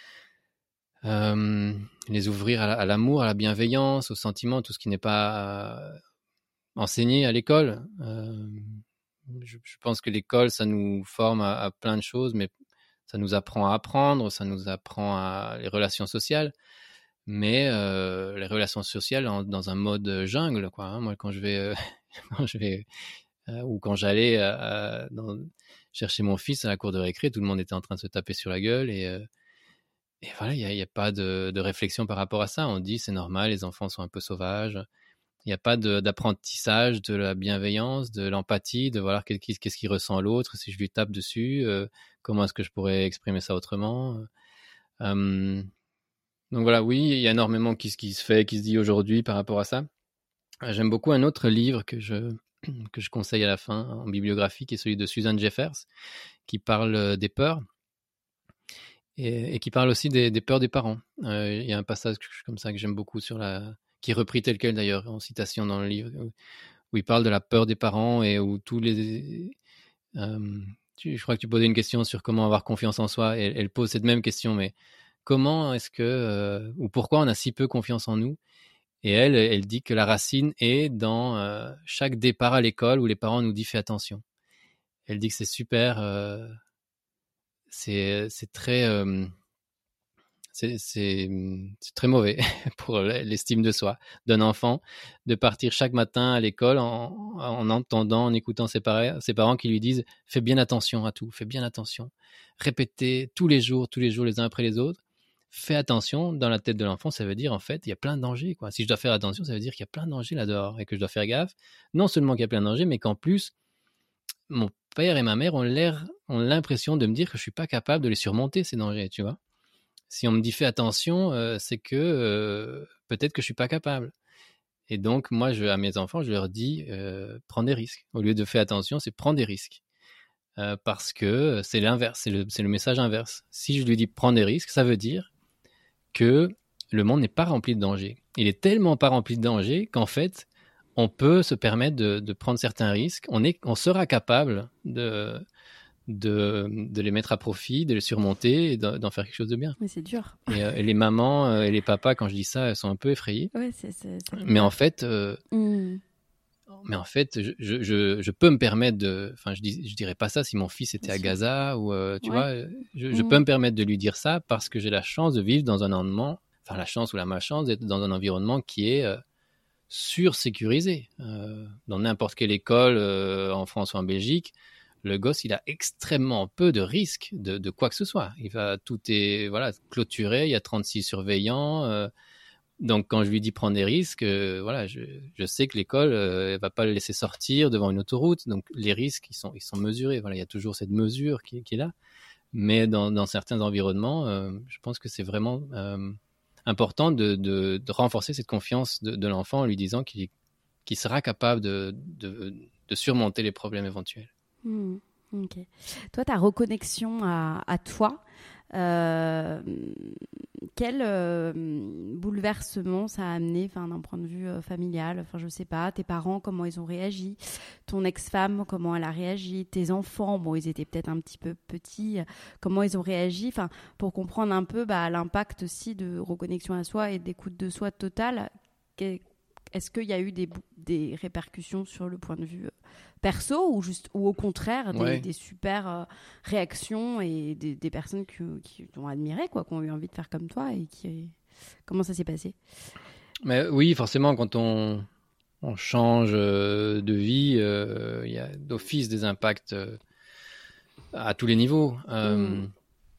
[SPEAKER 4] euh, les ouvrir à, à l'amour, à la bienveillance, au sentiment, tout ce qui n'est pas euh, enseigné à l'école. Euh, je, je pense que l'école, ça nous forme à, à plein de choses, mais ça nous apprend à apprendre, ça nous apprend à les relations sociales. Mais euh, les relations sociales en, dans un mode jungle, quoi. Hein. Moi, quand je vais, euh, quand je vais euh, ou quand j'allais euh, dans, chercher mon fils à la cour de récré, tout le monde était en train de se taper sur la gueule et, euh, et voilà, il n'y a, y a pas de, de réflexion par rapport à ça. On dit c'est normal, les enfants sont un peu sauvages. Il n'y a pas de, d'apprentissage de la bienveillance, de l'empathie, de voir qu'est-ce, qu'est-ce qu'il ressent l'autre, si je lui tape dessus, euh, comment est-ce que je pourrais exprimer ça autrement. Euh, Donc voilà, oui, il y a énormément qui, qui se fait, qui se dit aujourd'hui par rapport à ça. J'aime beaucoup un autre livre que je, que je conseille à la fin en bibliographie, qui est celui de Susan Jeffers, qui parle des peurs et, et qui parle aussi des, des peurs des parents. Euh, il y a un passage comme ça que j'aime beaucoup, sur la, qui est repris tel quel d'ailleurs, en citation dans le livre, où il parle de la peur des parents et où tous les... Euh, tu, je crois que tu posais une question sur comment avoir confiance en soi, et elle pose cette même question, mais comment est-ce que, euh, ou pourquoi on a si peu confiance en nous ? Et elle, elle dit que la racine est dans euh, chaque départ à l'école où les parents nous disent fais attention. Elle dit que c'est super, euh, c'est, c'est très, euh, c'est, c'est, c'est très mauvais pour l'estime de soi d'un enfant de partir chaque matin à l'école en, en entendant, en écoutant ses, par- ses parents qui lui disent fais bien attention à tout, fais bien attention. Répétez tous les jours, tous les jours les uns après les autres. Fais attention, dans la tête de l'enfant, ça veut dire en fait, il y a plein de dangers, quoi. Si je dois faire attention, ça veut dire qu'il y a plein de dangers là-dehors et que je dois faire gaffe. Non seulement qu'il y a plein de dangers, mais qu'en plus, mon père et ma mère ont l'air, ont l'impression de me dire que je suis pas capable de les surmonter, ces dangers, tu vois. Si on me dit fais attention, euh, c'est que euh, peut-être que je suis pas capable. Et donc, moi, je, à mes enfants, je leur dis euh, prends des risques. Au lieu de fais attention, c'est prends des risques. Euh, parce que c'est l'inverse, c'est le, c'est le message inverse. Si je lui dis prends des risques, ça veut dire que le monde n'est pas rempli de dangers. Il est tellement pas rempli de dangers qu'en fait, on peut se permettre de, de prendre certains risques. On, est, on sera capable de, de, de les mettre à profit, de les surmonter et d'en, d'en faire quelque chose de bien.
[SPEAKER 3] Mais c'est dur.
[SPEAKER 4] Et, euh, et les mamans euh, et les papas, quand je dis ça, elles sont un peu effrayées.
[SPEAKER 3] Ouais, c'est, c'est, c'est
[SPEAKER 4] mais, en fait, euh,
[SPEAKER 3] mmh.
[SPEAKER 4] mais en fait, je, je, je, je peux me permettre de... Enfin, je, dis, je dirais pas ça si mon fils était
[SPEAKER 3] Bien
[SPEAKER 4] à
[SPEAKER 3] sûr.
[SPEAKER 4] Gaza ou, euh, tu
[SPEAKER 3] Ouais.
[SPEAKER 4] vois, je, je
[SPEAKER 3] Mmh.
[SPEAKER 4] peux me permettre de lui dire ça parce que j'ai la chance de vivre dans un environnement, enfin la chance ou la malchance d'être dans un environnement qui est euh, sursécurisé. Euh, dans n'importe quelle école euh, en France ou en Belgique, le gosse, il a extrêmement peu de risques de, de quoi que ce soit. Il va, tout est voilà, clôturé, il y a trente-six surveillants. Euh, donc, quand je lui dis prendre des risques, euh, voilà, je, je sais que l'école ne euh, va pas le laisser sortir devant une autoroute. Donc, les risques, ils sont, ils sont mesurés. Voilà, il y a toujours cette mesure qui, qui est là. Mais dans, dans certains environnements, euh, je pense que c'est vraiment euh, important de, de, de renforcer cette confiance de, de l'enfant en lui disant qu'il, qu'il sera capable de, de, de surmonter les problèmes éventuels.
[SPEAKER 3] Mmh, ok. Toi, ta reconnexion à, à toi, euh, quel euh, bouleversement ça a amené, enfin, d'un point de vue euh, familial, enfin, je sais pas, tes parents, comment ils ont réagi, ton ex-femme, comment elle a réagi, tes enfants, bon, ils étaient peut-être un petit peu petits, comment ils ont réagi, enfin, pour comprendre un peu bah, l'impact aussi de reconnexion à soi et d'écoute de soi totale. Est-ce qu'il y a eu des, des répercussions sur le point de vue perso ou, juste, ou au contraire des,
[SPEAKER 4] ouais.
[SPEAKER 3] des super euh, réactions et des, des personnes qui, qui t'ont admiré, quoi, qui ont eu envie de faire comme toi et qui... Comment ça s'est passé?
[SPEAKER 4] Mais oui, forcément, quand on, on change de vie, euh, il y a d'office des impacts euh, à tous les niveaux. Euh, mmh.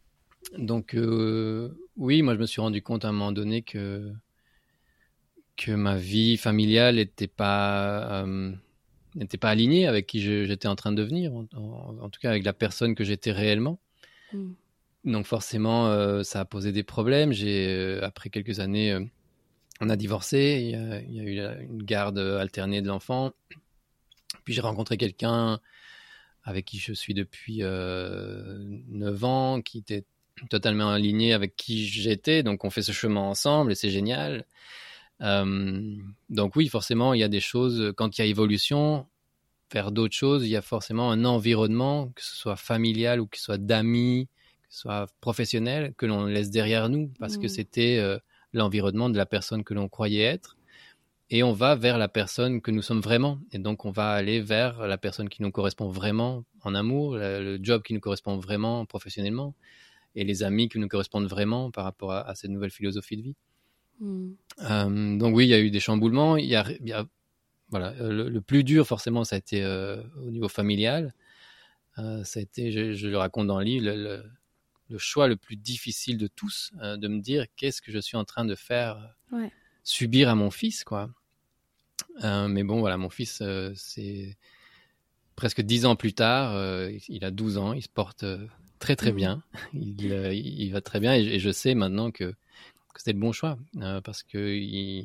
[SPEAKER 4] Donc euh, oui, moi je me suis rendu compte à un moment donné que que ma vie familiale n'était pas, euh, n'était pas alignée avec qui je, j'étais en train de devenir, en, en, en tout cas avec la personne que j'étais réellement. Mm. Donc forcément, euh, ça a posé des problèmes. J'ai, euh, après quelques années, euh, on a divorcé, il y a, il y a eu la, une garde alternée de l'enfant. Puis j'ai rencontré quelqu'un avec qui je suis depuis euh, neuf ans, qui était totalement aligné avec qui j'étais. Donc on fait ce chemin ensemble et c'est génial. Euh, donc oui, forcément, il y a des choses, quand il y a évolution, vers d'autres choses, il y a forcément un environnement, que ce soit familial ou que ce soit d'amis, que ce soit professionnel, que l'on laisse derrière nous, parce mmh. que c'était euh, l'environnement de la personne que l'on croyait être. Et on va vers la personne que nous sommes vraiment. Et donc, on va aller vers la personne qui nous correspond vraiment en amour, le, le job qui nous correspond vraiment professionnellement, et les amis qui nous correspondent vraiment par rapport à, à cette nouvelle philosophie de vie. Mmh. Euh, donc oui, il y a eu des chamboulements. Il y a, il y a, voilà, le, le plus dur, forcément, ça a été euh, au niveau familial. Euh, ça a été, je, je le raconte dans le livre, le, le, le choix le plus difficile de tous, euh, de me dire qu'est-ce que je suis en train de faire ouais. subir à mon fils, quoi. Euh, mais bon, voilà, mon fils, euh, c'est presque dix ans plus tard, euh, il a douze ans, il se porte euh, très très mmh. bien, il, euh, il va très bien et, et je sais maintenant que que c'était le bon choix, euh, parce qu'il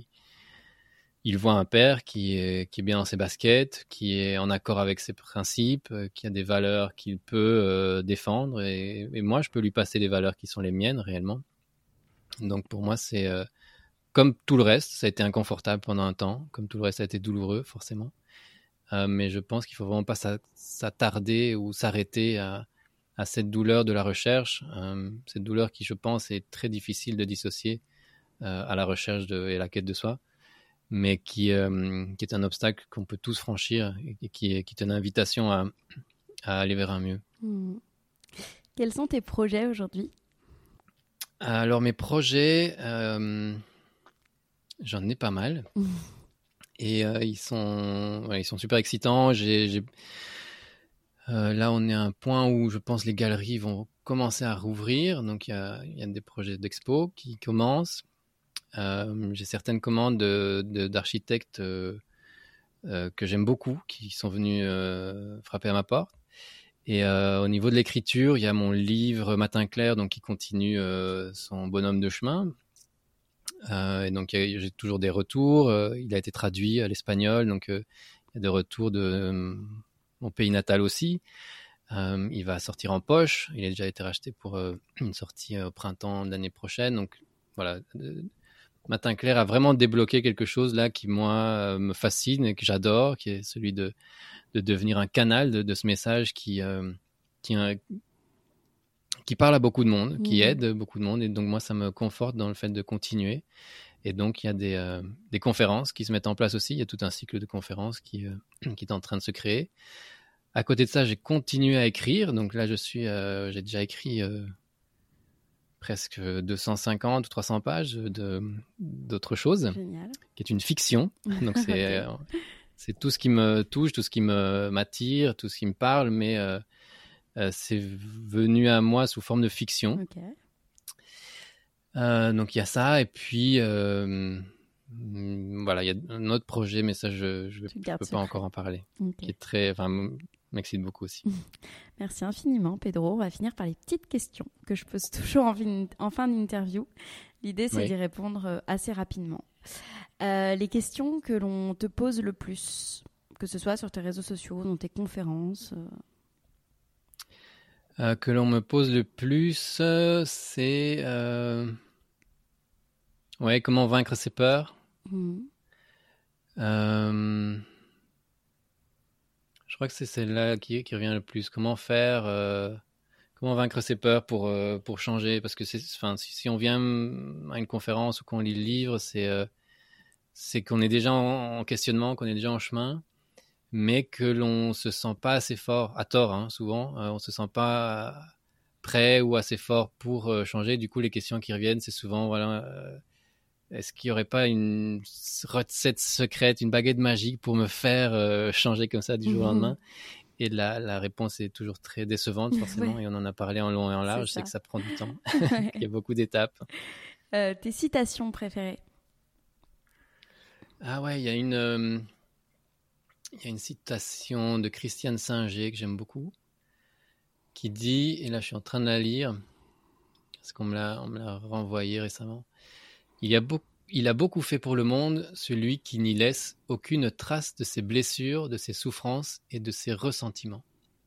[SPEAKER 4] il voit un père qui est, qui est bien dans ses baskets, qui est en accord avec ses principes, euh, qui a des valeurs qu'il peut euh, défendre, et, et moi, je peux lui passer les valeurs qui sont les miennes, réellement. Donc, pour moi, c'est euh, comme tout le reste, ça a été inconfortable pendant un temps, comme tout le reste, ça a été douloureux, forcément. Euh, mais je pense qu'il ne faut vraiment pas s'attarder ou s'arrêter à à cette douleur de la recherche, euh, cette douleur qui, je pense, est très difficile de dissocier euh, à la recherche de, et à la quête de soi, mais qui, euh, qui est un obstacle qu'on peut tous franchir et qui est, qui est une invitation à, à aller vers un mieux.
[SPEAKER 3] Mmh. Quels sont tes projets aujourd'hui ?
[SPEAKER 4] Alors, mes projets, euh, j'en ai pas mal. Mmh. Et euh, ils, sont, ouais, ils sont super excitants. J'ai... j'ai... Euh, là, on est à un point où je pense les galeries vont commencer à rouvrir. Donc, il y a, y a des projets d'expo qui commencent. Euh, j'ai certaines commandes de, de, d'architectes euh, euh, que j'aime beaucoup qui sont venus euh, frapper à ma porte. Et euh, au niveau de l'écriture, il y a mon livre Matin clair, donc qui continue euh, son bonhomme de chemin. Euh, et donc, y a, j'ai toujours des retours. Euh, il a été traduit à l'espagnol, donc euh, il y a des retours de euh, mon pays natal aussi. Euh, il va sortir en poche. Il a déjà été racheté pour euh, une sortie au printemps de l'année prochaine. Donc voilà, euh, Matin clair a vraiment débloqué quelque chose là qui moi euh, me fascine et que j'adore, qui est celui de, de devenir un canal de, de ce message qui, euh, qui, euh, qui parle à beaucoup de monde, qui
[SPEAKER 3] Mmh.
[SPEAKER 4] aide beaucoup de monde. Et donc, moi, ça me conforte dans le fait de continuer. Et donc, il y a des, euh, des conférences qui se mettent en place aussi. Il y a tout un cycle de conférences qui, euh, qui est en train de se créer. À côté de ça, j'ai continué à écrire. Donc là, je suis, euh, j'ai déjà écrit euh, presque deux cent cinquante ou trois cents pages de, d'autres choses,
[SPEAKER 3] Génial.
[SPEAKER 4] qui est une fiction. Donc, c'est,
[SPEAKER 3] Ok.
[SPEAKER 4] euh, c'est tout ce qui me touche, tout ce qui me, m'attire, tout ce qui me parle, mais euh, euh, c'est venu à moi sous forme de fiction.
[SPEAKER 3] Ok.
[SPEAKER 4] Euh, donc il y a ça, et puis euh, mm, voilà, il y a un autre projet, mais ça je je,
[SPEAKER 3] Tu le
[SPEAKER 4] je
[SPEAKER 3] gardes
[SPEAKER 4] peux
[SPEAKER 3] secret.
[SPEAKER 4] pas encore en parler,
[SPEAKER 3] Ok.
[SPEAKER 4] qui est très, enfin m- m'excite beaucoup aussi.
[SPEAKER 3] Merci infiniment, Pedro. On va finir par les petites questions que je pose toujours en fin, en fin d'interview. L'idée, c'est
[SPEAKER 4] Oui.
[SPEAKER 3] d'y répondre euh, assez rapidement. Euh, les questions que l'on te pose le plus, que ce soit sur tes réseaux sociaux, dans tes conférences. euh,
[SPEAKER 4] Euh, que l'on me pose le plus, euh, c'est euh, ouais, comment vaincre ses peurs.
[SPEAKER 3] hmm.
[SPEAKER 4] Euh, je crois que c'est celle-là qui, qui revient le plus. Comment faire, euh, comment vaincre ses peurs pour euh, pour changer, parce que c'est, enfin, si, si on vient à une conférence ou qu'on lit le livre, c'est euh, c'est qu'on est déjà en, en questionnement, qu'on est déjà en chemin, mais que l'on se sent pas assez fort, à tort, hein, souvent, euh, on se sent pas prêt ou assez fort pour euh, changer. Du coup, les questions qui reviennent, c'est souvent, voilà, euh, est-ce qu'il y aurait pas une recette secrète, une baguette magique pour me faire euh, changer comme ça du jour au lendemain? Et la, la réponse est toujours très décevante, forcément,
[SPEAKER 3] Ouais.
[SPEAKER 4] et on en a parlé en long et en
[SPEAKER 3] C'est
[SPEAKER 4] large.
[SPEAKER 3] ça.
[SPEAKER 4] C'est que ça prend du temps,
[SPEAKER 3] Ouais.
[SPEAKER 4] qu'il y a beaucoup d'étapes.
[SPEAKER 3] Euh, tes citations préférées.
[SPEAKER 4] Ah ouais, il y a une, euh, il y a une citation de Christiane Singer que j'aime beaucoup, qui dit, et là je suis en train de la lire, parce qu'on me l'a, on me l'a renvoyé récemment, il, y a beau, il a beaucoup fait pour le monde, celui qui n'y laisse aucune trace de ses blessures, de ses souffrances et de ses ressentiments.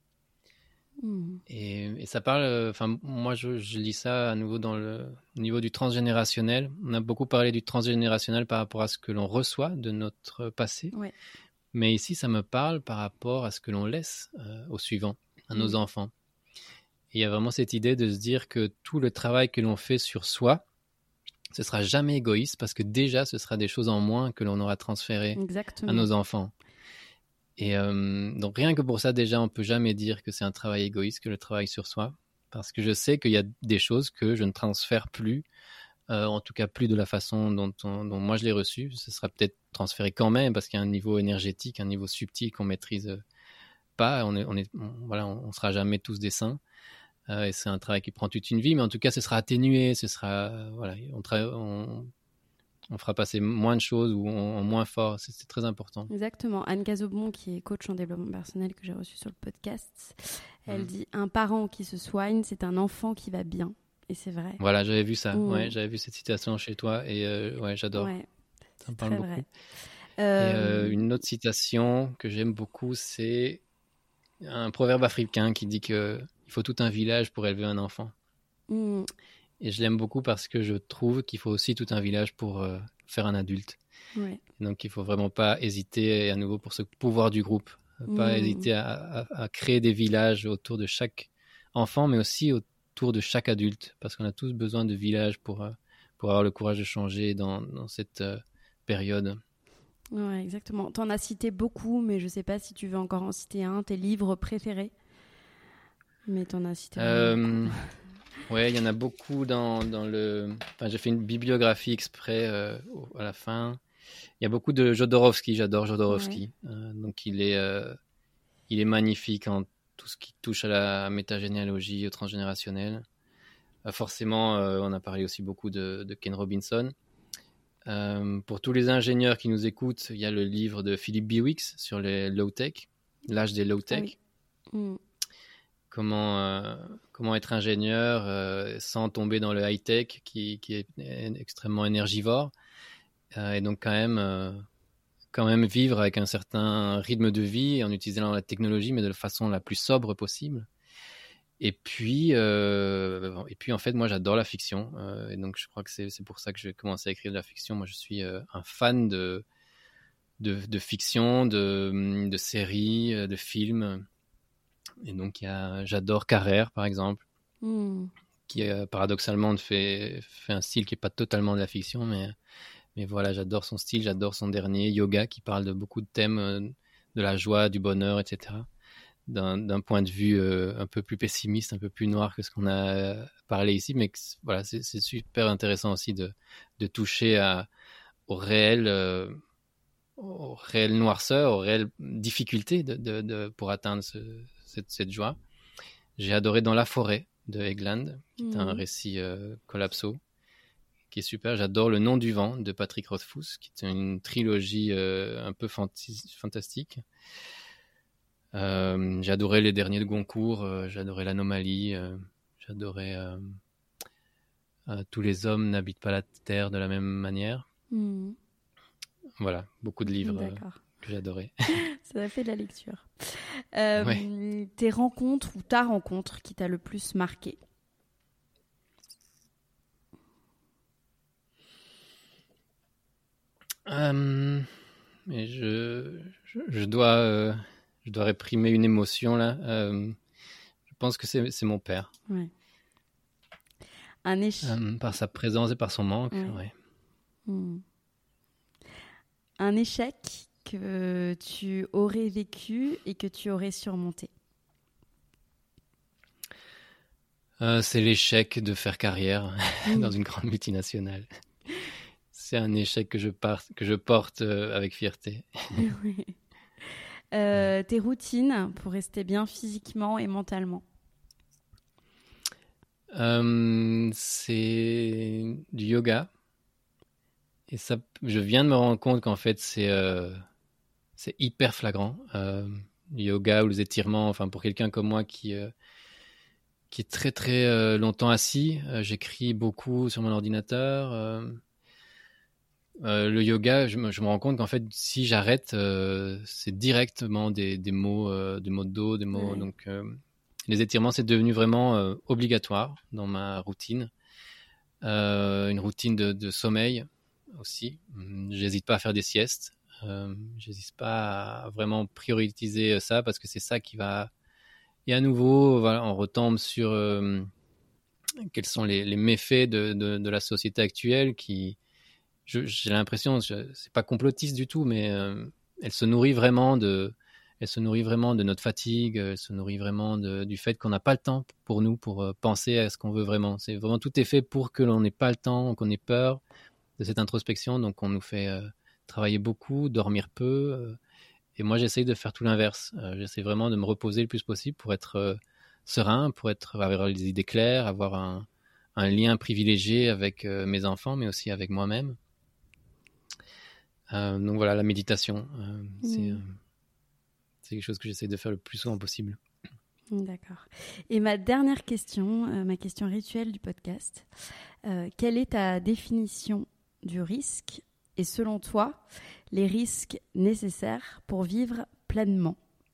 [SPEAKER 3] Hmm.
[SPEAKER 4] Et, et ça parle, enfin moi je, je lis ça à nouveau dans le au niveau du transgénérationnel. On a beaucoup parlé du transgénérationnel par rapport à ce que l'on reçoit de notre passé,
[SPEAKER 3] Ouais.
[SPEAKER 4] mais ici ça me parle par rapport à ce que l'on laisse euh, aux suivants, à nos
[SPEAKER 3] Mm.
[SPEAKER 4] enfants. Et il y a vraiment cette idée de se dire que tout le travail que l'on fait sur soi, ce sera jamais égoïste, parce que déjà ce sera des choses en moins que l'on aura transférées
[SPEAKER 3] Exactement.
[SPEAKER 4] à nos enfants. Et euh, donc rien que pour ça, déjà, on peut jamais dire que c'est un travail égoïste, que le travail sur soi, parce que je sais qu'il y a des choses que je ne transfère plus, euh, en tout cas plus de la façon dont, on, dont moi je l'ai reçu. Ce sera peut-être transféré quand même, parce qu'il y a un niveau énergétique, un niveau subtil qu'on maîtrise pas. On est, on est, on, voilà, on, on sera jamais tous des saints, euh, et c'est un travail qui prend toute une vie, mais en tout cas, ce sera atténué, ce sera, euh, voilà, on, tra- on, on fera passer moins de choses ou en, en moins fort. C'est, c'est très important.
[SPEAKER 3] Exactement. Anne Cazobon, qui est coach en développement personnel que j'ai reçu sur le podcast, elle
[SPEAKER 4] Mm.
[SPEAKER 3] dit un parent qui se soigne, c'est un enfant qui va bien. Et c'est vrai.
[SPEAKER 4] Voilà, j'avais vu ça.
[SPEAKER 3] Mm.
[SPEAKER 4] Ouais, j'avais vu cette citation chez toi et euh, ouais, j'adore.
[SPEAKER 3] Ouais,
[SPEAKER 4] Ça me
[SPEAKER 3] c'est
[SPEAKER 4] parle
[SPEAKER 3] très
[SPEAKER 4] beaucoup.
[SPEAKER 3] vrai.
[SPEAKER 4] Et
[SPEAKER 3] Euh,
[SPEAKER 4] euh, une autre citation que j'aime beaucoup, c'est un proverbe africain qui dit que il faut tout un village pour élever un enfant.
[SPEAKER 3] mm,
[SPEAKER 4] Et je l'aime beaucoup parce que je trouve qu'il faut aussi tout un village pour euh, faire un adulte.
[SPEAKER 3] ouais.
[SPEAKER 4] Donc il faut vraiment pas hésiter, et à nouveau pour ce pouvoir du groupe, pas
[SPEAKER 3] Mm.
[SPEAKER 4] hésiter à, à- à créer des villages autour de chaque enfant, mais aussi autour de chaque adulte, parce qu'on a tous besoin de villages pour, euh, pour avoir le courage de changer dans, dans cette euh, période.
[SPEAKER 3] Ouais, exactement. T'en as cité beaucoup, mais je sais pas si tu veux encore en citer un, tes livres préférés. Mais t'en as cité vraiment
[SPEAKER 4] Euh,
[SPEAKER 3] beaucoup.
[SPEAKER 4] ouais, il y en a beaucoup dans, dans le... Enfin, j'ai fait une bibliographie exprès euh, au- à la fin. Il y a beaucoup de Jodorowsky, j'adore Jodorowsky. Euh, donc il est, euh, il est magnifique en tout ce qui touche à la métagénéalogie, au transgénérationnel. Euh, forcément, euh, on a parlé aussi beaucoup de, de Ken Robinson. Euh, pour tous les ingénieurs qui nous écoutent, il y a le livre de Philippe Biwix sur les low-tech, l'âge des low-tech.
[SPEAKER 3] Ah oui. Mm.
[SPEAKER 4] Comment, euh, comment être ingénieur euh, sans tomber dans le high-tech qui, qui est extrêmement énergivore. Euh, et donc quand même, euh, quand même vivre avec un certain rythme de vie en utilisant la technologie, mais de la façon la plus sobre possible. Et puis, euh, et puis en fait, moi j'adore la fiction. Euh, et donc je crois que c'est, c'est pour ça que j'ai commencé à écrire de la fiction. Moi je suis euh, un fan de, de, de fiction, de, de séries, de films. Et donc, il y a, j'adore Carrère, par exemple,
[SPEAKER 3] Mm.
[SPEAKER 4] qui euh, paradoxalement fait, fait un style qui n'est pas totalement de la fiction, mais, mais voilà, j'adore son style, j'adore son dernier, Yoga, qui parle de beaucoup de thèmes, euh, de la joie, du bonheur, et cetera. D'un, d'un point de vue euh, un peu plus pessimiste, un peu plus noir que ce qu'on a euh, parlé ici, mais que, voilà, c'est, c'est super intéressant aussi de, de toucher à, au réel, euh, aux réelles noirceurs, aux réelles difficultés de, de, de, pour atteindre ce, cette, cette joie. J'ai adoré Dans la forêt de Egland, qui est un
[SPEAKER 3] Mhm.
[SPEAKER 4] récit euh, collapso, qui est super. J'adore Le nom du vent de Patrick Rothfuss, qui est une trilogie euh, un peu fantis- fantastique. Euh, j'ai adoré Les derniers de Goncourt, euh, j'ai adoré L'anomalie, euh, j'ai adoré euh, euh, Tous les hommes n'habitent pas la terre de la même manière.
[SPEAKER 3] Mm.
[SPEAKER 4] Voilà, beaucoup de livres euh,
[SPEAKER 3] D'accord.
[SPEAKER 4] que j'ai adorés.
[SPEAKER 3] Ça a fait de la lecture. Euh,
[SPEAKER 4] Ouais.
[SPEAKER 3] Tes rencontres ou ta rencontre qui t'a le plus marqué?
[SPEAKER 4] Euh, mais je, je, je dois, euh, je dois réprimer une émotion là. Euh, je pense que c'est, c'est mon père,
[SPEAKER 3] Ouais. Un échec.
[SPEAKER 4] euh, par sa présence et par son manque.
[SPEAKER 3] Ouais.
[SPEAKER 4] Ouais.
[SPEAKER 3] Hmm. Un échec que tu aurais vécu et que tu aurais surmonté.
[SPEAKER 4] Euh, c'est l'échec de faire carrière
[SPEAKER 3] Mm.
[SPEAKER 4] dans une grande multinationale. C'est un échec que je, par- que je porte euh, avec fierté.
[SPEAKER 3] Ouais. Euh, tes routines pour rester bien physiquement et mentalement.
[SPEAKER 4] Euh, c'est du yoga. Et ça, je viens de me rendre compte qu'en fait, c'est, euh, c'est hyper flagrant. Euh, le yoga ou les étirements, enfin, pour quelqu'un comme moi qui, euh, qui est très très euh, longtemps assis, euh, j'écris beaucoup sur mon ordinateur. Euh, euh, le yoga, je me, je me rends compte qu'en fait, si j'arrête, euh, c'est directement des, des mots, euh, des mots de dos, des mots.
[SPEAKER 3] Ouais.
[SPEAKER 4] Donc, euh, les étirements, c'est devenu vraiment euh, obligatoire dans ma routine. Euh, une routine de, de sommeil aussi. J'hésite pas à faire des siestes. Euh, j'hésite pas à vraiment prioriser ça parce que c'est ça qui va. Et à nouveau, voilà, on retombe sur euh, quels sont les, les méfaits de, de, de la société actuelle qui, je, j'ai l'impression, je, c'est pas complotiste du tout, mais euh, elle se nourrit vraiment de, elle se nourrit vraiment de notre fatigue, elle se nourrit vraiment de, du fait qu'on n'a pas le temps pour nous, pour euh, penser à ce qu'on veut vraiment. C'est vraiment tout est fait pour que l'on n'ait pas le temps, qu'on ait peur de cette introspection, donc on nous fait euh, travailler beaucoup, dormir peu. Euh, et moi, j'essaye de faire tout l'inverse. Euh, j'essaie vraiment de me reposer le plus possible pour être euh, serein, pour être, avoir les idées claires, avoir un, un lien privilégié avec euh, mes enfants, mais aussi avec moi-même. Euh, donc voilà, la méditation, euh, mmh. c'est, euh, c'est quelque chose que j'essaie de faire le plus souvent possible.
[SPEAKER 3] D'accord. Et ma dernière question, euh, ma question rituelle du podcast, euh, quelle est ta définition du risque et selon toi, les risques nécessaires pour vivre pleinement?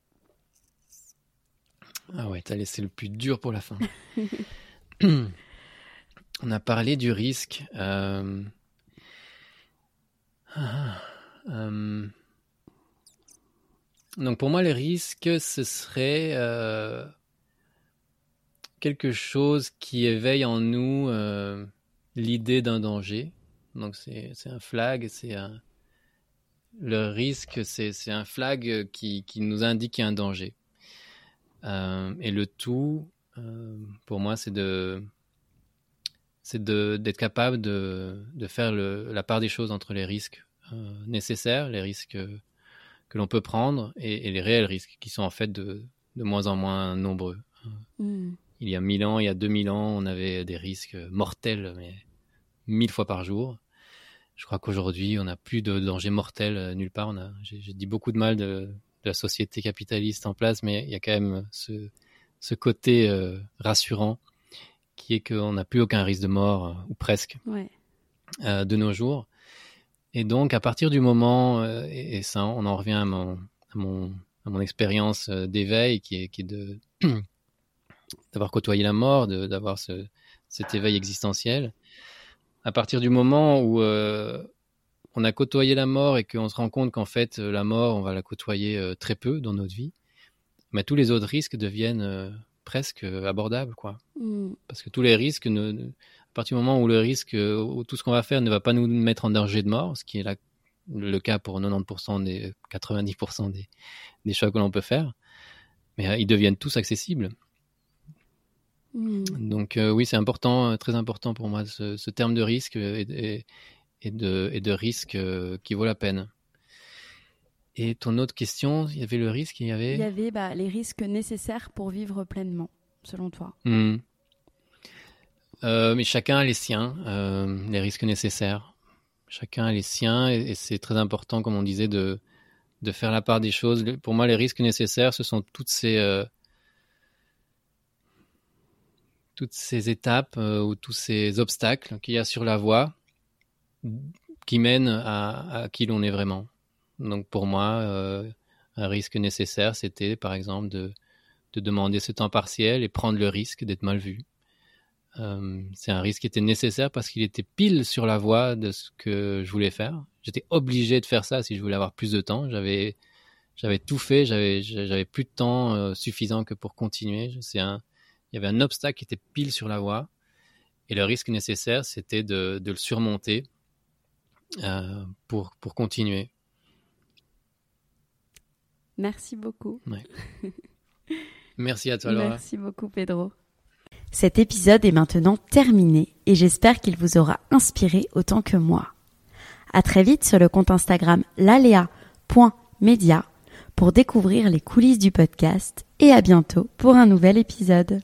[SPEAKER 4] Ah ouais, t'as laissé le plus dur pour la fin. On a parlé du risque. Euh... Ah, euh... Donc pour moi, les risques, ce serait euh... quelque chose qui éveille en nous euh, l'idée d'un danger. Donc c'est, c'est un flag, c'est un... le risque, c'est, c'est un flag qui, qui nous indique qu'il y a un danger. Euh, et le tout, euh, pour moi, c'est de, c'est de, d'être capable de, de faire le, la part des choses entre les risques euh, nécessaires, les risques que l'on peut prendre et, et les réels risques qui sont en fait de, de moins en moins nombreux. Mmh. Il y a mille ans, il y a deux mille ans, on avait des risques mortels, mais mille fois par jour. Je crois qu'aujourd'hui, on n'a plus de danger mortel nulle part. On a, j'ai, j'ai dit beaucoup de mal de, de la société capitaliste en place, mais il y a quand même ce, ce côté euh, rassurant qui est qu'on n'a plus aucun risque de mort, euh, ou presque,
[SPEAKER 3] ouais.
[SPEAKER 4] euh, de nos jours. Et donc, à partir du moment, euh, et, et ça, on en revient à mon, à mon, à mon expérience euh, d'éveil, qui est, qui est de, d'avoir côtoyé la mort, de, d'avoir ce, cet éveil existentiel. À partir du moment où euh, on a côtoyé la mort et qu'on se rend compte qu'en fait, la mort, on va la côtoyer euh, très peu dans notre vie, mais tous les autres risques deviennent euh, presque abordables, quoi.
[SPEAKER 3] Mm.
[SPEAKER 4] Parce que tous les risques, ne, ne, à partir du moment où le risque, où tout ce qu'on va faire ne va pas nous mettre en danger de mort, ce qui est la, le cas pour quatre-vingt-dix pour cent des, quatre-vingt-dix pour cent des, des choix que l'on peut faire, mais euh, ils deviennent tous accessibles. Mm. Donc euh, oui, c'est important, très important pour moi, ce, ce terme de risque et, et, et, de, et de risque euh, qui vaut la peine. Et ton autre question, il y avait le risque, il y avait...
[SPEAKER 5] Il y avait bah, les risques nécessaires pour vivre pleinement, selon toi.
[SPEAKER 4] Mmh. Euh, mais chacun a les siens, euh, les risques nécessaires. Chacun a les siens et, et c'est très important, comme on disait, de, de faire la part des choses. Pour moi, les risques nécessaires, ce sont toutes ces, euh, toutes ces étapes euh, ou tous ces obstacles qu'il y a sur la voie qui mènent à, à qui l'on est vraiment. Donc pour moi, euh, un risque nécessaire, c'était par exemple de, de demander ce temps partiel et prendre le risque d'être mal vu. Euh, c'est un risque qui était nécessaire parce qu'il était pile sur la voie de ce que je voulais faire. J'étais obligé de faire ça si je voulais avoir plus de temps. J'avais, j'avais tout fait, j'avais, j'avais plus de temps euh, suffisant que pour continuer. C'est un, il y avait un obstacle qui était pile sur la voie et le risque nécessaire, c'était de, de le surmonter euh, pour, pour continuer.
[SPEAKER 5] Merci beaucoup.
[SPEAKER 4] Ouais. Merci à toi, Laura.
[SPEAKER 5] Merci beaucoup, Pedro.
[SPEAKER 3] Cet épisode est maintenant terminé et j'espère qu'il vous aura inspiré autant que moi. À très vite sur le compte Instagram lalea point media pour découvrir les coulisses du podcast et à bientôt pour un nouvel épisode.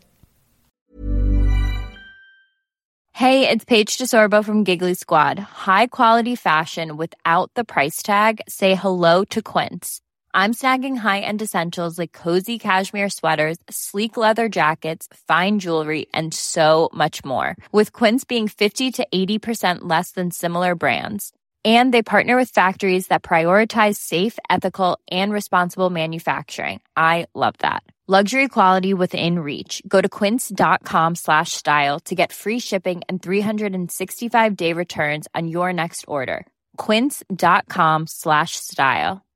[SPEAKER 6] Hey, it's Paige DeSorbo from Giggly Squad. High quality fashion without the price tag. Say hello to Quince. I'm snagging high-end essentials like cozy cashmere sweaters, sleek leather jackets, fine jewelry, and so much more. With Quince being fifty to eighty percent less than similar brands. And they partner with factories that prioritize safe, ethical, and responsible manufacturing. I love that. Luxury quality within reach. Go to quince.com slash style to get free shipping and three sixty-five day returns on your next order. Quince.com slash style.